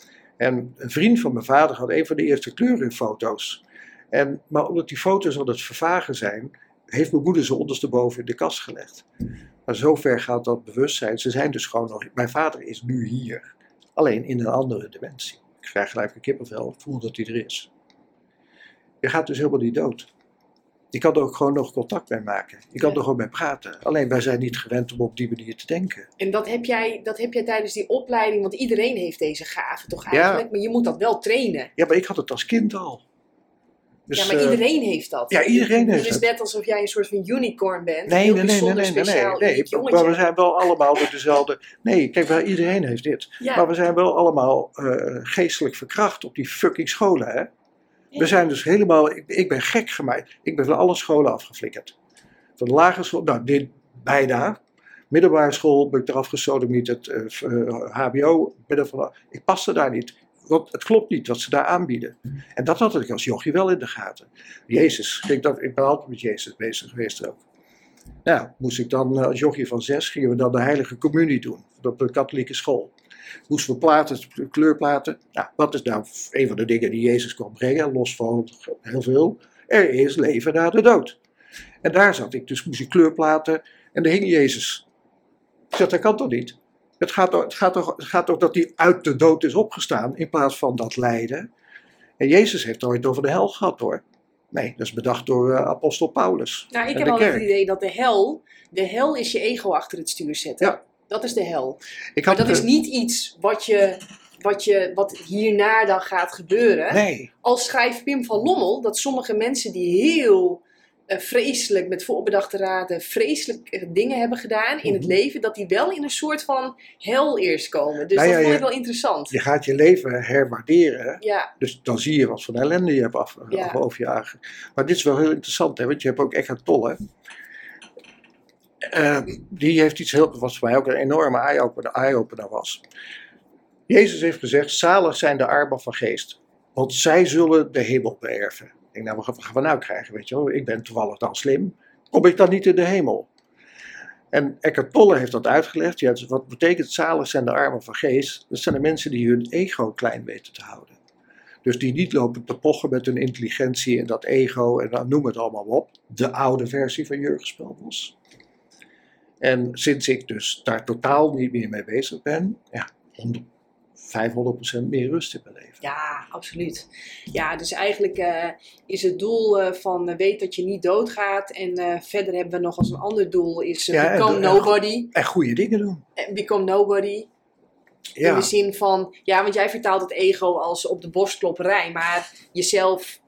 En een vriend van mijn vader had een van de eerste kleurenfoto's. En, maar omdat die foto's aan het vervagen zijn... heeft mijn moeder ze ondersteboven in de kast gelegd. Maar zover gaat dat bewustzijn. Ze zijn dus gewoon nog... Mijn vader is nu hier. Alleen in een andere dimensie. Ik krijg gelijk een kippenvel. Ik voel dat hij er is. Je gaat dus helemaal niet dood. Je kan er ook gewoon nog contact mee maken. Je kan Ja. er gewoon mee praten. Alleen wij zijn niet gewend om op die manier te denken. En dat heb jij, dat heb jij tijdens die opleiding, want iedereen heeft deze gave toch eigenlijk? Ja. Maar je moet dat wel trainen. Ja, maar ik had het als kind al. Dus, ja, maar uh, iedereen heeft dat. ja, iedereen heeft het. Het is net alsof jij een soort van unicorn bent. Nee, heel nee, nee, nee, bijzonder, nee, nee, speciaal, nee, uniek nee. jongetje. Maar we zijn wel allemaal door dezelfde... Nee, kijk, wel, iedereen heeft dit. Ja. Maar we zijn wel allemaal uh, geestelijk verkracht op die fucking scholen, hè. Ja. We zijn dus helemaal... Ik, ik ben gek gemaakt. Ik ben van alle scholen afgeflikkerd. Van de lagere school... Nou, dit bijna. Middelbare school ben ik eraf gesodemieterd. Uh, uh, H B O. Ben er van, ik paste daar niet. Want het klopt niet wat ze daar aanbieden. En dat had ik als jochie wel in de gaten. Jezus, ik, dat, ik ben altijd met Jezus bezig geweest ook. Nou, moest ik dan als jochie van zes, gingen we dan de heilige communie doen. Op de katholieke school. Moesten we platen, kleurplaten. Nou, wat is nou een van de dingen die Jezus kon brengen, los van heel veel. Er is leven na de dood. En daar zat ik, dus moest ik kleurplaten en daar hing Jezus. Ik zeg, dat kan toch niet? Het gaat, toch, het, gaat toch, het gaat toch dat hij uit de dood is opgestaan in plaats van dat lijden. En Jezus heeft nooit over de hel gehad hoor. Nee, dat is bedacht door uh, apostel Paulus. Nou, ik en heb de altijd kerk. het idee dat de hel, de hel is je ego achter het stuur zetten. Ja. Dat is de hel. Ik Maar had, dat is uh, niet iets wat, je, wat, je, wat hierna dan gaat gebeuren. Nee, Al schrijft Pim van Lommel dat sommige mensen die heel uh, vreselijk, met voorbedachte raden, vreselijke dingen hebben gedaan in het Mhm. leven, dat die wel in een soort van hel eerst komen. Dus Nou dat ja, vond ik ja. wel interessant. je gaat je leven herwaarderen. Ja, Dus dan zie je wat voor ellende je hebt af, Ja. over je aange... Maar dit is wel heel interessant, hè? Want je hebt ook Eckhart Tolle. Uh, die heeft iets heel, wat voor mij ook een enorme eye-opener, eye-opener was. Jezus heeft gezegd, zalig zijn de armen van geest, want zij zullen de hemel beërven. Ik denk, nou, wat gaan we nou krijgen, weet je wel? Ik ben toevallig dan slim, kom ik dan niet in de hemel? En Eckhart Tolle heeft dat uitgelegd. Ja, dus wat betekent zalig zijn de armen van geest? Dat zijn de mensen die hun ego klein weten te houden. Dus die niet lopen te pochen met hun intelligentie en dat ego en dan noem het allemaal op. De oude versie van Jurgen Spelbos. En sinds ik dus daar totaal niet meer mee bezig ben, ja, honderd, vijfhonderd procent meer rust in mijn leven. ja, absoluut. Ja, dus eigenlijk uh, is het doel uh, van uh, weet dat je niet doodgaat. En uh, verder hebben we nog als een ander doel is uh, Ja, en become de- en nobody. En goede dingen doen. Uh, become nobody. In Ja, de zin van, ja, want jij vertaalt het ego als op de borstklopperij, maar jezelf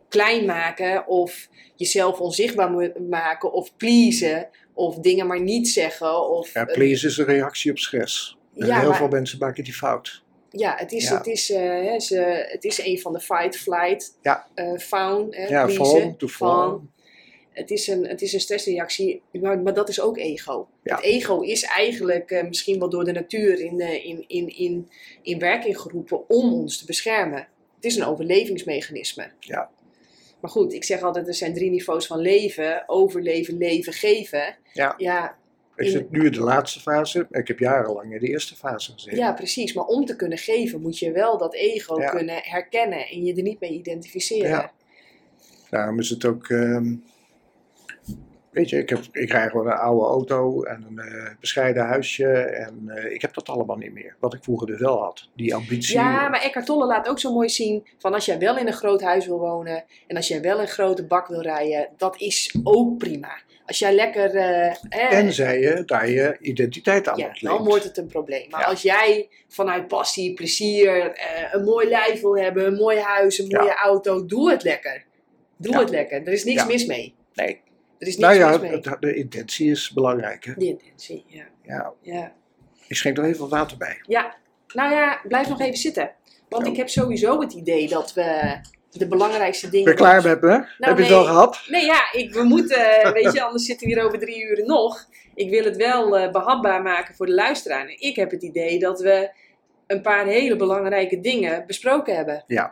klein maken of jezelf onzichtbaar mo- maken of pleasen of dingen maar niet zeggen. Of, Ja, please is een reactie op stress. En Ja, heel maar- veel mensen maken die fout. Ja, het is, Ja. Het, is, eh, hè, ze, het is een van de fight-flight Ja. eh faun. hè, Ja, pleasen, fawn to fawn. fawn. Het is een, het is een stressreactie, maar, maar dat is ook ego. Ja. Het ego is eigenlijk eh, misschien wel door de natuur in, eh, in, in, in, in werking geroepen om ons te beschermen. Het is een overlevingsmechanisme. Ja. Maar goed, ik zeg altijd, er zijn drie niveaus van leven. Overleven, leven, geven. Ja. Ja, Ik in- zit nu in de laatste fase. Ik heb jarenlang in de eerste fase gezeten. ja, precies. Maar om te kunnen geven moet je wel dat ego Ja. kunnen herkennen en je er niet mee identificeren. Ja. Daarom is het ook... ehm, weet je, ik, heb, ik rij gewoon een oude auto en een eh, bescheiden huisje. En eh, ik heb dat allemaal niet meer. Wat ik vroeger dus wel had. Die ambitie. Ja, maar Eckhart Tolle laat ook zo mooi zien van als jij wel in een groot huis wil wonen en als jij wel een grote bak wil rijden, dat is ook prima. Als jij lekker... eh, eh, Tenzij je daar je identiteit aan ja, ontleent. dan wordt het een probleem. Maar Ja. als jij vanuit passie, plezier, eh, een mooi lijf wil hebben, een mooi huis, een mooie Ja. auto, doe het lekker. Doe Ja. het lekker. Er is niks Ja. mis mee. Nee. Er is niks Nou ja, mis mee. het- de intentie is belangrijk. Hè? De intentie, ja. Ja. ja. Ik schenk er even wat water bij. Ja, nou ja, blijf nog even zitten. Want Zo. ik heb sowieso het idee dat we de belangrijkste dingen... Ben je klaar met me? Heb je het nee. al gehad? Nee, ja, ik, we moeten, weet je, anders zitten we hier over drie uur nog. Ik wil het wel eh, behapbaar maken voor de luisteraar. En ik heb het idee dat we een paar hele belangrijke dingen besproken hebben. Ja.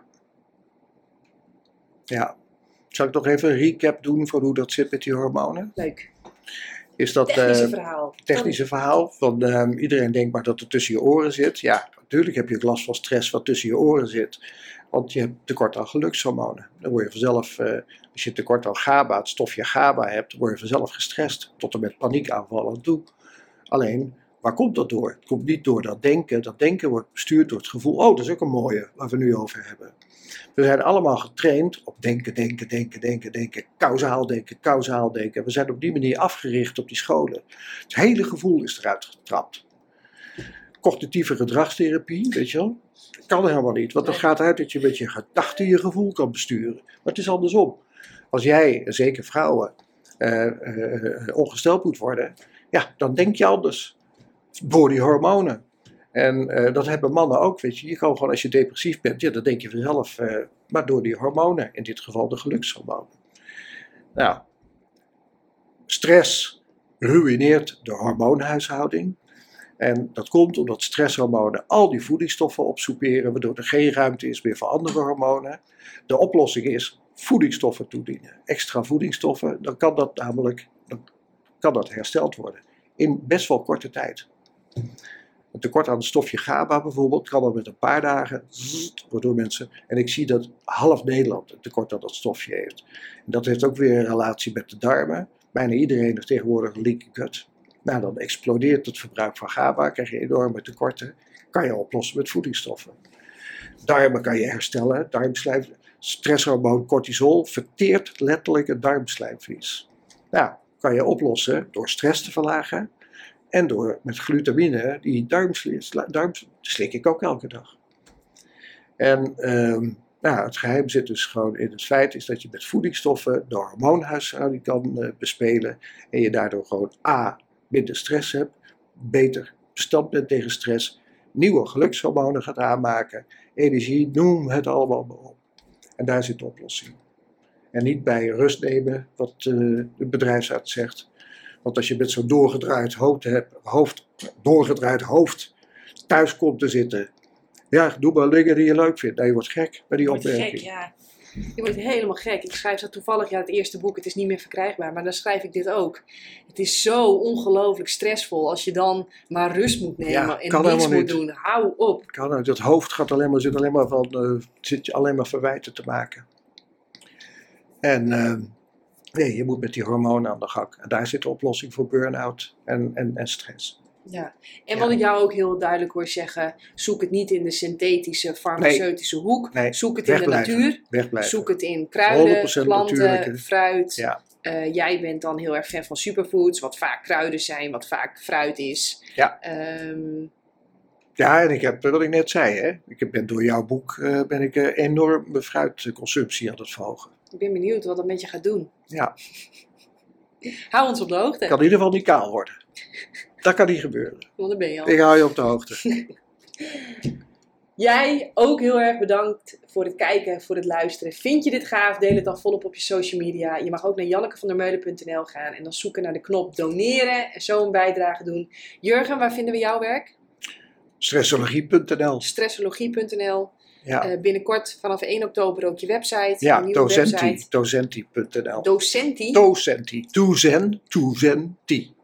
Ja. Zal ik nog even een recap doen van hoe dat zit met die hormonen? Leuk. Is dat Technische eh, verhaal. technische verhaal? Van, ehm, iedereen denkt maar dat het tussen je oren zit. Ja, natuurlijk heb je ook last van stress wat tussen je oren zit. Want je hebt tekort aan gelukshormonen. Dan word je vanzelf, eh, als je tekort aan GABA, het stofje GABA hebt, dan word je vanzelf gestrest. Tot en met paniekaanvallen toe. Alleen, waar komt dat door? Het komt niet door dat denken. Dat denken wordt bestuurd door het gevoel. Oh, dat is ook een mooie waar we nu over hebben. We zijn allemaal getraind op denken, denken, denken, denken, denken. Kausaal denken, kausaal denken. We zijn op die manier afgericht op die scholen. Het hele gevoel is eruit getrapt. Cognitieve gedragstherapie, weet je wel. Dat kan helemaal niet. Want het gaat uit dat je met je gedachten je gevoel kan besturen. Maar het is andersom. Als jij, zeker vrouwen, eh, eh, ongesteld moet worden. Ja, dan denk je anders. Door die hormonen. En eh, dat hebben mannen ook, weet je. Je kan gewoon, als je depressief bent, ja, dan denk je vanzelf, eh, maar door die hormonen, in dit geval de gelukshormonen. Nou, stress ruïneert de hormoonhuishouding. En dat komt omdat stresshormonen al die voedingsstoffen opsoeperen, waardoor er geen ruimte is meer voor andere hormonen. De oplossing is voedingsstoffen toedienen. Extra voedingsstoffen, dan kan dat namelijk dan kan dat hersteld worden. In best wel korte tijd. Een tekort aan het stofje GABA bijvoorbeeld kan dat met een paar dagen, zzzt, waardoor mensen, en ik zie dat half Nederland een tekort aan dat stofje heeft. En dat heeft ook weer een relatie met de darmen. Bijna iedereen heeft tegenwoordig een leaky gut. Nou, dan explodeert het verbruik van GABA, krijg je enorme tekorten. Kan je oplossen met voedingsstoffen. Darmen kan je herstellen, darmslijm, stresshormoon cortisol verteert letterlijk het darmslijmvlies. Nou, kan je oplossen door stress te verlagen. En door met glutamine, die darmslies, darm, slik ik ook elke dag. En ehm, nou, het geheim zit dus gewoon in het feit is dat je met voedingsstoffen de hormoonhuishouding kan uh, bespelen. En je daardoor gewoon A, minder stress hebt, beter bestand bent tegen stress, nieuwe gelukshormonen gaat aanmaken, energie, noem het allemaal maar op. En daar zit de oplossing. En niet bij rust nemen, wat uh, de bedrijfsarts zegt. Want als je met zo'n doorgedraaid hoofd hebt, hoofd, doorgedraaid hoofd thuis komt te zitten. Ja, doe maar dingen die je leuk vindt. Nee, je wordt gek bij die Je wordt opmerking. gek, ja. Je wordt helemaal gek. Ik schrijf zo toevallig, ja, het eerste boek, het is niet meer verkrijgbaar, maar dan schrijf ik dit ook. Het is zo ongelooflijk stressvol als je dan maar rust moet nemen Ja, en kan niks helemaal moet niet. doen. Hou op. Kan, nou, dat hoofd gaat alleen maar, zit alleen maar van, uh, zit je alleen maar verwijten te maken. En uh, nee, je moet met die hormonen aan de gang. En daar zit de oplossing voor burn-out en, en, en stress. Ja. En Ja. wat ik jou ook heel duidelijk hoor zeggen, zoek het niet in de synthetische farmaceutische hoek. Nee, Zoek het in de wegblijven. natuur. Wegblijven. Zoek het in honderd kruiden, procent planten, natuurlijke. fruit. Ja. Uh, jij bent dan heel erg fan van superfoods, wat vaak kruiden zijn, wat vaak fruit is. Ja. Um, Ja, en ik heb, wat ik net zei, hè, ik ben door jouw boek uh, ben ik uh, enorm mijn fruitconsumptie aan het verhogen. Ik ben benieuwd wat dat met je gaat doen. Ja, Hou ons op de hoogte. ik kan in ieder geval niet kaal worden. Dat kan niet gebeuren. Want daar ben je al. Ik hou je op de hoogte. Jij ook heel erg bedankt voor het kijken, voor het luisteren. Vind je dit gaaf? Deel het dan volop op je social media. Je mag ook naar jannekevandermeulen punt n l gaan en dan zoeken naar de knop doneren en zo een bijdrage doen. Jurgen, waar vinden we jouw werk? Stressologie punt n l. Stressologie punt n l. Ja, Uh, binnenkort vanaf één oktober ook je website. ja een nieuwe docenti. website. Docenti punt n l. Docenti. Docenti. Toezen. Toezenti.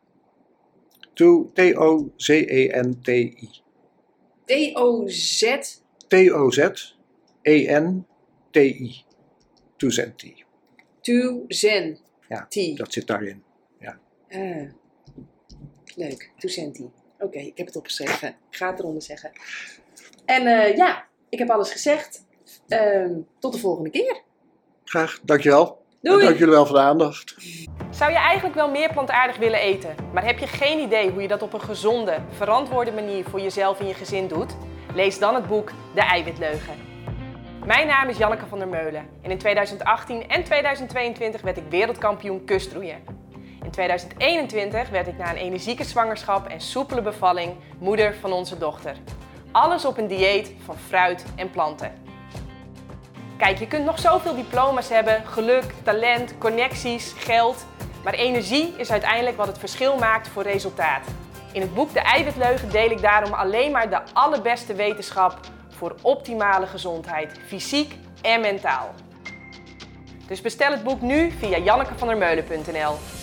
T O Z E N T I. T O Z. T O Z E N T I. Toezenti. Tuzen. Ja, T. dat zit daarin. Ah, leuk. Tucenti. Oké, okay, ik heb het opgeschreven. Ik ga het eronder zeggen. En uh, ja, ik heb alles gezegd. Uh, tot de volgende keer. Graag, dankjewel. Doei. En dank jullie wel voor de aandacht. Zou je eigenlijk wel meer plantaardig willen eten, maar heb je geen idee hoe je dat op een gezonde, verantwoorde manier voor jezelf en je gezin doet? Lees dan het boek De Eiwitleugen. Mijn naam is Janneke van der Meulen en in tweeduizend achttien en tweeduizend tweeëntwintig werd ik wereldkampioen kustroeien. In tweeduizend eenentwintig werd ik na een energieke zwangerschap en soepele bevalling moeder van onze dochter. Alles op een dieet van fruit en planten. Kijk, je kunt nog zoveel diploma's hebben, geluk, talent, connecties, geld. Maar energie is uiteindelijk wat het verschil maakt voor resultaat. In het boek De Eiwitleugen deel ik daarom alleen maar de allerbeste wetenschap voor optimale gezondheid, fysiek en mentaal. Dus bestel het boek nu via jannekevandermeulen punt n l.